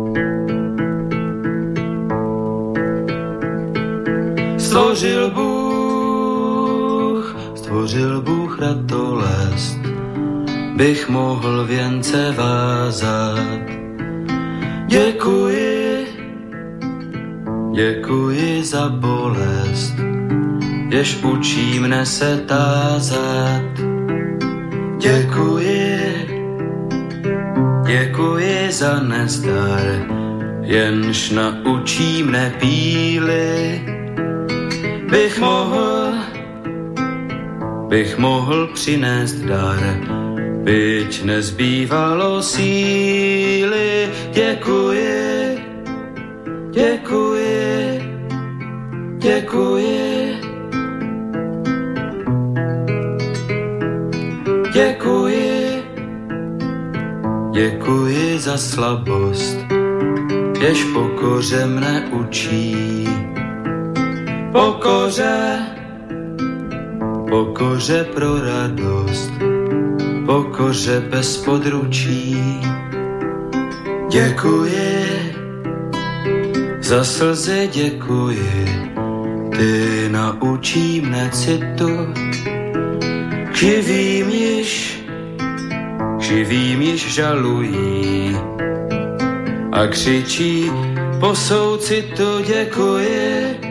Stvořil Bůh ratolest, bych mohl věnce vázat. Děkuji za bolest, jež učí mne se tázat. Děkuji za nezdar, jenž naučí mne píly. Bych mohl přinést dar, byť nezbývalo síly. Děkuji za slabost, jež pokoře mne učí. Pokoře pro radost, pokoře bez područí. Děkuji za slzy, děkuji, ty naučí mne citu. Živým již žalují a křičí po soucitu. Děkuji.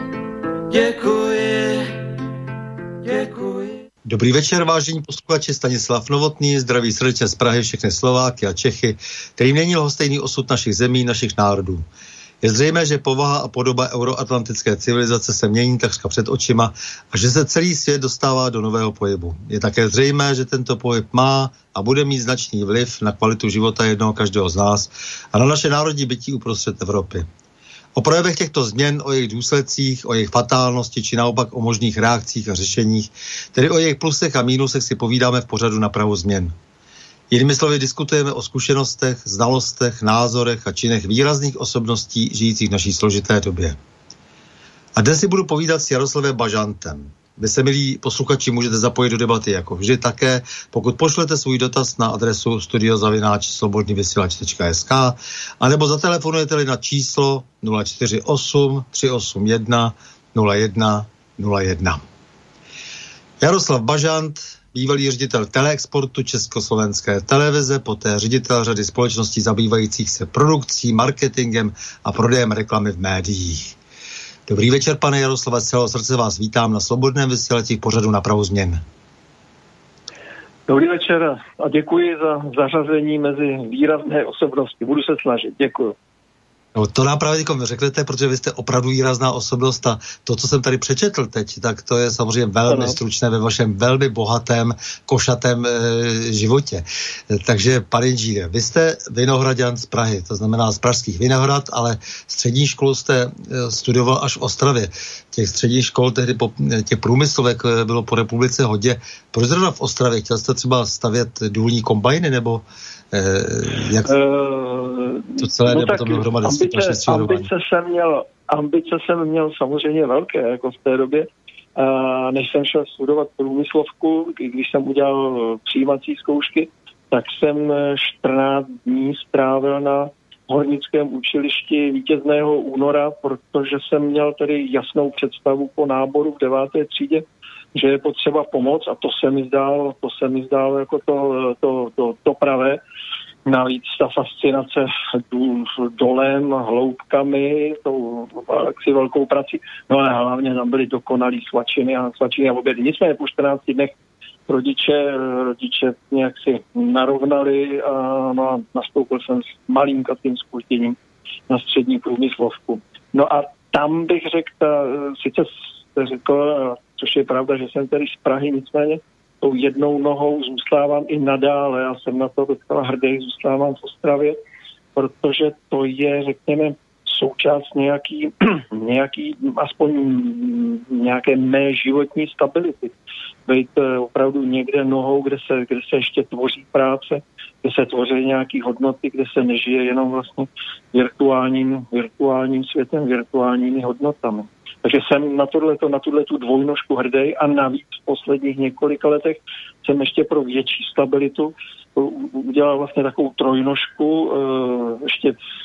Dobrý večer, vážení posluchači, Stanislav Novotný, zdraví srdečně z Prahy všechny Slováky a Čechy, kterým není lhostejný osud našich zemí, našich národů. Je zřejmé, že povaha a podoba euroatlantické civilizace se mění takřka před očima a že se celý svět dostává do nového pohybu. Je také zřejmé, že tento pohyb má a bude mít značný vliv na kvalitu života jednoho každého z nás a na naše národní bytí uprostřed Evropy. O projevech těchto změn, o jejich důsledcích, o jejich fatálnosti či naopak o možných reakcích a řešeních, tedy o jejich plusech a mínusech si povídáme v pořadu Na prahu změn. Jinými slovy diskutujeme o zkušenostech, znalostech, názorech a činech výrazných osobností žijících v naší složité době. A dnes si budu povídat s Jaroslavem Bažantem. Vy se, milí posluchači, můžete zapojit do debaty jako vždy také, pokud pošlete svůj dotaz na adresu studio@slobodnyvysielac.sk anebo zatelefonujete-li na číslo 048 381 01 01. Jaroslav Bažant, bývalý ředitel Teleexportu Československé televize, poté ředitel řady společností zabývajících se produkcí, marketingem a prodejem reklamy v médiích. Dobrý večer, pane Jaroslave, z celého srdce vás vítám na Slobodném vysílači v pořadu Na prahu změn. Dobrý večer a děkuji za zařazení mezi výrazné osobnosti. Budu se snažit, děkuji. No, to nám právě řeknete, protože vy jste opravdu výrazná osobnost a to, co jsem tady přečetl teď, tak to je samozřejmě velmi stručné ve vašem velmi bohatém, košatém životě. Takže, pane inženýre, vy jste vinohraďan z Prahy, to znamená z pražských Vinohrad, ale střední školu jste studoval až v Ostravě. Těch středních škol, tehdy těch průmyslovek bylo po republice hodně. Proč zrovna v Ostravě? Chtěl jste třeba stavět důlní kombajny, nebo jak to celé jde potom dohromady? Ambice jsem měl samozřejmě velké, jako v té době. Než jsem šel studovat průmyslovku, když jsem udělal přijímací zkoušky, tak jsem 14 dní strávil na hornickém učilišti Vítězného Února, protože jsem měl tedy jasnou představu po náboru v 9. třídě, že je potřeba pomoc a to se mi zdálo jako to pravé. Navíc ta fascinace dolem, hloubkami, tou jaksi velkou prací, no ale hlavně tam byly dokonalý svačiny a obědy. Nicméně po 14 dnech rodiče nějak si narovnali a nastoupil jsem s malinkatým zpožděním na střední průmyslovku. No a tam bych sice řekl, což je pravda, že jsem tady z Prahy, nicméně tou jednou nohou zůstávám i nadále. Já jsem na to docela hrdý, zůstávám v Ostravě, protože to je, řekněme, součást nějaký aspoň nějaké mé životní stability. Být opravdu někde nohou, kde se ještě tvoří práce, kde se tvoří nějaký hodnoty, kde se nežije jenom vlastně virtuálním světem, virtuálními hodnotami. Takže jsem na tu dvojnožku hrdý a navíc v posledních několika letech jsem ještě pro větší stabilitu udělal vlastně takovou trojnožku ještě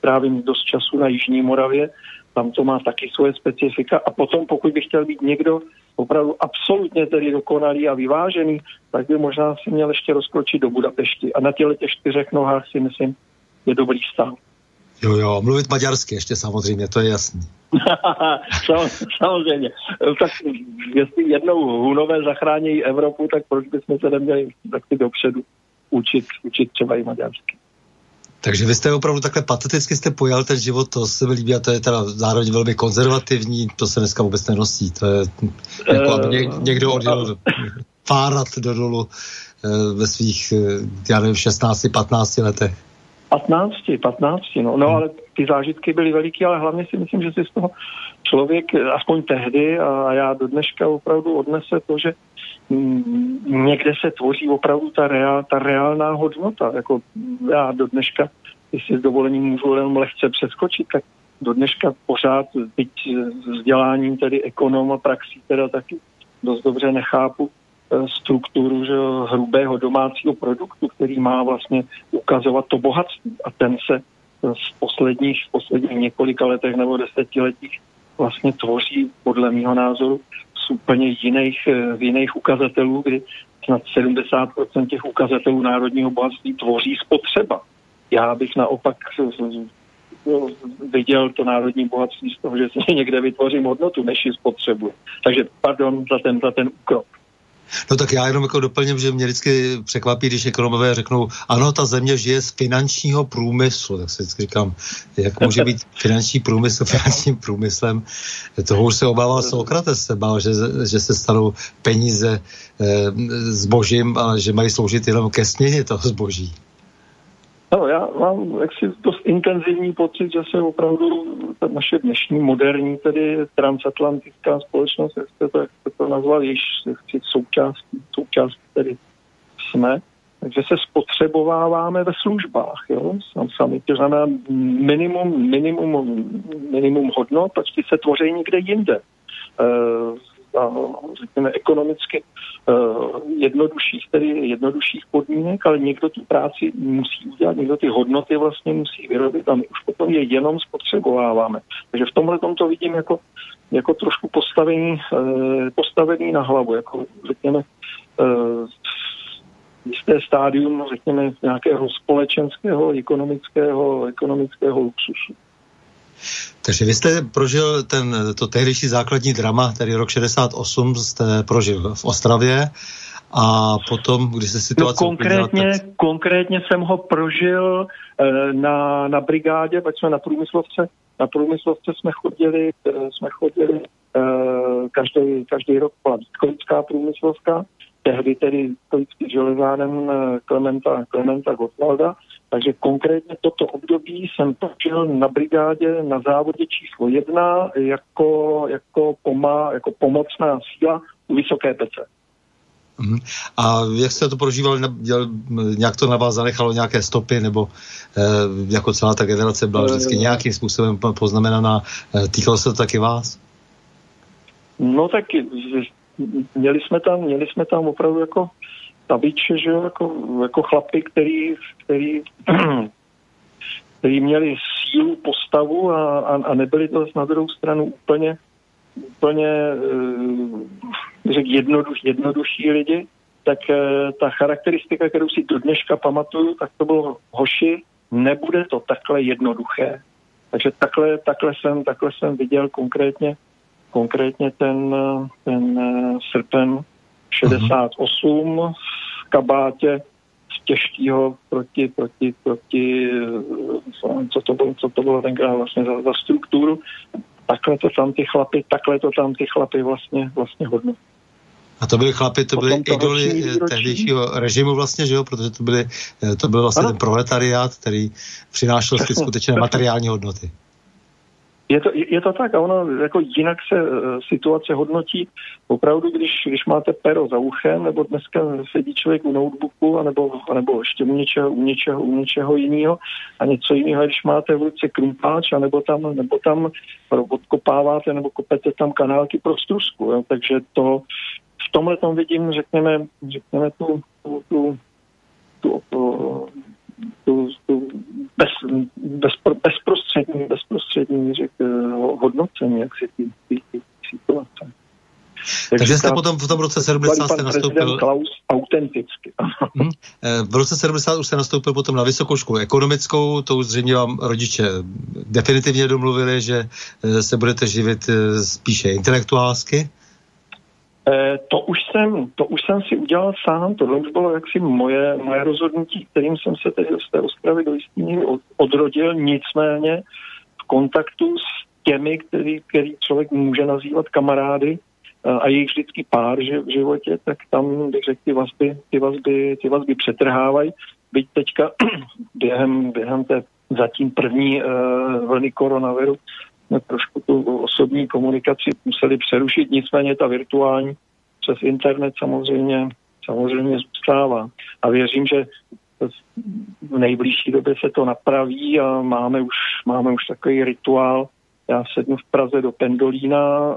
strávím dost času na Jižní Moravě, tam to má taky svoje specifika. A potom, pokud by chtěl být někdo opravdu absolutně tedy dokonalý a vyvážený, tak by možná si měl ještě rozkročit do Budapešti. A na těch 4 nohách si myslím, je dobrý stav. Jo, mluvit maďarsky ještě samozřejmě, to je jasný. Samozřejmě. Tak jestli jednou Hunové zachrání Evropu, tak proč bychom se neměli taky dopředu učit třeba i maďarsky. Takže vy jste opravdu takhle pateticky jste pojal ten život, to se mi líbí a to je teda zároveň velmi konzervativní, to se dneska vůbec nenosí. To je jako aby někdo odjel fárat do dolu ve svých, já nevím, 16-15 letech. 15, no ale ty zážitky byly veliký, ale hlavně si myslím, že si z toho člověk, aspoň tehdy, a já do dneška opravdu odnese to, že někde se tvoří opravdu ta reálná hodnota. Jako já do dneška, jestli s dovolením můžu jenom lehce přeskočit, tak do dneška pořád, byť vzděláním tedy ekonom a praxí teda taky dost dobře nechápu strukturu že, hrubého domácího produktu, který má vlastně ukazovat to bohatství. A ten se v posledních několika letech nebo desetiletích vlastně tvoří, podle mého názoru, z úplně jiných ukazatelů, kdy snad 70% těch ukazatelů národního bohatství tvoří spotřeba. Já bych naopak viděl to národní bohatství z toho, že si někde vytvořím hodnotu, než ji spotřebuji. Takže pardon za ten úkrok. No tak já jenom jako doplním, že mě vždycky překvapí, když ekonomové řeknou, ano, ta země žije z finančního průmyslu, tak si vždycky říkám, jak může být finanční průmysl finančním průmyslem. Toho už se obával Sokrates, se bál, že se stanou peníze zbožím a že mají sloužit jenom ke směně toho zboží. No, já mám jaksi dost intenzivní pocit, že se opravdu ta naše dnešní moderní, tedy transatlantická společnost, jak jste to nazval, již součástí tedy jsme, takže se spotřebováváme ve službách, jo, sami, to znamená minimum hodnot, protože se tvoří někde jinde. Řekněme ekonomicky jednodušších podmínek, ale někdo tu práci musí udělat, někdo ty hodnoty vlastně musí vyrobit a my už potom je jenom spotřebováváme. Takže v tomhle to vidím jako trošku postavený na hlavu, jako řekněme jisté stádium, řekněme nějakého společenského, ekonomického luxusu. Takže vy jste prožil to tehdejší základní drama, tedy rok 68 jste prožil v Ostravě a potom, když se situace Konkrétně jsem ho prožil na brigádě, pak jsme na průmyslovce jsme chodili každý rok byla Vítkovická průmyslovka, tehdy tedy Vítkovický železáren Klementa Gottwalda. Takže konkrétně toto období jsem prožil na brigádě na závodě číslo 1 jako pomocná síla u Vysoké Pece. A jak jste to prožívali, nějak to na vás zanechalo nějaké stopy, nebo jako celá ta generace byla vždycky nějakým způsobem poznamenaná, týkalo se to taky vás? No tak měli jsme tam opravdu jako tabiče, že jako chlapi, který měli sílu, postavu a nebyli to na druhou stranu úplně jednodušší lidi, tak ta charakteristika, kterou si do dneška pamatuju, tak to bylo hoši, nebude to takhle jednoduché. Takže takhle jsem viděl konkrétně ten srpen 68 v kabátě z těžkého proti co to bylo tenkrát vlastně za strukturu. Takhle to tam ty chlapy vlastně hodno. A to byly chlapy, to byly idoly tehdejšího režimu vlastně, že jo? Protože to byl vlastně ten proletariát, který přinášel skutečné materiální hodnoty. Je to tak a ono jako jinak se situace hodnotí opravdu, když máte pero za uchem, nebo dneska sedí člověk u notebooku, anebo ještě u něčeho jiného a něco jiného, když máte v ruce krumpáč, nebo tam odkopáváte nebo kopete tam kanálky pro strusku. Jo? Takže to v tomhle tom vidím, řekněme tu jaksi ty situace. Takže jste potom v tom roce 70 jste nastoupil... Klaus autenticky. V roce 70 už jste nastoupil potom na vysokou školu ekonomickou, to už zřejmě vám rodiče definitivně domluvili, že se budete živit spíše intelektuálsky? To už jsem si udělal sám, tohle už bylo jaksi moje rozhodnutí, kterým jsem se tedy z té Ostravy do jistý míry odrodil, nicméně v kontaktu s těmi, který člověk může nazývat kamarády, a jejich vždycky pár v životě, tak tam, bych řekl, ty vazby přetrhávají. Byť teďka během té zatím první vlny koronaviru jsme trošku tu osobní komunikaci museli přerušit, nicméně ta virtuální přes internet samozřejmě zůstává. A věřím, že v nejbližší době se to napraví a máme už takový rituál. Já sednu v Praze do Pendolína,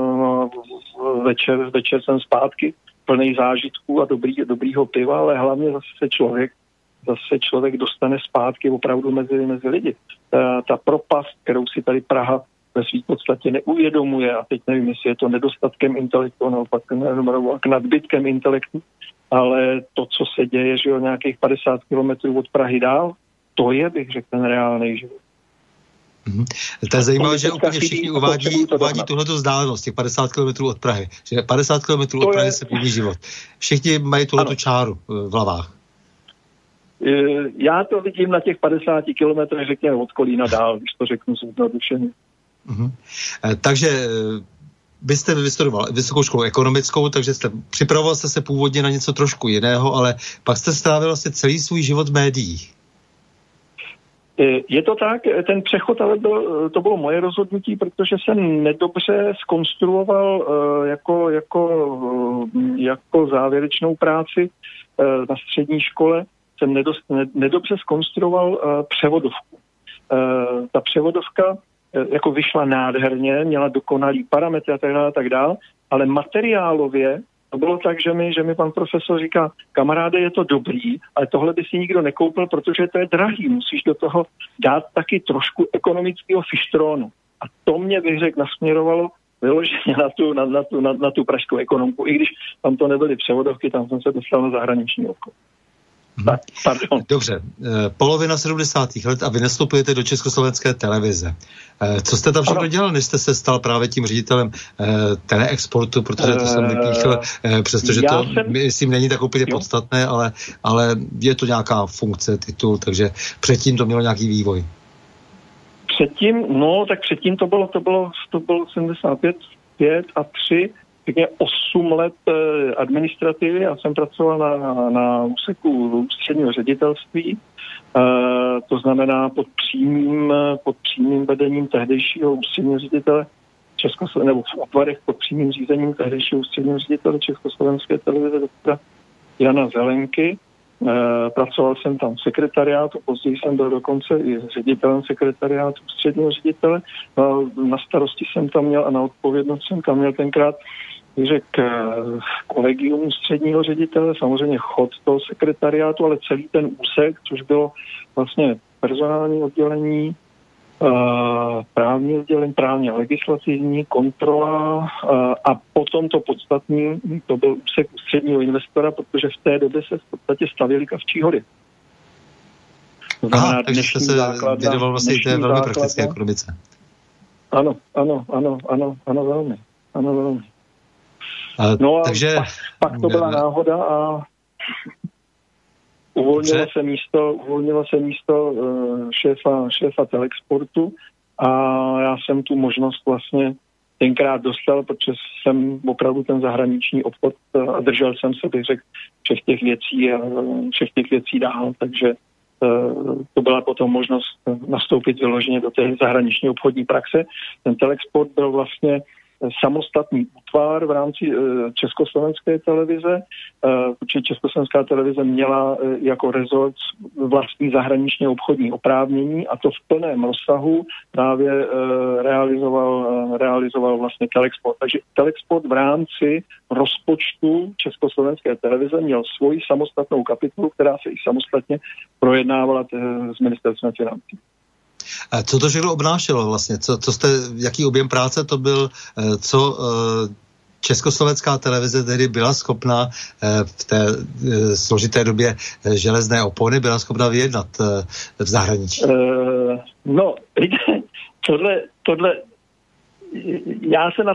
večer jsem zpátky, plný zážitků a dobrýho piva, ale hlavně zase člověk dostane zpátky opravdu mezi lidi. Ta propast, kterou si tady Praha ve svým podstatě neuvědomuje, a teď nevím, jestli je to nedostatkem intelektu, nebo nadbytkem intelektu, ale to, co se děje, že jo, nějakých 50 kilometrů od Prahy dál, to je, bych řekl, ten reálný život. To je zajímavé, že úplně všichni uvádí tuhleto vzdálenost, těch 50 km od Prahy. Že 50 km od Prahy se mění život. Všichni mají tuhleto čáru v hlavách. Já to vidím na těch 50 kilometrech, řekněme, od Kolína dál, když to řeknu zjednodušeně. Takže byste vystudoval vysokou školu ekonomickou, takže připravoval jste se původně na něco trošku jiného, ale pak jste strávil vlastně celý svůj život v médiích. Je to tak, ten přechod, ale to bylo moje rozhodnutí, protože jsem nedobře zkonstruoval jako závěrečnou práci na střední škole, jsem nedobře zkonstruoval převodovku. Ta převodovka jako vyšla nádherně, měla dokonalý parametry a tak dále, ale materiálově to bylo tak, že mi pan profesor říká, kamaráde, je to dobrý, ale tohle by si nikdo nekoupil, protože to je drahý, musíš do toho dát taky trošku ekonomického fištrónu. A to mě, bych řekl, nasměrovalo vyloženě na tu pražskou ekonomku, i když tam to nebyly převodovky, tam jsem se dostal na zahraniční obchod. Tak, pardon. Dobře, polovina 70. let a vy nastoupujete do Československé televize. Co jste tam všechno dělal, než jste se stal právě tím ředitelem teleexportu, protože to jsem vypíchl, přestože to, myslím, není tak úplně podstatné, ale je to nějaká funkce, titul, takže předtím to mělo nějaký vývoj. Předtím to bylo 75, 5 a 3, 8 let administrativy. Já jsem pracoval na úseku ústředního ředitelství, to znamená pod přímým vedením tehdejšího ústředního ředitele nebo v útvarech pod přímým řízením tehdejšího ústředního ředitele Československé televize doktora Jana Zelenky. Pracoval jsem tam v sekretariátu, později jsem byl dokonce i ředitelem sekretariátu ústředního ředitele. Na starosti jsem tam měl a na odpovědnost jsem tam měl tenkrát kolegium ústředního ředitele, samozřejmě chod toho sekretariátu, ale celý ten úsek, což bylo vlastně personální oddělení, právní oddělení, právně legislativní, kontrola a potom to podstatní, to byl úsek ústředního investora, protože v té době se v podstatě stavěly Kavčí hory. Takže jste se věnoval vlastně té velmi praktické ekonomice. Ano, velmi. No a takže pak to byla náhoda a uvolnilo se místo šéfa Telexportu a já jsem tu možnost vlastně tenkrát dostal, protože jsem opravdu ten zahraniční obchod a držel jsem se, bych řekl, všech těch věcí dál, takže to byla potom možnost nastoupit vyloženě do té zahraniční obchodní praxe. Ten Telexport byl vlastně samostatný útvar v rámci Československé televize, protože Československá televize měla jako rezort vlastní zahraničně obchodní oprávnění a to v plném rozsahu právě realizoval vlastně Telexport. Takže Telexport v rámci rozpočtu Československé televize měl svoji samostatnou kapitolu, která se i samostatně projednávala s ministerstvem financí. Co to všechno obnášelo vlastně? Jaký objem práce to byl? Co československá televize tedy byla schopna v té složité době železné opony byla schopna vyjednat v zahraničí? No, tohle já se nad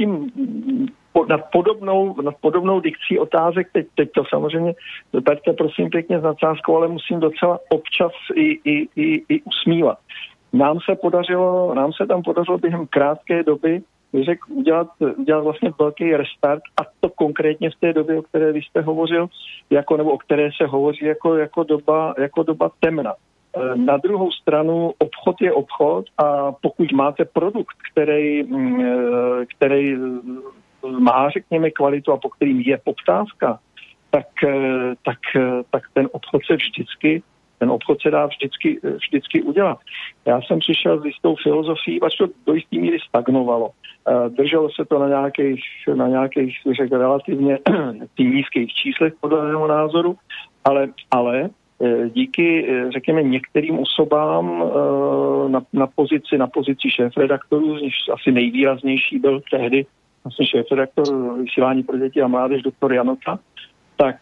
podobnou dikcí otázek, teď to samozřejmě, berte prosím pěkně s nadsázkou, ale musím docela občas i usmívat. Nám se tam podařilo během krátké doby udělat vlastně velký restart, a to konkrétně v té době, o které vy jste hovořil, nebo o které se hovoří jako doba temna. Na druhou stranu obchod je obchod, a pokud máte produkt, který má, řekněme, kvalitu a po kterým je poptávka, tak ten obchod se dá vždycky udělat. Já jsem přišel s jistou filozofií, až to do jistý míry stagnovalo. Drželo se to na nějakých relativně nízkých číslech podle mého názoru, ale díky, řekněme, některým osobám na pozici šéfredaktorů, z nich asi nejvýraznější byl tehdy vlastně šéfredaktor Vysílání pro děti a mládež doktor Janota, tak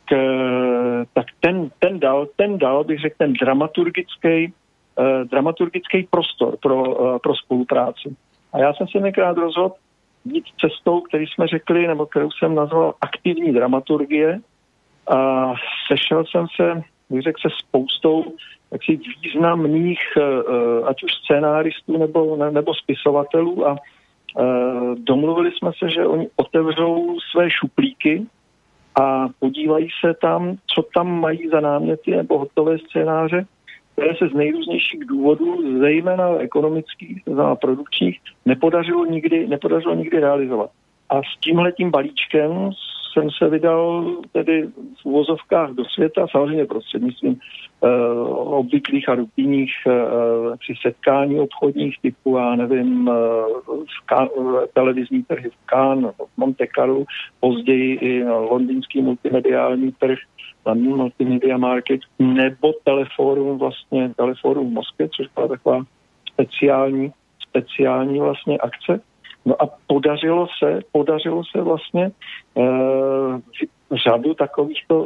ten dal, bych řekl, ten dramaturgický prostor pro spolupráci. A já jsem se někrát rozhodl jít cestou, kterou jsme řekli, nebo kterou jsem nazval aktivní dramaturgie, a sešel jsem se, bych řekl, se spoustou jaksi významných, ať už scénáristů nebo spisovatelů, a domluvili jsme se, že oni otevřou své šuplíky a podívají se tam, co tam mají za náměty nebo hotové scénáře, které se z nejrůznějších důvodů, zejména ekonomických, produkčních, nepodařilo nikdy realizovat. A s tímhletím balíčkem jsem se vydal tedy v uvozovkách do světa, samozřejmě prostřednictvím obvyklých a rutinních při setkání obchodních typu, já nevím, televizní trhy v Cannes, v Monte Carlo, později i londýnský multimediální trh, London Multimedia Market, nebo Teleforum v Moskvě, což byla taková speciální vlastně akce. No a podařilo se vlastně řadu takovýchto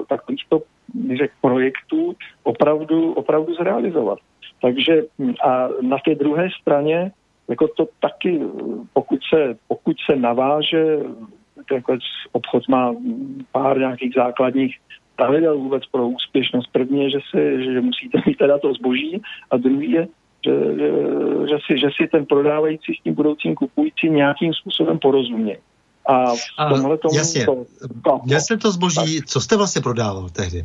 projektů opravdu zrealizovat. Takže a na té druhé straně, jako to taky, pokud se naváže, jako obchod má pár nějakých základních pravidel vůbec pro úspěšnost. První je, že musíte mít teda to zboží, a druhý je, že si ten prodávající s tím budoucím kupující nějakým způsobem porozumějí. A v tomhle tomu... Jasně. Měl jste to zboží, co jste vlastně prodával tehdy?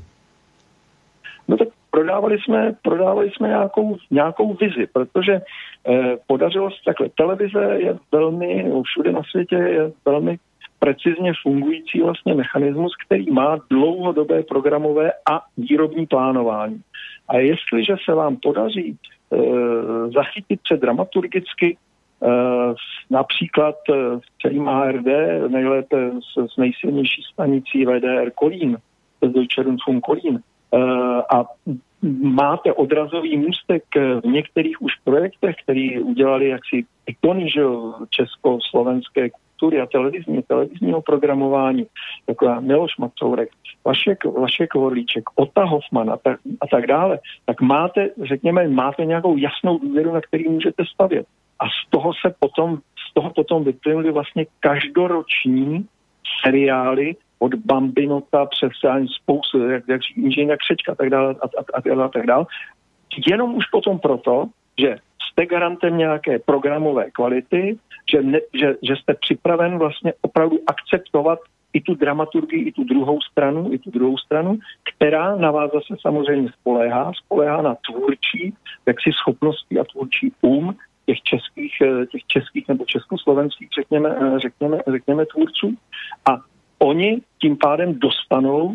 No tak prodávali jsme nějakou vizi, protože podařilo se takhle. Televize je všude na světě je velmi precizně fungující vlastně mechanismus, který má dlouhodobé programové a výrobní plánování. A jestliže se vám podaří zachytit se dramaturgicky například celým ARD, nejlépe s nejsilnější stanicí VDR Kolín, z Deutsche Rundfunk Kolín, a máte odrazový můstek v některých už projektech, který udělali jaksi ikony československé kultury a televizního programování, jako Miloš Macourek, Vašek Vorlíček, Ota Hoffman a tak dále, tak máte nějakou jasnou důvěru, na který můžete stavět. A z toho potom vyplynuly vlastně každoroční seriály od Bambinota přes spoustu, jak Inženýra Křečka a tak dále. Jenom už potom proto, že jste garantem nějaké programové kvality, že jste připraven vlastně opravdu akceptovat i tu dramaturgii, i tu druhou stranu, která na vás zase samozřejmě spoléhá na tvůrčí schopnosti a tvůrčí těch českých nebo československých, řekněme tvůrců. A oni tím pádem dostanou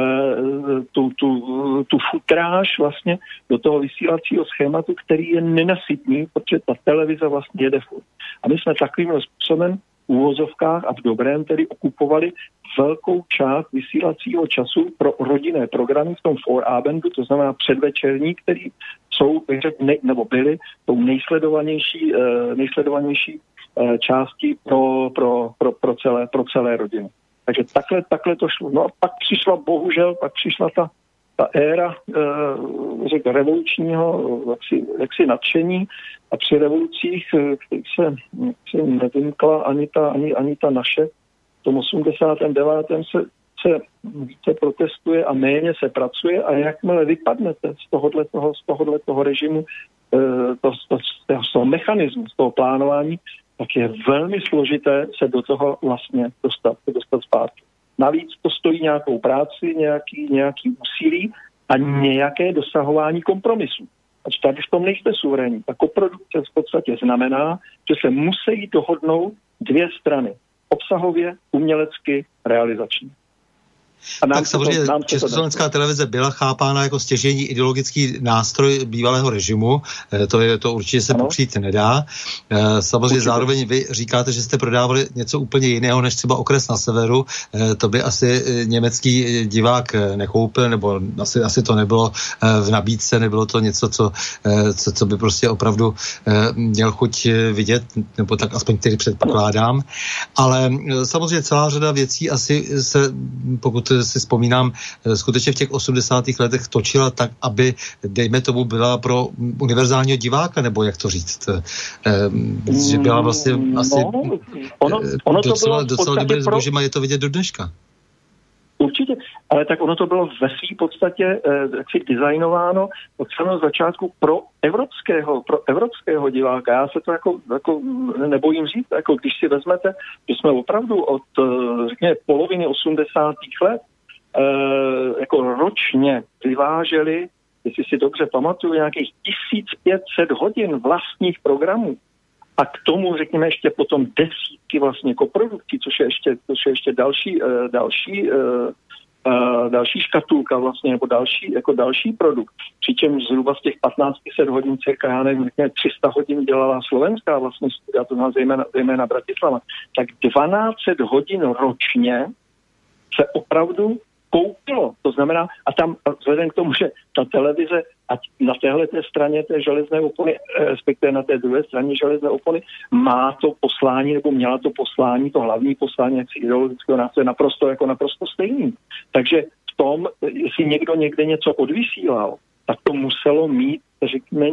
tu futráž vlastně do toho vysílacího schématu, který je nenasytný, protože ta televize vlastně jede furt. A my jsme takovým způsobem úvozovkách a v dobrém tedy okupovali velkou část vysílacího času pro rodinné programy v tom Vorabendu, to znamená předvečerní, který jsou, nebo byly tou nejsledovanější části pro celé rodiny. Takže takhle to šlo. No a pak přišla ta éra, řekl, revolučního jaksi nadšení a při revolucích, kterých se nevymkla ani ta naše. V tom 89. se více protestuje a méně se pracuje a jakmile vypadnete z tohoto režimu, z toho mechanismu, z toho plánování, tak je velmi složité se do toho vlastně dostat zpátky. Navíc to stojí nějakou práci, nějaký úsilí a nějaké dosahování kompromisu. A tady v tom nejste suverénní. Ta koprodukce v podstatě znamená, že se musí dohodnout dvě strany. Obsahově, umělecky, realizačně. Tak samozřejmě Československá televize byla chápána jako stěžejní ideologický nástroj bývalého režimu, to určitě se popřít nedá. Samozřejmě zároveň vy říkáte, že jste prodávali něco úplně jiného, než třeba Okres na severu, to by asi německý divák nekoupil, nebo asi to nebylo v nabídce, nebylo to něco, co by prostě opravdu měl chuť vidět, nebo tak aspoň tedy předpokládám. Ale samozřejmě celá řada věcí asi se, pokud si vzpomínám, skutečně v těch 80. letech točila tak, aby, dejme tomu, byla pro univerzálního diváka, nebo jak to říct, že byla vlastně asi docela dobré zboží, a je to vidět do dneška. Určitě, ale tak ono to bylo ve své podstatě jaksi designováno od samého začátku pro evropského diváka. Já se to jako nebojím říct, jako když si vezmete, že jsme opravdu od, řekněme, poloviny 80. let jako ročně vyváželi, jestli si dobře pamatuju, nějakých 1500 hodin vlastních programů. A k tomu, řekněme, ještě potom desítky vlastně koprodukcí, což je ještě další škatulka vlastně, nebo další produkt. Přičemž zhruba z těch 1500 hodin cirka, já nevím, 300 hodin dělala slovenská vlastně studia, to znamená zejména Bratislava. Tak 1200 hodin ročně se opravdu koupilo. To znamená, a tam vzhledem k tomu, že ta televize, ať na téhleté straně té železné opony, respektive na té druhé straně železné opony, má to poslání, nebo měla to poslání, to hlavní poslání, jak si ideologického nástroje, naprosto stejný. Takže v tom, jestli někdo někde něco odvysílal, tak to muselo mít, řekněme,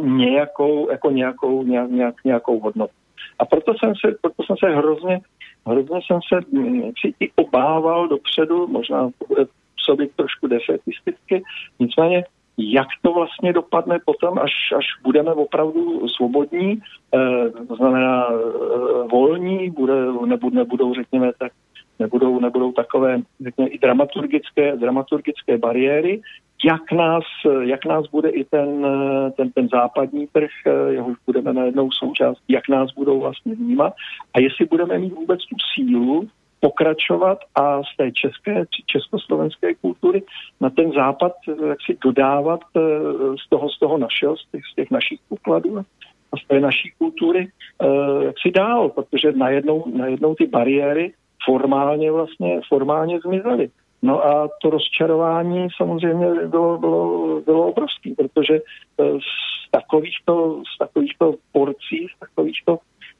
nějakou hodnotu. A proto jsem se hrozně jsem se i obával dopředu, možná působit trošku defetisticky, nicméně jak to vlastně dopadne potom, až budeme opravdu svobodní, to znamená volní, nebudou, řekněme, tak nebudou takové, řekněme, i dramaturgické bariéry, jak nás bude i ten západní trh, jehož budeme najednou součást, jak nás budou vlastně vnímat a jestli budeme mít vůbec tu sílu pokračovat a z té československé kultury na ten západ jak si dodávat z toho našeho, z těch našich pokladů a z té naší kultury jak si dál, protože najednou ty bariéry formálně zmizely. No a to rozčarování samozřejmě bylo obrovský, protože z takovýchto porcí, z takovýchto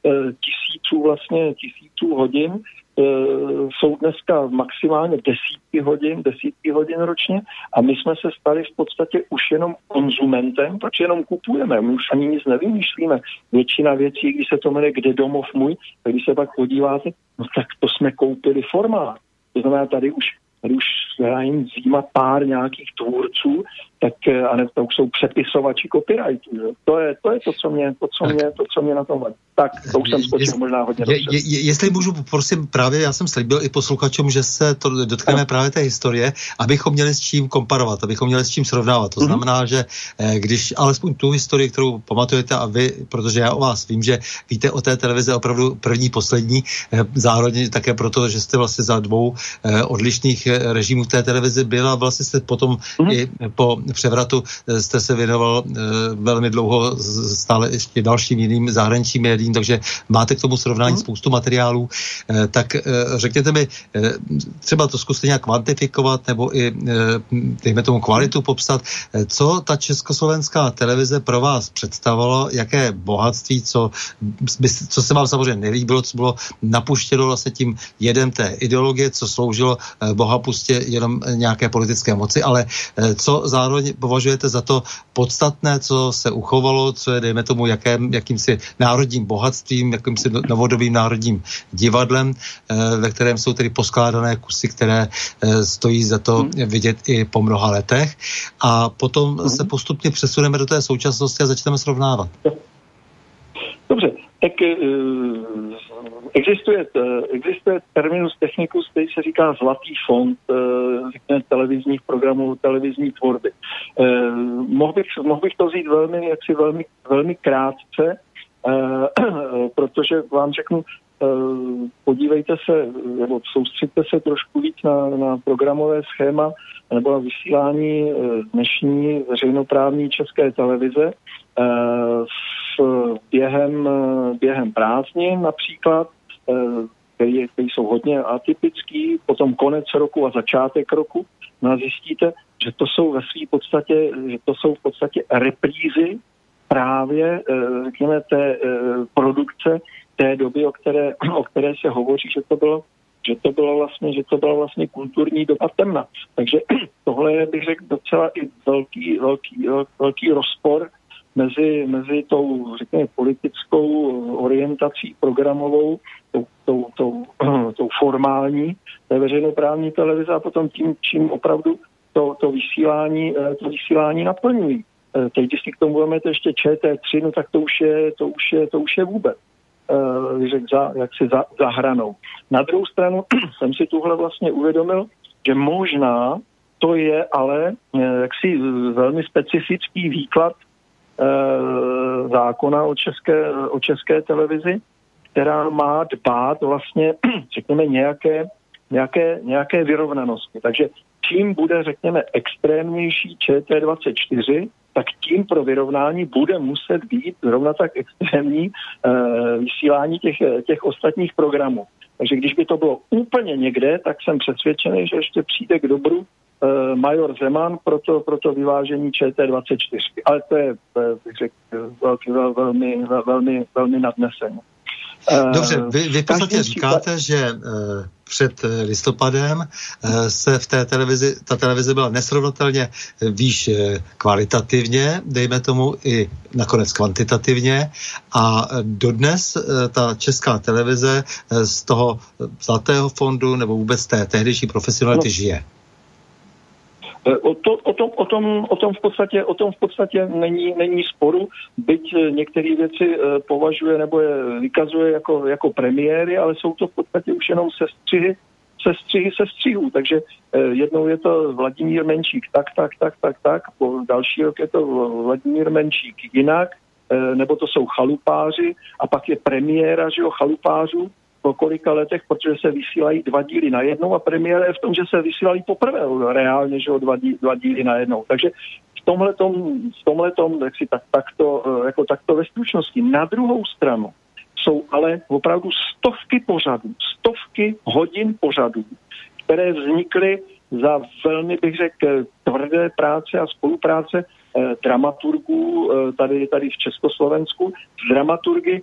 tisíců hodin jsou dneska maximálně desítky hodin ročně a my jsme se stali v podstatě už jenom konzumentem, protože jenom kupujeme, my už ani nic nevymýšlíme. Většina věcí, když se to jmenuje Kde domov můj, tak když se pak podíváte, no tak to jsme koupili formát. To znamená, tady už jim vzímat pár nějakých tvůrců, tak a ne, to už jsou přepisovači copyrightů. To je to, co mě na tom vadí. Tak, to už jsem skočil možná hodně dobře. Jestli můžu, prosím, právě já jsem slíbil i posluchačům, že se to dotkneme právě té historie, abychom měli s čím komparovat, abychom měli s čím srovnávat. To znamená, že když alespoň tu historii, kterou pamatujete a vy, protože já o vás vím, že víte o té televize opravdu první, poslední, zároveň také proto, že jste vlastně za dvou odlišných režimů té televize byla, vlastně jste potom i po převratu jste se věnoval velmi dlouho stále ještě dalším jiným zahraničním médiím, takže máte k tomu srovnání spoustu materiálů. Tak řekněte mi, třeba to zkuste nějak kvantifikovat nebo i, dejme tomu, kvalitu popsat. Co ta československá televize pro vás představovalo, jaké bohatství, co se vám samozřejmě nelíbilo, co bylo napuštěno vlastně tím jedem té ideologie, co sloužilo bohapustě jenom nějaké politické moci, ale co zároveň považujete za to podstatné, co se uchovalo, co je, dejme tomu, jakýmsi národním bohatstvím, jakýmsi novodobým národním divadlem, ve kterém jsou tedy poskládané kusy, které stojí za to vidět i po mnoha letech. A potom se postupně přesuneme do té současnosti a začneme srovnávat. Dobře, tak existuje terminus technicus, který se říká zlatý fond televizních programů, televizní tvorby. Mohl bych to vzít velmi krátce, protože vám řeknu, podívejte se, nebo soustřeďte se trošku víc na programové schéma nebo na vysílání dnešní veřejnoprávní České televize během prázdnin například, které jsou hodně atypický, potom konec roku a začátek roku, no a zjistíte, že to jsou v podstatě reprízy právě, řekněme, té produkce té doby, o které se hovoří, že to byla vlastně kulturní doba temna. Takže tohle je, bych řekl, docela i velký rozpor mezi tou, řekněme, politickou orientací programovou, tou formální té veřejnoprávní televize a potom tím, čím opravdu to vysílání naplňují. Teď, když si k tomu budeme ještě ČT3, no tak to už je vůbec. Jaksi za hranou. Na druhou stranu jsem si tuhle vlastně uvědomil, že možná to je ale jaksi velmi specifický výklad zákona o české televizi, která má dbát vlastně, řekněme, nějaké vyrovnanosti. Takže čím bude, řekněme, extrémnější ČT24, tak tím pro vyrovnání bude muset být zrovna tak extrémní vysílání těch ostatních programů. Takže když by to bylo úplně někde, tak jsem přesvědčený, že ještě přijde k dobru major Zeman pro to vyvážení ČT24. Ale to je bych řekl, velmi nadnesené. Dobře, vy v podstatě říkáte, že před listopadem se v té televizi, ta televize byla nesrovnatelně výš kvalitativně, dejme tomu i nakonec kvantitativně, a dodnes ta česká televize z toho zlatého fondu nebo vůbec té tehdejší profesionality žije. O tom v podstatě není sporu, byť některé věci považuje nebo je vykazuje jako premiéry, ale jsou to v podstatě už jenom sestřihů. Takže jednou je to Vladimír Menšík tak, po další rok je to Vladimír Menšík jinak, nebo to jsou chalupáři a pak je premiéra, že jo, chalupářů po kolika letech, protože se vysílají 2 díly najednou a premiéra je v tom, že se vysílají poprvé reálně, že jo, 2 díly najednou. Takže v tomhletom takto ve stručnosti. Na druhou stranu jsou ale opravdu stovky hodin pořadů, které vznikly za velmi, bych řekl, tvrdé práce a spolupráce dramaturgů tady v Československu, dramaturgy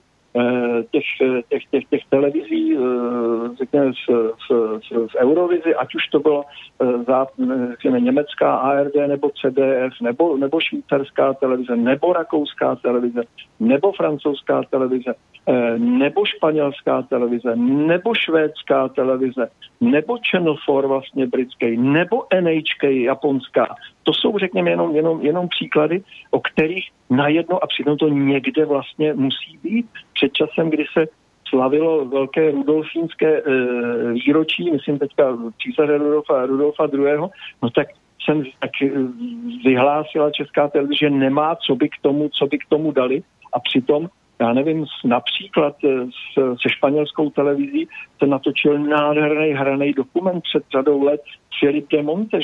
těch televizí, řekněme, v Eurovizi, ať už to bylo řekněme, německá ARD, nebo CDF, nebo švýcarská televize, nebo rakouská televize, nebo francouzská televize, nebo španělská televize, nebo švédská televize, nebo Channel 4 vlastně britský, nebo NHK japonská. To jsou, řekněme, jenom příklady, o kterých najednou a přitom to někde vlastně musí být. Před časem, kdy se slavilo velké rudolfínské výročí, myslím teďka císaře Rudolfa II., no tak vyhlásila Česká televize, že nemá co by k tomu dali, a přitom já nevím, například se španělskou televizí se natočil nádherný hraný dokument před řadou let Felipe de Monte, že jo?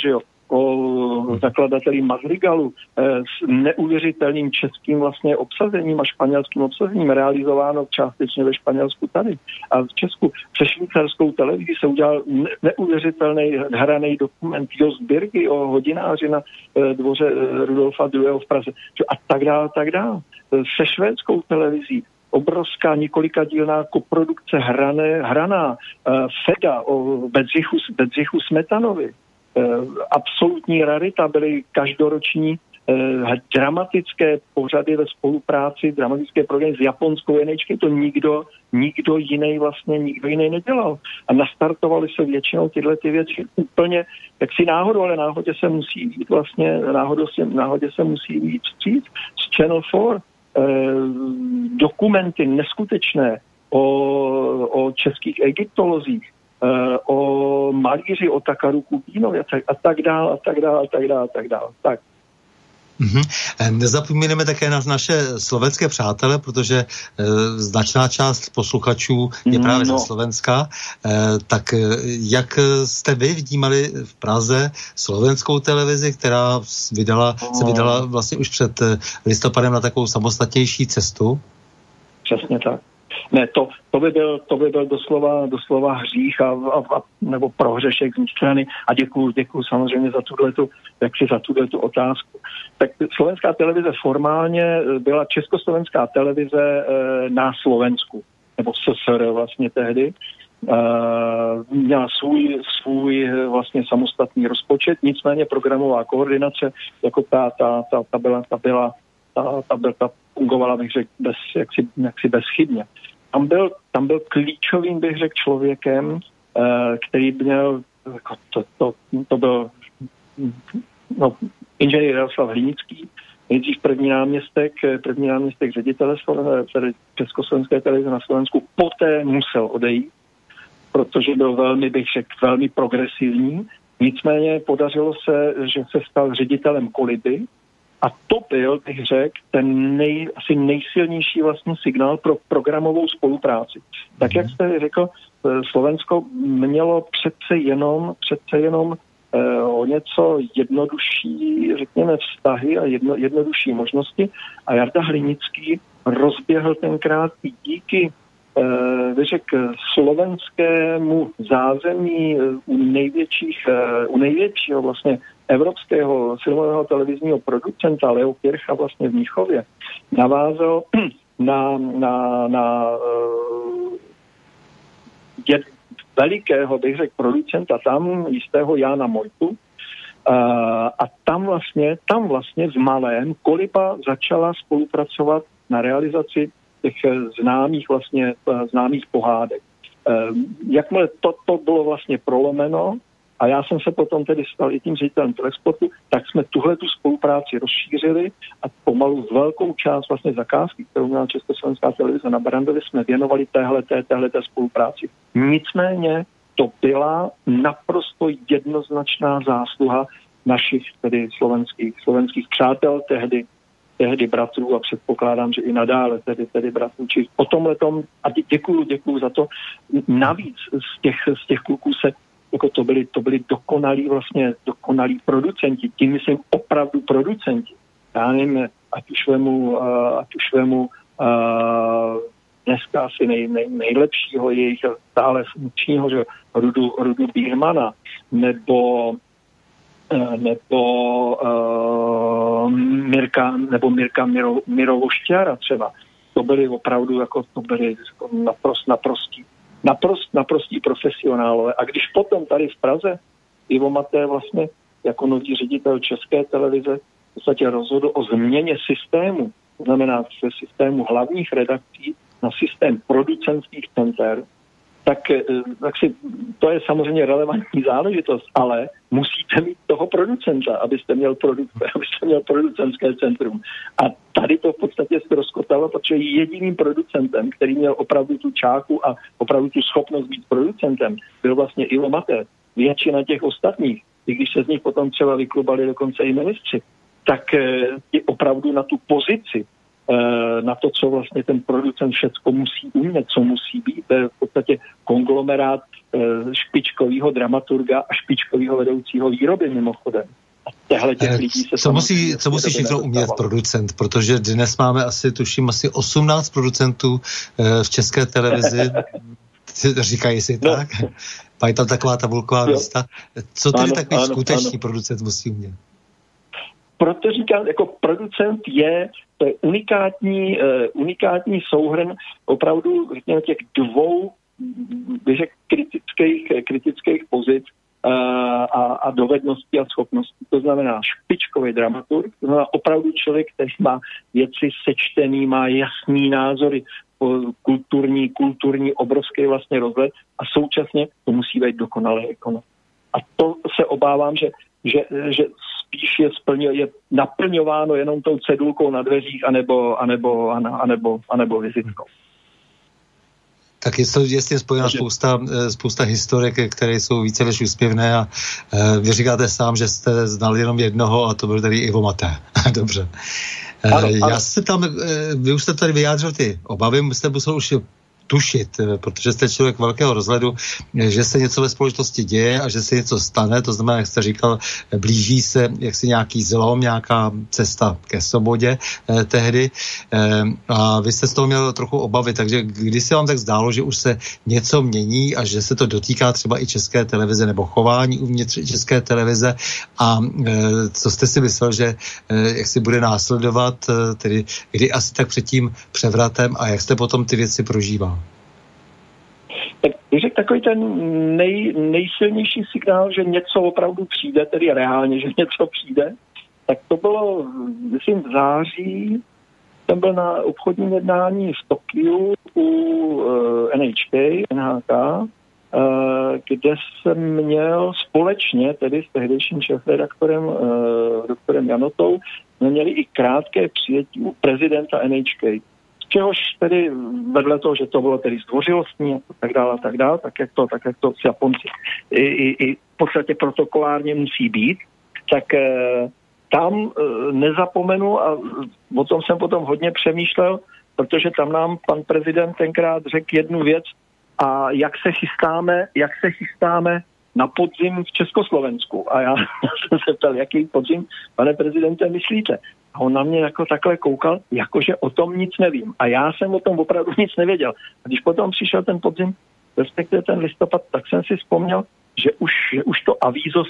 o zakladateli Madrigalu s neuvěřitelným českým vlastně obsazením a španělským obsazením, realizováno částečně ve Španělsku tady. A v Česku přes švýcarskou televizi se udělal neuvěřitelný hraný dokument Jos Birgy o hodináři na dvoře Rudolfa II. V Praze. A tak dále. Se švédskou televizí obrovská několikadílná koprodukce hraná Feda o Bedřichu Smetanovi. Absolutní rarita, byly každoroční dramatické pořady ve spolupráci, dramatické programy s japonskou NHK, to nikdo jiný nedělal. A nastartovaly se většinou tyhle ty věci úplně jaksi náhodou, ale náhodě se musí jít náhodě se musí jít vstříc. Z Channel 4 dokumenty neskutečné o českých egyptolozích, o malíři, o Takaru Kubínovi a tak dále. Tak. Nezapomínáme také na naše slovenské přátele, protože značná část posluchačů je právě ze Slovenska. Tak jak jste vy vnímali v Praze slovenskou televizi, která se vydala vlastně už před listopadem na takovou samostatnější cestu? Přesně tak. Ne, to by byl doslova hřích nebo prohřešek z mé strany a děkuju samozřejmě za tuhletu otázku. Tak slovenská televize formálně byla československá televize na Slovensku, nebo SSR vlastně tehdy. Měla svůj vlastně samostatný rozpočet, nicméně programová koordinace jako ta fungovala, bych řekl, jaksi bezchybně. Tam byl klíčovým, bych řekl, člověkem, který měl, to byl inženýr Jaroslav Hlinický, nejdřív první náměstek ředitele Československé televize na Slovensku, poté musel odejít, protože byl velmi progresivní. Nicméně podařilo se, že se stal ředitelem Koliby, a to byl, bych řekl, ten asi nejsilnější vlastně signál pro programovou spolupráci. Tak, jak jste řekl, Slovensko mělo přece jenom o něco jednodušší, řekněme, vztahy a jednodušší možnosti. A Jarda Hlinický rozběhl tenkrát i díky slovenskému zázemí u největšího vlastně evropského filmového televizního producenta Leo Kircha vlastně v Mnichově navázal na velikého, bych řekl, producenta tam, jistého Jána Mojtu, a tam vlastně v malém Koliba začala spolupracovat na realizaci těch známých pohádek. Jakmile to bylo vlastně prolomeno a já jsem se potom tedy stal i tím ředitelem Telesportu, tak jsme tuhletu spolupráci rozšířili a pomalu velkou část vlastně zakázky, kterou měla Československá televize na Barrandově, jsme věnovali téhleté spolupráci. Nicméně to byla naprosto jednoznačná zásluha našich tedy slovenských přátel tehdy bratrů a předpokládám, že i nadále tedy bratrů. Či o tomhletom, a děkuju za to, navíc z těch kluků se, jako to byli dokonalí producenti, tím myslím opravdu producenti. Já nevím, ať už vemu dneska asi nejlepšího jejich stále funkčního, že Rudu Bírmana, nebo Mirka Mirovošťára třeba. To byli opravdu naprostí profesionálové. A když potom tady v Praze Ivo Maté vlastně jako nový ředitel České televize v podstatě rozhodl o změně systému, to znamená ze systému hlavních redakcí na systém producentských center, tak to je samozřejmě relevantní záležitost, ale musíte mít toho producenta, abyste měl producentské centrum. A tady to v podstatě ztroskotalo, protože jediným producentem, který měl opravdu tu čáku a opravdu tu schopnost být producentem, byl vlastně Ivo Maté. Většina těch ostatních, i když se z nich potom třeba vyklubali dokonce i ministři, tak je opravdu na tu pozici, na to, co vlastně ten producent všecko musí umět, co musí být. To je v podstatě konglomerát špičkového dramaturga a špičkového vedoucího výroby mimochodem. Co musí všechno umět producent, protože dnes máme asi 18 producentů v České televizi, říkají si tak, mají tam taková tabulková místa. Co tedy takový skutečný producent musí umět? Proto říkám, jako producent to je unikátní souhrn opravdu těch dvou kritických pozic a dovedností a schopností. To znamená špičkový dramaturg, to znamená opravdu člověk, který má věci sečtený, má jasný názory, kulturní obrovský vlastně rozhled a současně to musí být dokonalý ekonom. A to se obávám, že spíš je naplňováno jenom tou cedulkou na dveřích anebo vizitkou. Tak je s tím spojena spousta historek, které jsou více než úsměvné a vy říkáte sám, že jste znal jenom jednoho a to byl tady Ivo Maté. Dobře. Ano. Vy už jste tady vyjádřil ty obavy, jste musel už tušit, protože jste člověk velkého rozhledu, že se něco ve společnosti děje a že se něco stane, to znamená, jak jste říkal, blíží se jaksi nějaký zlom, nějaká cesta ke svobodě tehdy a vy jste z toho měl trochu obavy, takže když se vám tak zdálo, že už se něco mění a že se to dotýká třeba i České televize nebo chování uvnitř České televize a co jste si myslel, že jak si bude následovat, tedy kdy asi tak před tím převratem a jak jste potom ty věci prožíval? Tak bych řekl takový ten nejsilnější signál, že něco opravdu přijde, tedy reálně, že něco přijde, tak to bylo, myslím, v září, jsem byl na obchodním jednání v Tokiu u NHK, kde jsem měl společně, tedy s tehdejším šéfredaktorem doktorem Janotou, jsme měli i krátké přijetí u prezidenta NHK. Čehož tedy vedle toho, že to bylo tedy zdvořilostní a tak dále, tak jak to s Japonci i v podstatě protokolárně musí být, tak tam nezapomenu a o tom jsem potom hodně přemýšlel, protože tam nám pan prezident tenkrát řekl jednu věc a jak se chystáme na podzim v Československu. A já jsem se ptal, jaký podzim, pane prezidente, myslíte? A on na mě jako takhle koukal, jakože o tom nic nevím. A já jsem o tom opravdu nic nevěděl. A když potom přišel ten podzim, respektive ten listopad, tak jsem si vzpomněl, že už to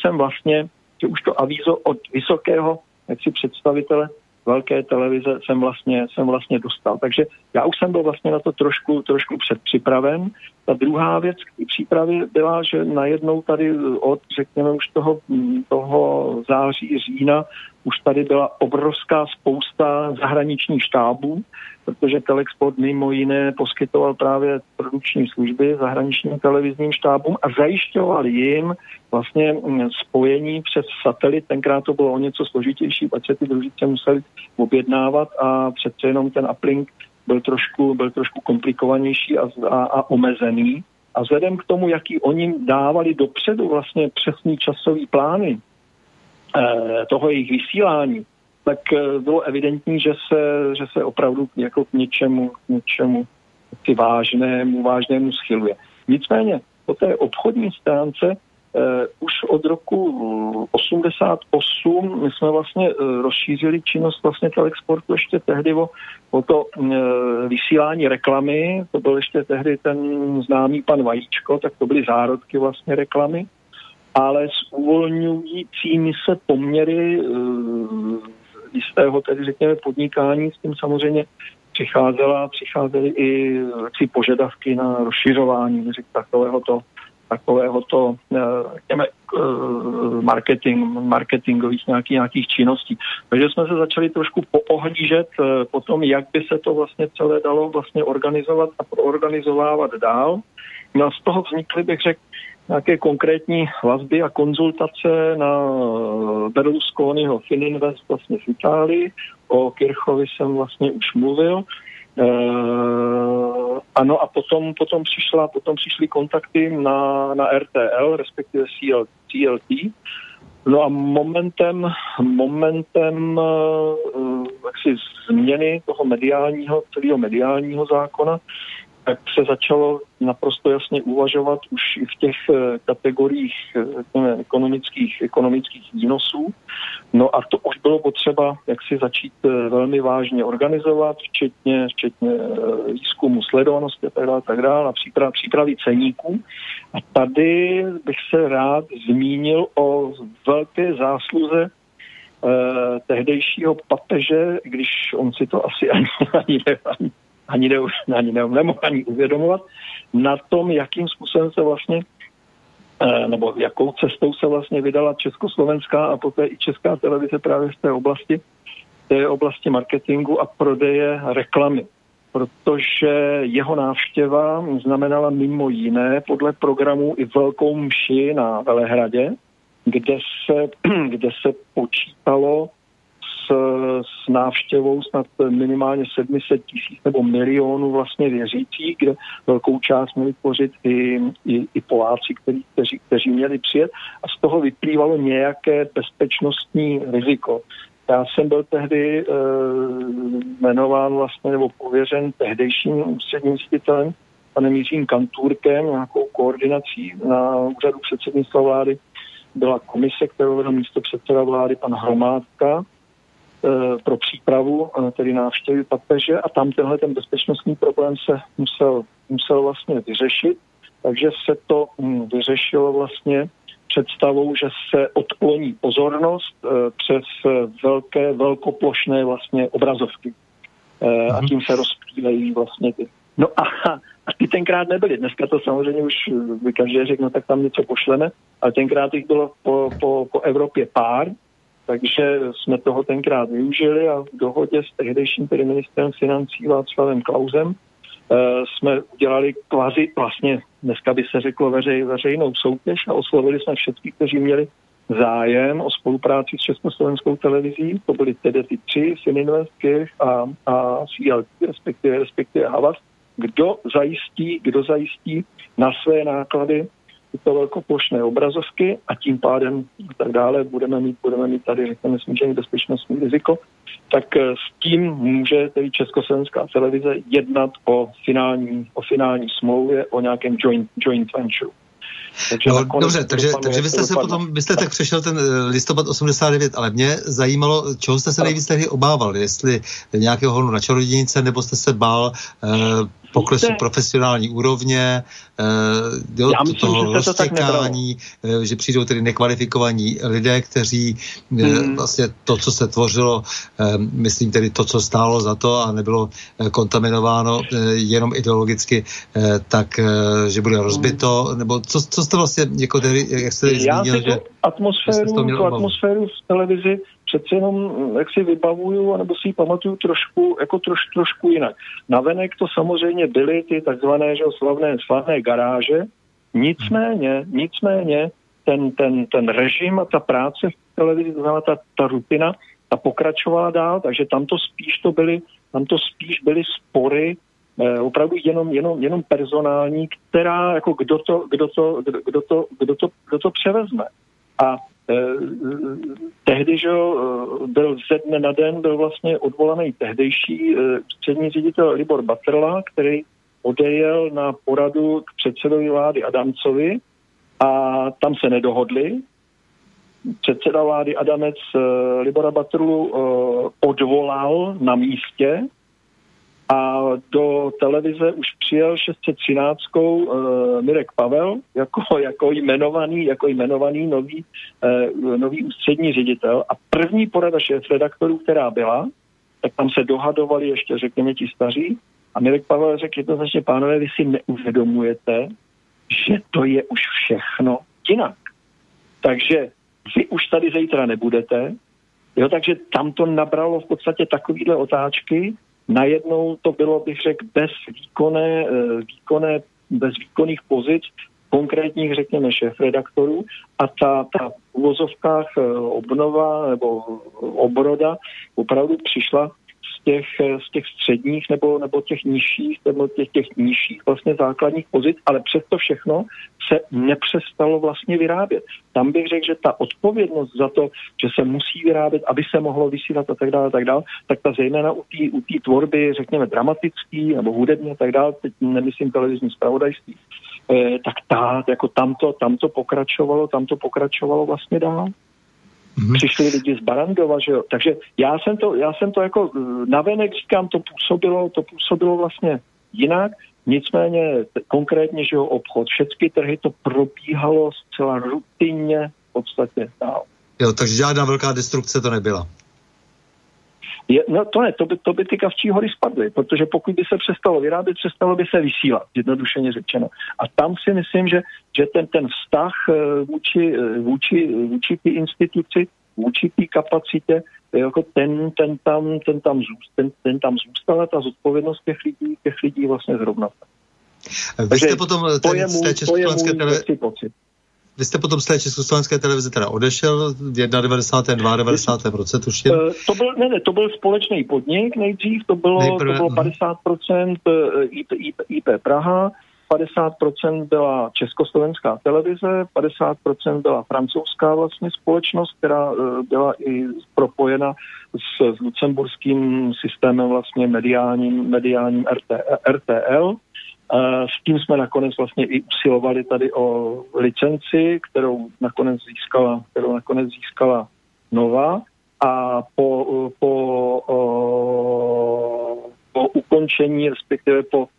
avízo od vysokého představitele velké televize jsem vlastně dostal. Takže já už jsem byl vlastně na to trošku předpřipraven. Ta druhá věc k přípravě byla, že najednou tady od, řekněme, už toho září, října, už tady byla obrovská spousta zahraničních štábů, protože Telexport mimo jiné poskytoval právě produkční služby zahraničním televizním štábům a zajišťoval jim vlastně spojení přes satelit. Tenkrát to bylo o něco složitější, pak se ty družice museli objednávat a přece jenom ten uplink byl trošku komplikovanější a omezený. A vzhledem k tomu, jaký oni dávali dopředu vlastně přesný časový plány toho jejich vysílání, tak bylo evidentní, že se opravdu jako k něčemu vážnému schyluje. Nicméně po té obchodní stránce už od roku 88 my jsme vlastně rozšířili činnost vlastně Telexportu ještě tehdy o to vysílání reklamy, to byl ještě tehdy ten známý pan Vajíčko, tak to byly zárodky vlastně reklamy, ale s uvolňujícími se poměry jistého, tedy řekněme, podnikání, s tím samozřejmě přicházely i požadavky na rozšiřování takovéhoto řekněme, marketingových nějakých činností. Takže jsme se začali trošku poohlížet po tom, jak by se to vlastně celé dalo vlastně organizovat a proorganizovávat dál. No a z toho vznikly, bych řekl, nějaké konkrétní vazby a konzultace na Berlusconiho Fininvest vlastně v Itálii. O Kirchovi jsem vlastně už mluvil. Ano a potom přišly kontakty na RTL, respektive CLT. No a momentem jaksi změny toho celého mediálního zákona tak se začalo naprosto jasně uvažovat už i v těch kategoriích ekonomických výnosů. No a to už bylo potřeba jak si začít velmi vážně organizovat, včetně výzkumu sledovanosti a tak dále, a přípravy ceníků. A tady bych se rád zmínil o velké zásluze tehdejšího papeže, když on si to asi nemohl ani uvědomovat, na tom, jakým způsobem se vlastně, nebo jakou cestou se vlastně vydala československá a poté i česká televize právě v té oblasti marketingu a prodeje reklamy. Protože jeho návštěva znamenala mimo jiné podle programu i velkou mši na Velehradě, kde se počítalo s návštěvou snad minimálně 700 000 nebo milionů vlastně věřících, kde velkou část měli tvořit i Poláci, kteří měli přijet, a z toho vyplývalo nějaké bezpečnostní riziko. Já jsem byl tehdy jmenován vlastně nebo pověřen tehdejším ústředním ředitelem panem Jiřím Kantůrkem, nějakou koordinací na úřadu předsednictva vlády. Byla komise, kterou vedl místopředseda vlády pan Hromádka pro přípravu tedy návštěvy papeže, a tam tenhle ten bezpečnostní problém se musel vlastně vyřešit, takže se to vyřešilo vlastně představou, že se odkloní pozornost přes velkoplošné vlastně obrazovky. A tím se rozptýlejí vlastně ty. No a ty tenkrát nebyly. Dneska to samozřejmě už by každý řekl, no tak tam něco pošleme, ale tenkrát jich bylo po Evropě pár, takže jsme toho tenkrát využili a v dohodě s tehdejším tedy ministrem financí Václavem Klausem jsme udělali kvazi, vlastně dneska by se řeklo veřejnou soutěž, a oslovili jsme všechny, kteří měli zájem o spolupráci s československou televizí. To byly tedy ty tři, Fininvest, Kirch a CLT, respektive Havas. Kdo zajistí na své náklady tyto velkoplošné obrazovky, a tím pádem tak dále budeme mít tady, řekněme, snížený bezpečnostní riziko, tak s tím může tedy československá televize jednat o finální smlouvě, o nějakém joint venture. No, dobře, takže vy jste tak přešel ten listopad 89, ale mě zajímalo, čeho jste se nejvíc tehdy obával, jestli nějakého honu na čarodějnice, nebo jste se bál poklesu profesionální úrovně, toho roztěkání, že přijdou tedy nekvalifikovaní lidé, kteří vlastně to, co se tvořilo, myslím tedy to, co stálo za to a nebylo kontaminováno jenom ideologicky, tak, že bude rozbito, nebo co jste vlastně, jako tehdy, jak jste zmínil, že atmosféru v televizi přece jenom jak si vybavuju, anebo si ji pamatuju trošku jinak. Navenek to samozřejmě byly ty takzvané slavné garáže, nicméně ten režim a ta práce v televizi, to znamená ta rutina, ta pokračovala dál, takže tam to spíš byly spory, opravdu jenom personální, která jako kdo to převezme. A tehdy, že byl ze dne na den byl vlastně odvolaný tehdejší ústřední ředitel Libor Batrla, který odejel na poradu k předsedovi vlády Adamcovi a tam se nedohodli. Předseda vlády Adamec Libora Batrlu odvolal na místě a do televize už přijel 613 Mirek Pavel jako jmenovaný nový ústřední ředitel, a první porada šéfredaktorů, která byla, tak tam se dohadovali ještě, řekněme, ti staří, a Mirek Pavel řekl jednoznačně: pánové, vy si neuvědomujete, že to je už všechno jinak. Takže vy už tady zítra nebudete, jo, takže tam to nabralo v podstatě takovýhle otáčky. Najednou to bylo, bych řekl, bez výkonných pozic konkrétních, řekněme, šéfredaktorů, a ta v uvozovkách obnova nebo obroda opravdu přišla z těch středních nebo těch nižších vlastně základních pozic, ale přesto všechno se nepřestalo vlastně vyrábět. Tam bych řekl, že ta odpovědnost za to, že se musí vyrábět, aby se mohlo vysílat a tak dále, tak ta zejména u té tvorby, řekněme, dramatický nebo hudebně a tak dále, teď nemyslím televizní zpravodajství, tak tam to pokračovalo vlastně dál. Přišli lidi z Barandova, že jo. Takže já jsem to jako navenek říkám, to působilo vlastně jinak, nicméně konkrétně, že jo, obchod, všechny trhy, to probíhalo zcela rutinně v podstatě dál. Jo, takže žádná velká destrukce to nebyla. To by ty Kavčí hory spadly, protože pokud by se přestalo vyrábět, přestalo by se vysílat, jednodušeně řečeno. A tam si myslím, že ten vztah vůči té instituci, vůči té kapacitě, jako ten tam zůstala, ta zodpovědnost těch lidí vlastně zrovna. Vy jste potom Vy jste potom z té československé televize teda odešel v 91. 92. roce, tuším? To byl společný podnik nejdřív, to bylo 50% IP Praha, 50% byla československá televize, 50% byla francouzská vlastně společnost, která byla i propojena s lucemburským systémem vlastně mediálním RTL. S tím jsme nakonec vlastně i usilovali tady o licenci, kterou nakonec získala Nova, a po ukončení, respektive po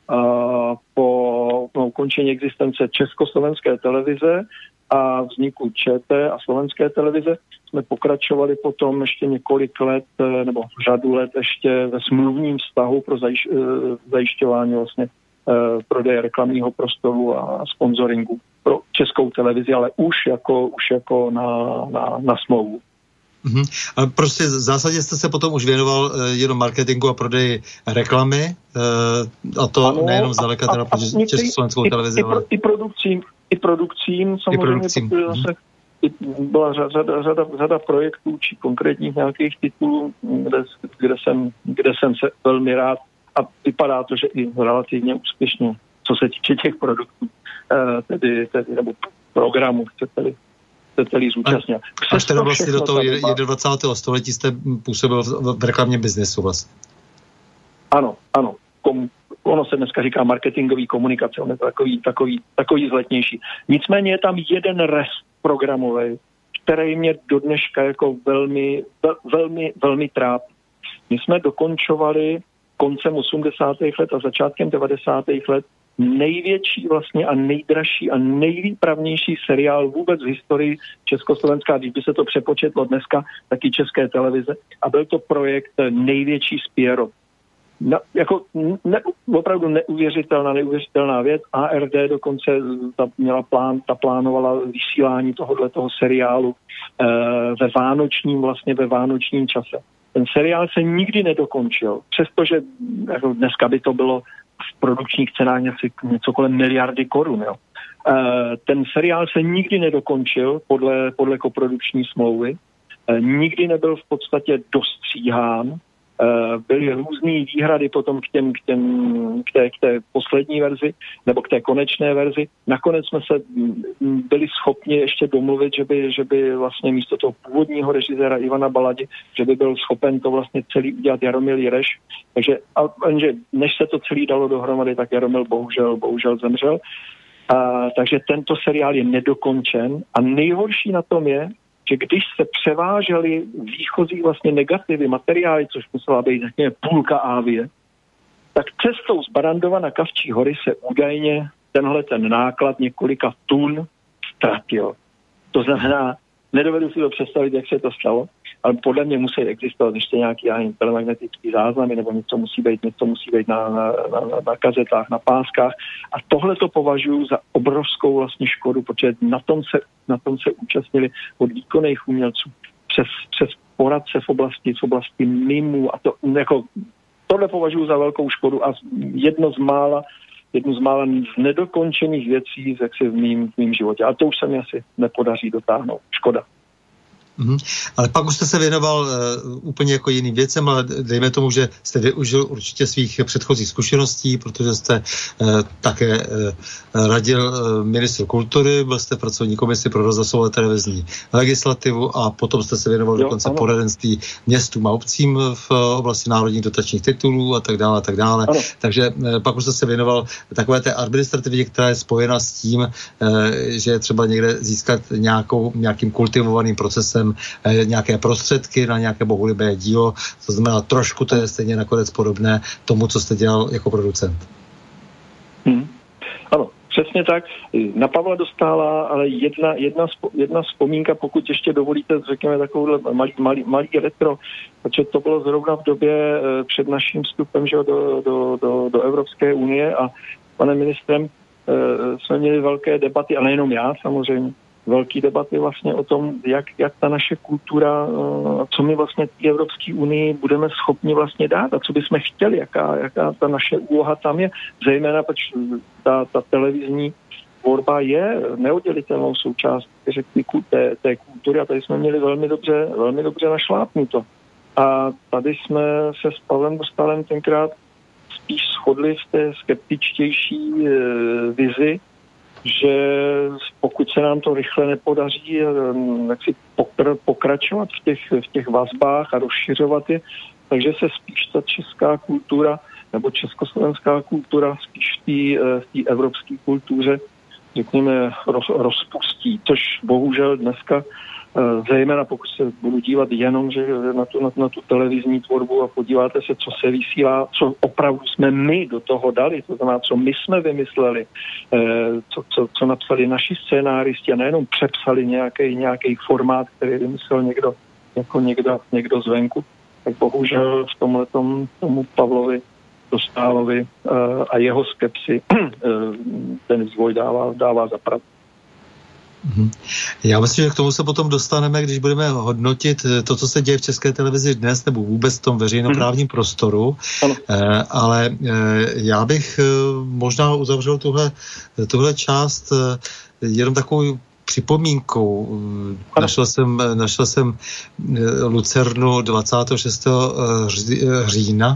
ukončení existence československé televize a vzniku ČT a slovenské televize jsme pokračovali potom ještě několik let, nebo řadu let ještě ve smluvním vztahu pro zajišťování vlastně prodeje reklamního prostoru a sponzoringu pro českou televizi, ale už jako na smlouvu. A prostě v zásadě jste se potom už věnoval jenom marketingu a prodeji reklamy, a to ano, nejenom zdaleka teda pro československou televizi, ale i produkcím samozřejmě, protože zase byla řada projektů či konkrétních nějakých titulů, kde jsem se velmi rád, a vypadá to, že i relativně úspěšně, co se týče těch produktů, tedy nebo programů, chcete-li zúčastnit. Až teda vlastně do toho 21. století jste působil v reklamním biznesu vlastně. Ano. Ono se dneska říká marketingový komunikace, on je takový zletnější. Nicméně je tam jeden rest programový, který mě do dneška jako velmi trápí. My jsme dokončovali koncem 80. let a začátkem 90. let největší vlastně a nejdražší a nejvýpravnější seriál vůbec v historii Československá, když by se to přepočetlo dneska, taky České televize. A byl to projekt Největší Spiero. Opravdu neuvěřitelná věc. ARD dokonce plánovala vysílání tohoto seriálu ve vánočním čase. Ten seriál se nikdy nedokončil, přestože jako dneska by to bylo v produkčních cenách něco kolem miliardy korun. Jo. Ten seriál se nikdy nedokončil podle koprodukční smlouvy, nikdy nebyl v podstatě dostříhán, byly různé výhrady potom k té poslední verzi nebo k té konečné verzi. Nakonec jsme se byli schopni ještě domluvit, že by vlastně místo toho původního režiséra Ivana Baladi, že by byl schopen to vlastně celý udělat Jaromil Jireš. Takže než se to celý dalo dohromady, tak Jaromil bohužel zemřel. Takže tento seriál je nedokončen a nejhorší na tom je, že když se převážely výchozí vlastně negativy, materiály, což musela být půlka Avie, tak cestou z Barandova na Kavčí hory se údajně ten náklad několika tun ztratil. To znamená, nedovedu si to představit, jak se to stalo, ale podle mě musí existovat ještě nějaký telemagnetický záznamy, nebo něco musí být na kazetách, na páskách. A tohle to považuji za obrovskou vlastně škodu, protože na tom se účastnili od výkonných umělců přes poradce v oblasti mimů, a tohle považuji za velkou škodu a jednu z mála z nedokončených věcí v mým životě. A to už se mi asi nepodaří dotáhnout. Škoda. Ale pak už jste se věnoval úplně jako jiným věcem, ale dejme tomu, že jste využil určitě svých předchozích zkušeností, protože jste také radil ministru kultury, byl jste v pracovní komisi pro rozhlasovou a televizní legislativu a potom jste se věnoval dokonce poradenství městům a obcím v oblasti národních dotačních titulů a tak dále a tak dále. Ano. Takže pak už jste se věnoval takové té administrativě, která je spojena s tím, že je třeba někde získat nějakým kultivovaným procesem nějaké prostředky na nějaké bohulibé dílo. To znamená, trošku to je stejně nakonec podobné tomu, co jste dělal jako producent. Ano, přesně tak. Na Pavla Dostála, ale jedna vzpomínka, pokud ještě dovolíte, řekněme takovouhle malý retro, protože to bylo zrovna v době před naším vstupem do Evropské unie a panem ministrem jsme měli velké debaty, ale nejenom já samozřejmě, velké debaty vlastně o tom, jak ta naše kultura, co my vlastně v Evropské unii budeme schopni vlastně dát a co bychom chtěli, jaká ta naše úloha tam je, zejména protože ta televizní tvorba je neoddělitelnou součástí té kultury a tady jsme měli velmi dobře našlápnuto. A tady jsme se s Pavlem Dostálem tenkrát spíš shodli v té skeptičtější vizi, že pokud se nám to rychle nepodaří jak si pokračovat v těch vazbách a rozšiřovat je, takže se spíš ta česká kultura nebo československá kultura spíš v té evropské kultuře, řekněme, rozpustí, což bohužel dneska zejména pokud se budu dívat jenom že na tu televizní tvorbu a podíváte se, co se vysílá, co opravdu jsme my do toho dali, to znamená, co my jsme vymysleli, co napsali naši scénáristi a nejenom přepsali nějaký formát, který vymyslel někdo zvenku, tak bohužel v tomhletom tomu Pavlovi Dostálovi a jeho skepsi ten vývoj dává za pravdu. Já myslím, že k tomu se potom dostaneme, když budeme hodnotit to, co se děje v České televizi dnes, nebo vůbec v tom veřejnoprávním prostoru. Ale já bych možná uzavřel tuhle část jenom takovou připomínkou. Našel jsem Lucernu 26. října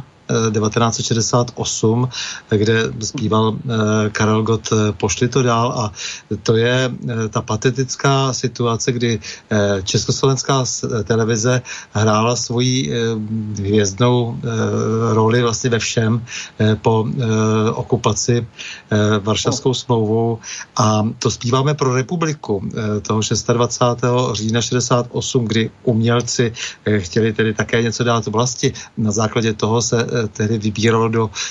1968, kde zpíval Karel Gott Pošli to dál a to je ta patetická situace, kdy československá televize hrála svoji hvězdnou roli vlastně ve všem po okupaci Varšavskou smlouvou a to zpíváme pro republiku toho 26. října 68, kdy umělci chtěli tedy také něco dát vlasti. Na základě toho se tehdy vybírali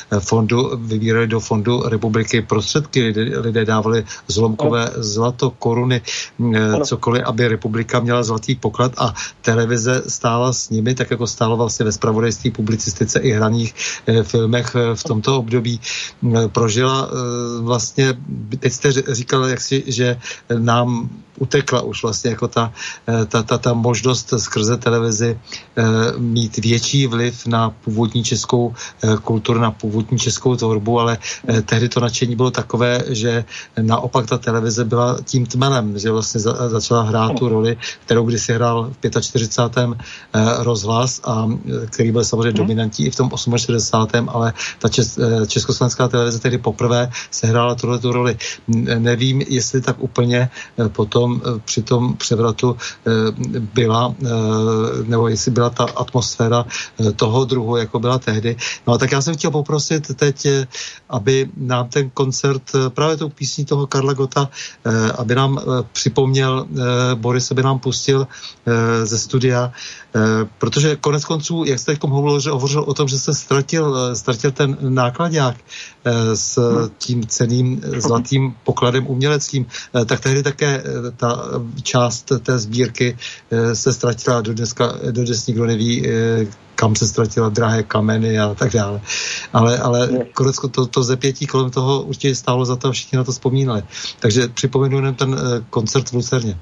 do fondu republiky prostředky. Lidé dávali zlomkové zlato, koruny, cokoliv, aby republika měla zlatý poklad a televize stála s nimi, tak jako stála vlastně ve zpravodajství, publicistice i hraných filmech v tomto období. Prožila vlastně, teď jste říkal jaksi, že nám utekla už vlastně jako ta možnost skrze televizi mít větší vliv na původní českou kulturu, na původní českou tvorbu, ale tehdy to nadšení bylo takové, že naopak ta televize byla tím tmelem, že vlastně začala hrát tu roli, kterou kdysi hrál v 45. rozhlas a který byl samozřejmě dominantní i v tom 68. ale ta československá televize tehdy poprvé sehrála tu roli. Nevím, jestli tak úplně potom při tom převratu byla, nebo jestli byla ta atmosféra toho druhu, jako byla tehdy. No a tak já jsem chtěl poprosit teď, aby nám ten koncert právě tou písní toho Karla Gotta, aby nám připomněl, Boris, aby nám pustil ze studia, protože konec konců, jak jste teď hovořil o tom, že se ztratil ten nákladňák s tím cenným zlatým pokladem uměleckým, tak tehdy také ta část té sbírky se ztratila, dodnes nikdo neví, kam se ztratila, drahé kameny a tak dále. Ale konec to zepětí kolem toho určitě stálo za to, všichni na to vzpomínali. Takže připomenu jenom ten koncert v Lucerně.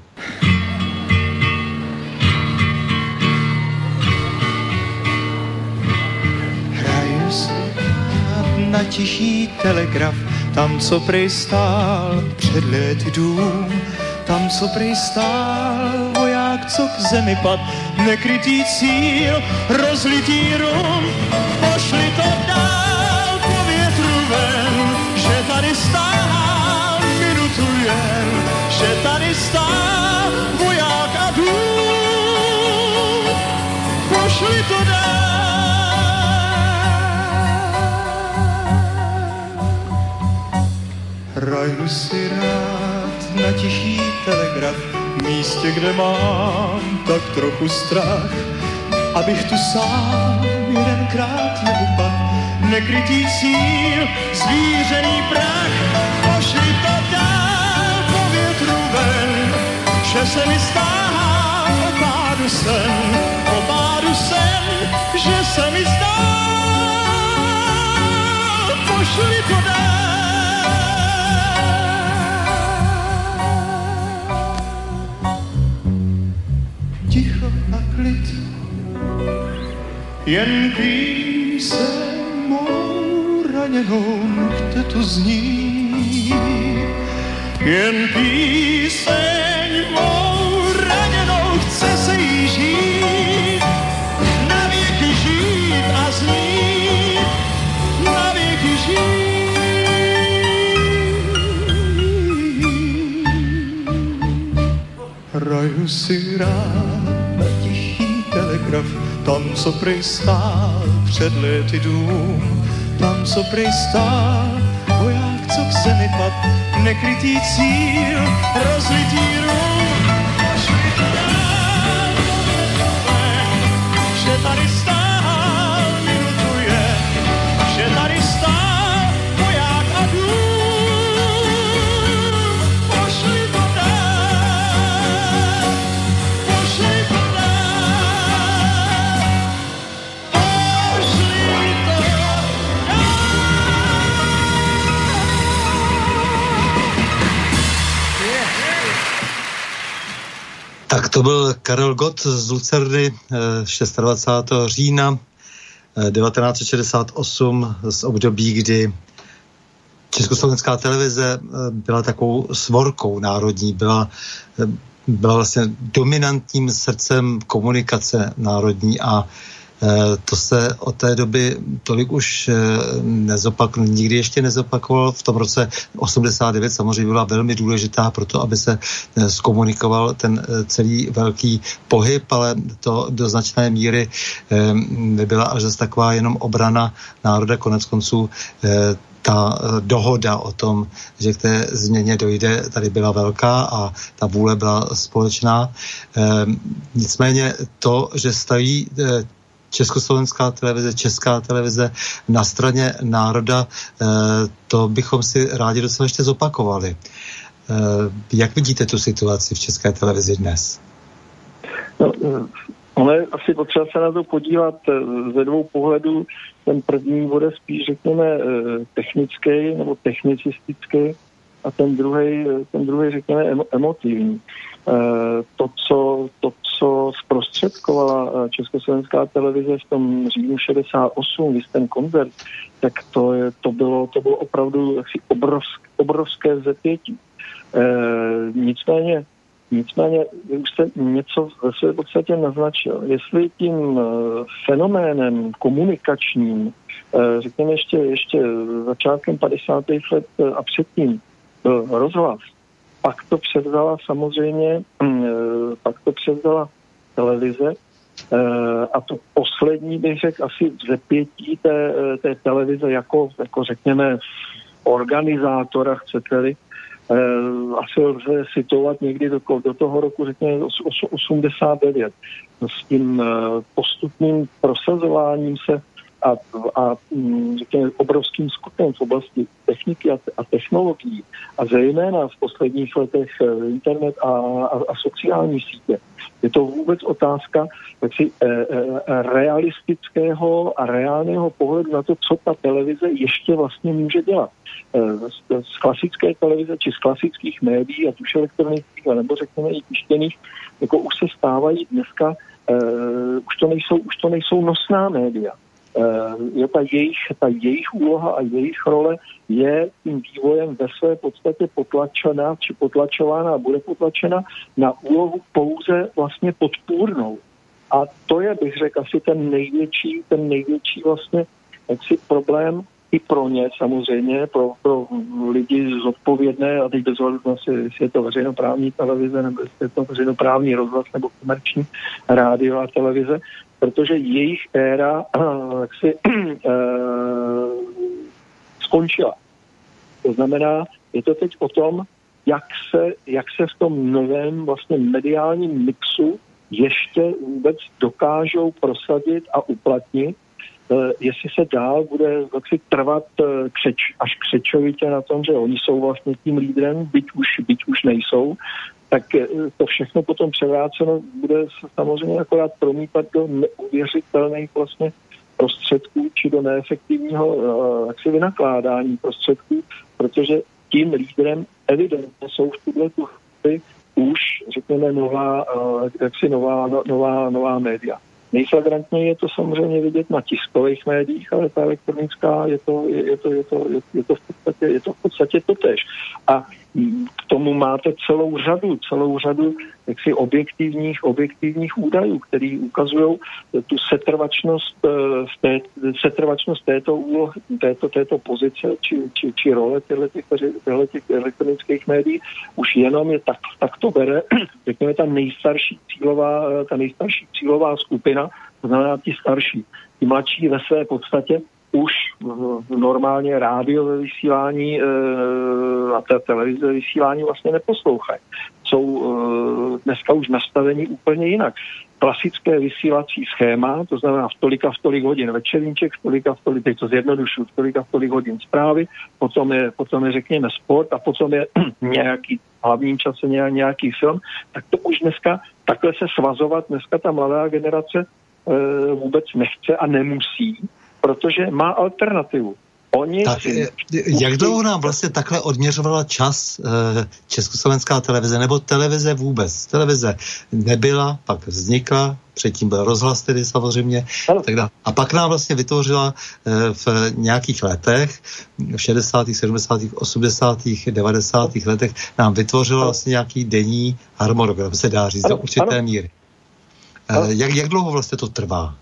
Na tichý telegraf, tam, co prej stál před lety dům, tam, co prej stál voják co k zemi pad, nekrytý cíl, rozlitý rum, pošli to dál po větru ven, že tady stál minutu jen, že tady stál voják a dům, pošli to dál. Hraju si rád na tichý telegraf, v místě, kde mám tak trochu strach, abych tu sám jedenkrát neupad, nekrytý cíl, zvířený prach, pošli to dál po větru ven, že se mi stává o pádu sen, že se mi stál, pošli to dál. Ticho a klid, jen píseň mou raněnou nechte tu zní. Jen píseň mou raněnou chce se jí žít, na věky žít a znít, na věky žít. Hraju si rád na tichý telegraf, tam, co prej stál před lety dům, tam, co prej stál voják, co k zemi pad, nekrytý cíl, rozlitý rum, pošli to dál, že tady stál minutu jen, že tady stál voják a dům, pošli to dál, pošli to dál. Tak to byl Karel Gott z Lucerny 26. října 1968 z období, kdy Československá televize byla takovou svorkou národní, byla vlastně dominantním srdcem komunikace národní a to se od té doby tolik už nikdy ještě nezopakovalo. V tom roce 89 samozřejmě byla velmi důležitá pro to, aby se zkomunikoval ten celý velký pohyb, ale to do značné míry nebyla až zase taková jenom obrana národa. Konec konců ta dohoda o tom, že k té změně dojde, tady byla velká a ta vůle byla společná. Nicméně to, že staví Československá televize, Česká televize na straně národa, to bychom si rádi docela ještě zopakovali. Jak vidíte tu situaci v České televizi dnes? No, ono je asi potřeba se na to podívat ze dvou pohledů. Ten první bude spíš, řekněme, technický nebo technicistický a ten druhý řekněme, emotivní. To, co zprostředkovala Československá televize v tom říjnu 68, když ten koncert, tak to bylo opravdu jaksi obrovské vzepětí. Nicméně už jste něco ve své podstatě naznačil. Jestli tím fenoménem komunikačním, řekněme ještě začátkem 50. let a předtím byl rozhlas, pak to převzala samozřejmě, televize a to poslední bych řekl asi vzepětí té televize jako řekněme organizátora, chcete-li, asi lze situovat někdy do toho roku, řekněme 89. S tím postupným prosazováním se a řekněme, obrovským skokem v oblasti techniky a technologií a zejména v posledních letech internet a sociální sítě. Je to vůbec otázka realistického a reálného pohledu na to, co ta televize ještě vlastně může dělat. Z klasické televize či z klasických médií, ať už elektronických, nebo řekněme i tištěných, jako už se stávají dneska, už to nejsou nosná média. Ta jejich úloha a jejich role je tím vývojem ve své podstatě potlačena, či potlačována a bude potlačena na úlohu pouze vlastně podpůrnou. A to je, bych řekl, asi ten největší vlastně jaksi problém i pro ně samozřejmě, pro lidi zodpovědné, a teď bez ohledu na jestli je to veřejnoprávní televize, nebo jestli je to veřejnoprávní rozhlas, nebo komerční rádio a televize, protože jejich éra jaksi skončila. To znamená, je to teď o tom, jak se v tom novém vlastně mediálním mixu ještě vůbec dokážou prosadit a uplatnit, jestli se dál bude jaksi trvat až křečovitě na tom, že oni jsou vlastně tím lídrem, byť už nejsou, tak to všechno potom převráceno bude se samozřejmě akorát promítat do neuvěřitelných vlastně prostředků či do neefektivního jaksi vynakládání prostředků, protože tím lídrem evidentně jsou v tuhle chvíli už, řekněme, nová média. Nejflagrantněji je to samozřejmě vidět na tiskových médiích, ale ta elektronická je to v podstatě totéž. A k tomu máte celou řadu jaksi objektivních údajů, které ukazují tu setrvačnost této úlohy, této pozice či role těch elektronických médií. Už jenom je tak to bere, řekněme, ta nejstarší cílová skupina, to znamená ti starší. Ti mladší ve své podstatě už normálně rádiové vysílání a televize vysílání vlastně neposlouchají. Jsou dneska už nastavení úplně jinak. Klasické vysílací schéma, to znamená v tolik hodin večerníček, teď to zjednodušu, v tolik hodin zprávy, potom je řekněme sport a potom je nějaký hlavním čase nějaký film, tak to už dneska takhle se svazovat dneska ta mladá generace vůbec nechce a nemusí, protože má alternativu. Jak dlouho nám vlastně takhle odměřovala čas Československá televize, nebo televize vůbec? Televize nebyla, pak vznikla, předtím byl rozhlas tedy samozřejmě, a pak nám vlastně vytvořila v nějakých letech, v 60., 70., 80., 90. letech, nám vytvořila vlastně nějaký denní harmonogram, se dá říct, do určité míry. Jak dlouho vlastně to trvá?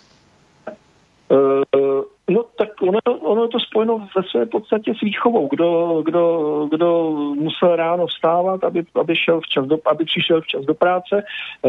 No tak ono je to spojeno ve své podstatě s výchovou. Kdo musel ráno vstávat, aby přišel včas do práce,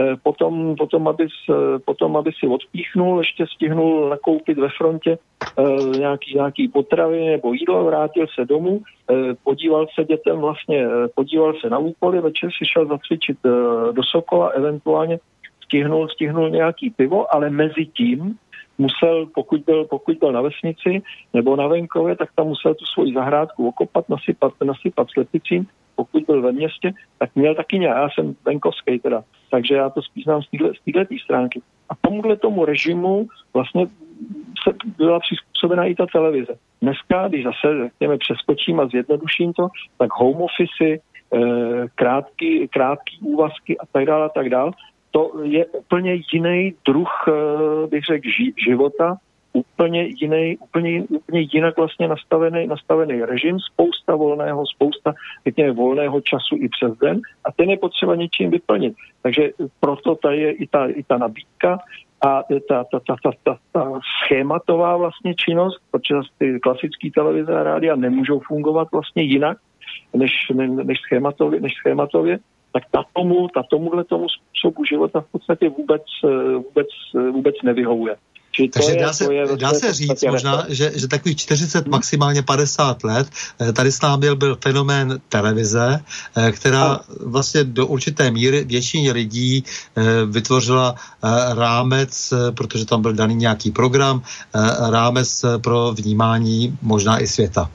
potom aby si odpíchnul, ještě stihnul nakoupit ve frontě nějaký potravy nebo jídlo, vrátil se domů, podíval se na úkoly, večer si šel zacvičit do Sokola, eventuálně stihnul nějaký pivo, ale mezi tím musel, pokud byl na vesnici nebo na venkově, tak tam musel tu svoji zahrádku okopat, nasypat slepicím. Pokud byl ve městě, tak měl taky já jsem venkovský teda, takže já to spíš znám z této stránky. A tomu režimu vlastně se byla přizpůsobena i ta televize. Dneska, když zase, řekněme, přeskočím a zjednoduším to, tak home office, krátký úvazky a tak dále, to je úplně jiný druh, bych řekl, života, úplně jinak vlastně nastavený režim, spousta volného času i přes den a ten je potřeba něčím vyplnit. Takže proto tady je i ta nabídka a ta schématová vlastně činnost, protože ty klasické televize a rádia nemůžou fungovat vlastně jinak než schématově, tak tomuhle způsobu života v podstatě vůbec nevyhovuje. Takže dá se říct možná, že takových 40, maximálně 50 let, tady s námi byl fenomén televize, která vlastně do určité míry většině lidí vytvořila rámec, protože tam byl daný nějaký program, rámec pro vnímání možná i světa.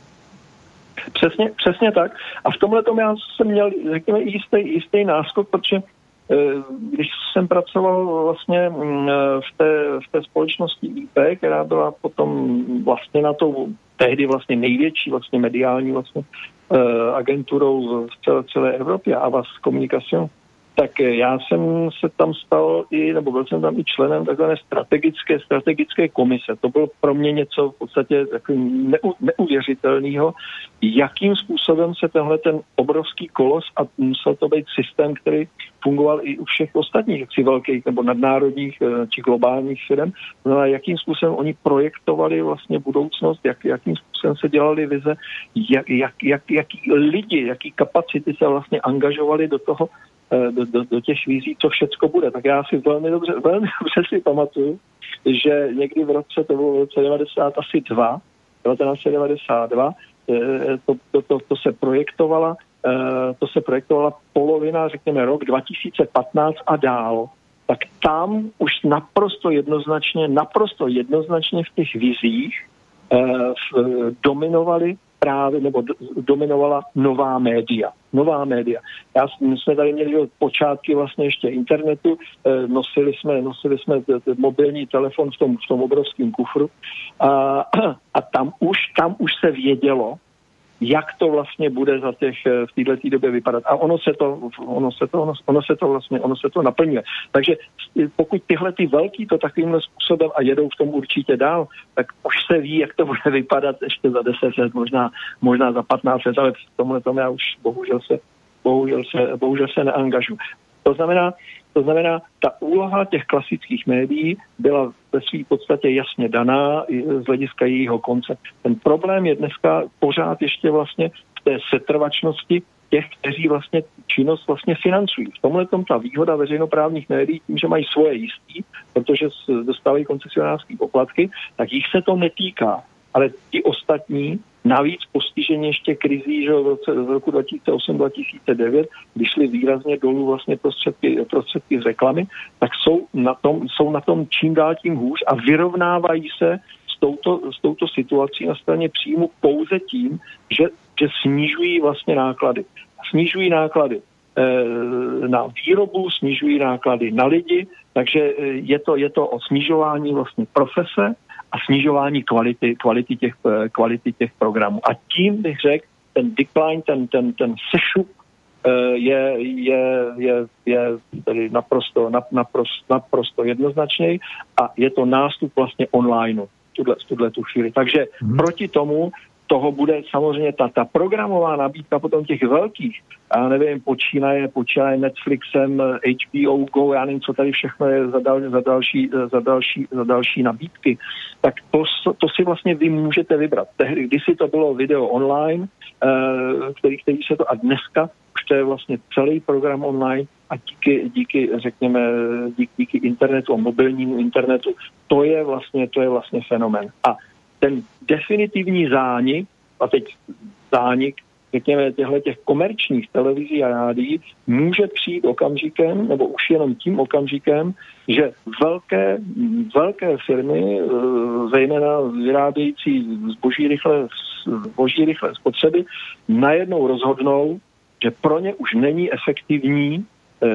Přesně tak. A v tomhletom já jsem měl, řekněme, jistý náskok, protože když jsem pracoval vlastně v té společnosti IP, která byla potom vlastně na to tehdy vlastně největší vlastně mediální vlastně agenturou v celé Evropě, Avas Communication, Tak já jsem se tam stal nebo byl jsem tam i členem takzvané strategické komise. To bylo pro mě něco v podstatě neuvěřitelného, jakým způsobem se tenhle ten obrovský kolos, a musel to být systém, který fungoval i u všech ostatních jaksi velkých nebo nadnárodních či globálních firm, no, jakým způsobem oni projektovali vlastně budoucnost, jakým způsobem se dělali vize, jaký lidi, jaký kapacity se vlastně angažovali do toho, do těch vizí, co všecko bude. Tak já si velmi dobře si pamatuju, že někdy v roce 1992, to se projektovala polovina, řekněme rok 2015 a dál. Tak tam už naprosto jednoznačně v těch vizích dominovala nová média. My jsme tady měli počátky vlastně ještě internetu, nosili jsme mobilní telefon v tom obrovském kufru a tam už se vědělo, jak to vlastně bude v této době vypadat. A ono se to naplňuje. Takže pokud tyhle ty velký to takovýmhle způsobem a jedou v tom určitě dál, tak už se ví, jak to bude vypadat ještě za 10 let, možná za 15 let, ale v tomhle tomu já už bohužel se neangažu. To znamená, ta úloha těch klasických médií byla ve své podstatě jasně daná i z hlediska jejího konce. Ten problém je dneska pořád ještě vlastně v té setrvačnosti těch, kteří vlastně činnost vlastně financují. V tomhle tom ta výhoda veřejnoprávních médií tím, že mají svoje jistý, protože dostávají koncesionářské poplatky, tak jich se to netýká. Ale ti ostatní, navíc postižení ještě krizí, že v roku 2008-2009, když šly výrazně dolů vlastně prostředky z reklamy, tak jsou na tom čím dál tím hůř a vyrovnávají se s touto situací na straně příjmu pouze tím, že snižují vlastně náklady. Snižují náklady na výrobu, snižují náklady na lidi, takže je to o snižování vlastně profese a snižování kvality těch programů. A tím bych řekl, ten decline, ten sešup je tedy naprosto jednoznačný a je to nástup vlastně online v tuto chvíli. Takže proti tomu toho bude samozřejmě ta programová nabídka potom těch velkých, já nevím, počínaje Netflixem, HBO Go, já nevím, co tady všechno je za další nabídky, tak to si vlastně vy můžete vybrat. Tehdy, kdysi to bylo video online, který se to, a dneska už to je vlastně celý program online a díky řekněme, díky internetu a mobilnímu internetu, to je vlastně fenomén. A ten definitivní zánik, a teď zánik, řekněme, těch komerčních televizí a rádií, může přijít okamžikem, nebo už jenom tím okamžikem, že velké firmy, zejména vyrábějící zboží rychlé spotřeby, najednou rozhodnou, že pro ně už není efektivní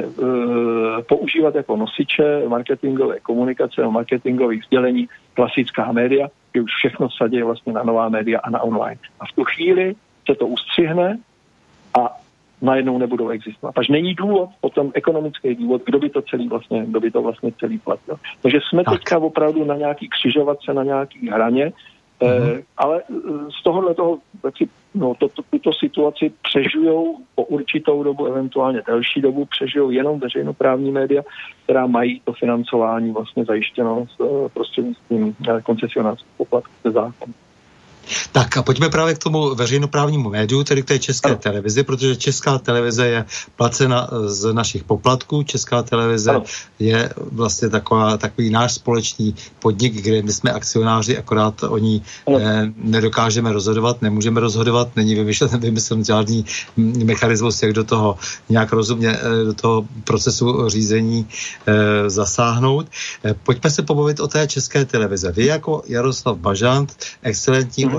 používat jako nosiče marketingové komunikace a marketingových sdělení klasická média, že už všechno vsadí vlastně na nová média a na online. A v tu chvíli se to ustřihne a najednou nebudou existovat. Takže není důvod, potom ekonomický důvod, kdo by to vlastně celý platil. Takže jsme teďka opravdu na nějaký křižovatce, na nějaký hraně, ale z tohoto tuto situaci přežijou po určitou dobu, eventuálně delší dobu, přežijou jenom veřejnoprávní média, která mají to financování vlastně zajištěno prostřednictvím koncesionářských poplatků ze zákona. Tak a pojďme právě k tomu veřejnoprávnímu médiu, tedy k té České televizi, protože Česká televize je placena z našich poplatků. Česká televize je vlastně takový náš společný podnik, kde my jsme akcionáři, akorát o ní nedokážeme rozhodovat, nemůžeme rozhodovat, není vymyslen žádný mechanismus, jak do toho nějak rozumně do toho procesu řízení zasáhnout. Pojďme se pobavit o té České televize. Vy jako Jaroslav Bažant, excelentní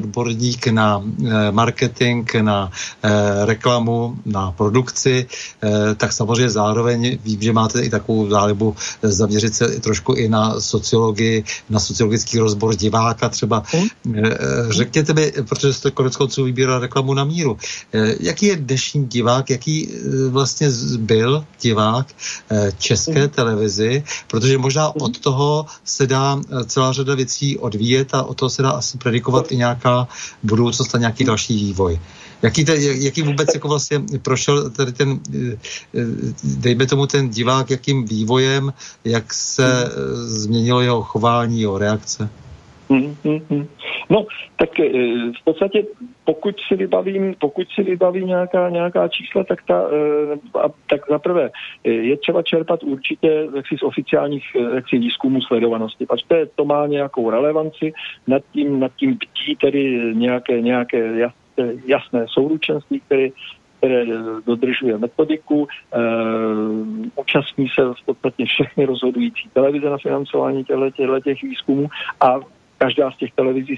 odborník na marketing, na reklamu, na produkci, tak samozřejmě zároveň vím, že máte i takovou zálibu zaměřit se trošku i na sociologii, na sociologický rozbor diváka třeba. Řekněte mi, protože jste koneckonců vybíral reklamu na míru, jaký je dnešní divák, jaký vlastně byl divák České televizi, protože možná od toho se dá celá řada věcí odvíjet a od toho se dá asi predikovat i nějaká budoucnost a nějaký další vývoj. Jaký vůbec jako vlastně prošel tady ten, dejme tomu ten divák, jakým vývojem, jak se změnilo jeho chování, jeho reakce? No, tak v podstatě, pokud si vybavím nějaká čísla, tak zaprvé je třeba čerpat určitě z oficiálních výzkumů sledovanosti, protože to má nějakou relevanci, nad tím bdí tedy nějaké jasné souručenství, které dodržuje metodiku, účastní se v podstatě všechny rozhodující televize na financování těch výzkumů a každá z těch televizí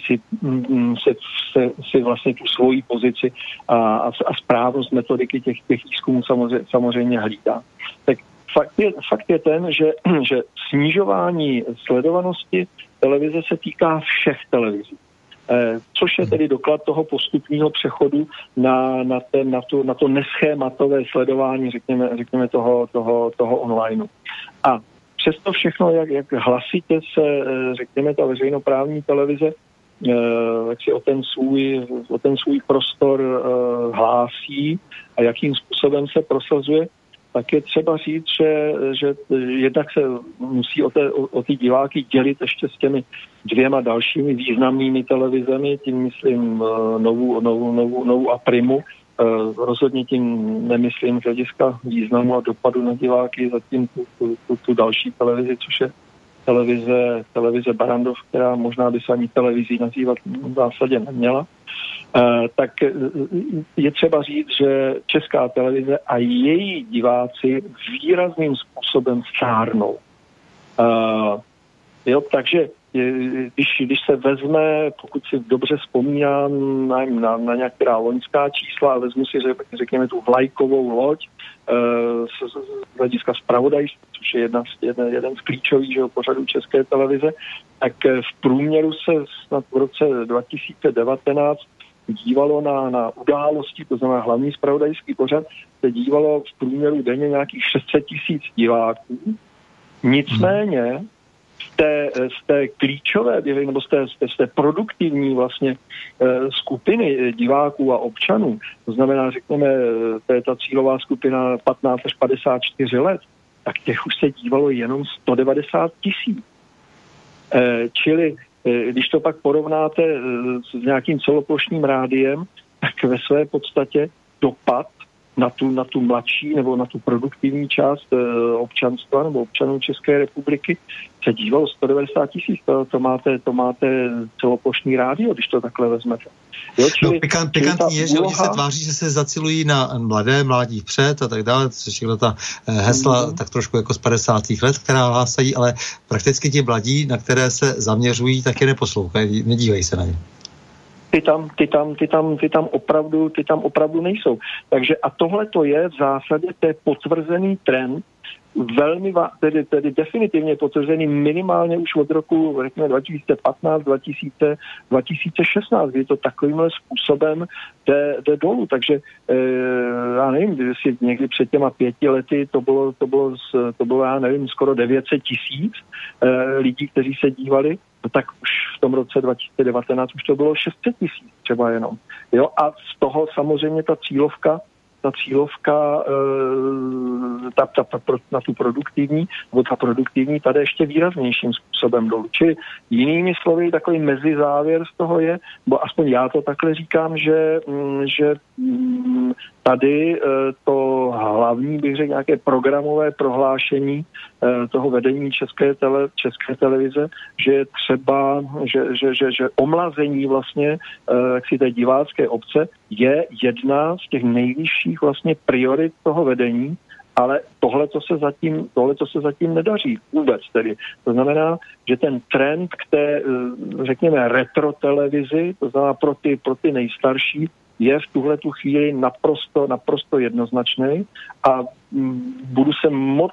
si vlastně tu svoji pozici a správnost metodiky těch výzkumů samozřejmě hlídá. Tak fakt je ten, že snižování sledovanosti televize se týká všech televizí. Což je tedy doklad toho postupního přechodu na to neschématové sledování, řekněme toho onlineu. A přesto všechno, jak hlasitě se, řekněme, ta veřejnoprávní televize, jak si o ten svůj prostor hlásí a jakým způsobem se prosazuje, tak je třeba říct, že jednak se musí o ty diváky dělit ještě s těmi 2 dalšími významnými televizemi, tím myslím Novu a Primu. Rozhodně tím nemyslím z hlediska významu a dopadu na diváky, zatím tu další televizi, což je televize Barrandov, která možná by se ani televizí nazývat v zásadě neměla. Tak je třeba říct, že Česká televize a její diváci výrazným způsobem stárnou. Takže když se vezme, pokud si dobře vzpomínám na nějaká loňská čísla a vezmu si, řekněme, tu vlajkovou loď z hlediska zpravodajství, což je jeden z klíčových pořadů České televize, tak v průměru se snad v roce 2019 dívalo na události, to znamená hlavní zpravodajský pořad, se dívalo v průměru denně nějakých 600 000 diváků. Nicméně z té klíčové, nebo z té produktivní vlastně skupiny diváků a občanů, to znamená, řekněme, to je ta cílová skupina 15 až 54 let, tak těch už se dívalo jenom 190 000. Čili když to pak porovnáte s nějakým celoplošným rádiem, tak ve své podstatě dopad na tu mladší nebo na tu produktivní část občanstva nebo občanů České republiky se dívalo 190 000. To máte celoplošný rádio, když to takhle vezmete. Jo, pikantní je, že oni se tváří, že se zacilují na mládí vpřed a tak dále, což je ta hesla tak trošku jako z 50. let, která hlásají, ale prakticky ti mladí, na které se zaměřují, tak je neposlouchají, nedívají se na ně. Ty tam opravdu nejsou. Takže a tohle to je v zásadě potvrzený trend, velmi, tedy definitivně potvrzený minimálně už od roku, řekněme, 2015, 2016, kdy to takovýmhle způsobem jde dolů. Takže já nevím, jestli někdy před těma 5 lety to bylo já nevím, skoro 900 000 lidí, kteří se dívali, no tak už v tom roce 2019 už to bylo 600 000 třeba jenom. Jo? A z toho samozřejmě ta cílovka na tu produktivní, nebo ta produktivní tady ještě výraznějším způsobem dolů. Čili jinými slovy, takový mezizávěr z toho je, bo aspoň já to takhle říkám, že tady to hlavní, bych řekl, nějaké programové prohlášení toho vedení České televize, že je třeba, že omlazení vlastně jaksi té divácké obce je jedna z těch nejvyšších vlastně priorit toho vedení Ale tohle se zatím nedaří vůbec tedy. To znamená, že ten trend k té, řekněme, retro televizi, to znamená pro ty nejstarší, je v tuhletu chvíli naprosto jednoznačný a budu se moc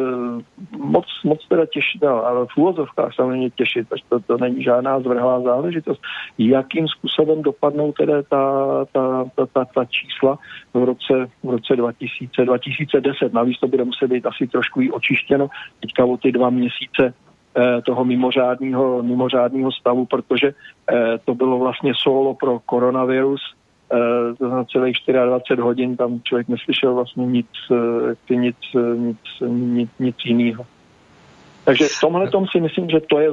teda těšit, ale v úvozovkách samozřejmě těšit, protože to není žádná zvrhlá záležitost, jakým způsobem dopadnou teda ta čísla v roce 2010. Navíc to bude muset být asi trošku i očištěno teďka o ty 2 měsíce toho mimořádného stavu, protože to bylo vlastně solo pro koronavirus, to znamená celých 24 hodin, tam člověk neslyšel vlastně nic jiného. Takže v tomhletom si myslím, že to je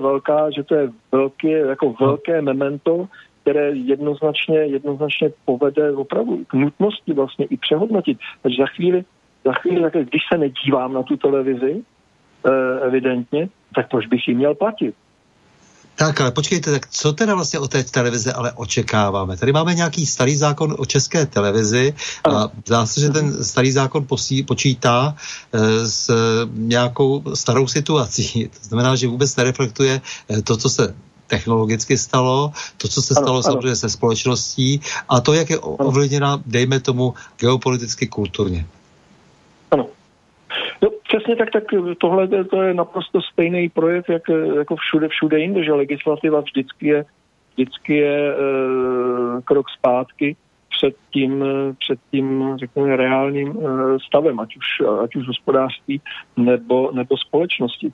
velké memento, které jednoznačně povede opravdu k nutnosti vlastně i přehodnotit. Takže za chvíli, když se nedívám na tu televizi, evidentně, tak proč bych ji měl platit? Tak, ale počkejte, tak co teda vlastně od té televize ale očekáváme? Tady máme nějaký starý zákon o České televizi a zdá se, že ten starý zákon počítá s nějakou starou situací. To znamená, že vůbec nereflektuje to, co se technologicky stalo, to, co se stalo samozřejmě se společností a to, jak je ovlivněna, dejme tomu, geopoliticky, kulturně. Ano. No, přesně tak tohle to je naprosto stejný projev, jako všude jinde, že legislativa vždycky je krok zpátky před tím řekněme, reálným stavem, ať už hospodářství nebo společnosti.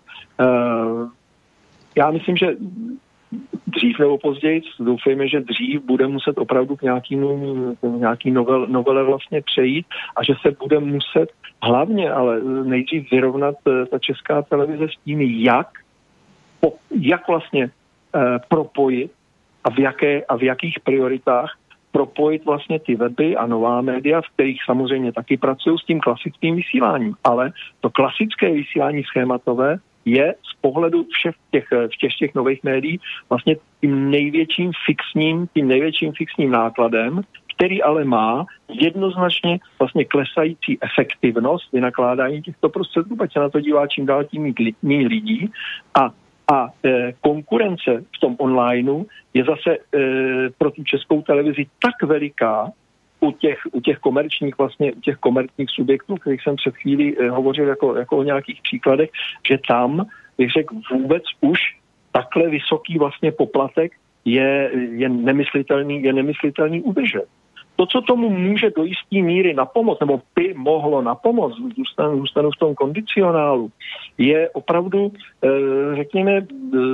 Já myslím, že dřív nebo později, doufejme, že dřív bude muset opravdu k nějaký novele vlastně přejít a že se bude muset hlavně, ale nejdřív vyrovnat ta Česká televize s tím, jak vlastně propojit a v jakých prioritách propojit vlastně ty weby a nová média, v kterých samozřejmě taky pracují s tím klasickým vysíláním. Ale to klasické vysílání schématové je z pohledu všech těch nových médií vlastně tím největším fixním nákladem, který ale má jednoznačně vlastně klesající efektivnost vynakládání těchto prostředků, ať se na to dívá čím dál tím méně lidí a konkurence v tom onlineu je zase pro tu Českou televizi tak veliká u těch komerčních subjektů, kterých jsem před chvílí hovořil jako o nějakých příkladech, že tam, bych řekl, vůbec už takhle vysoký vlastně poplatek je nemyslitelný udržet. To, co tomu může do jistý míry napomoct, nebo by mohlo napomoct, zůstanu v tom kondicionálu, je opravdu, řekněme,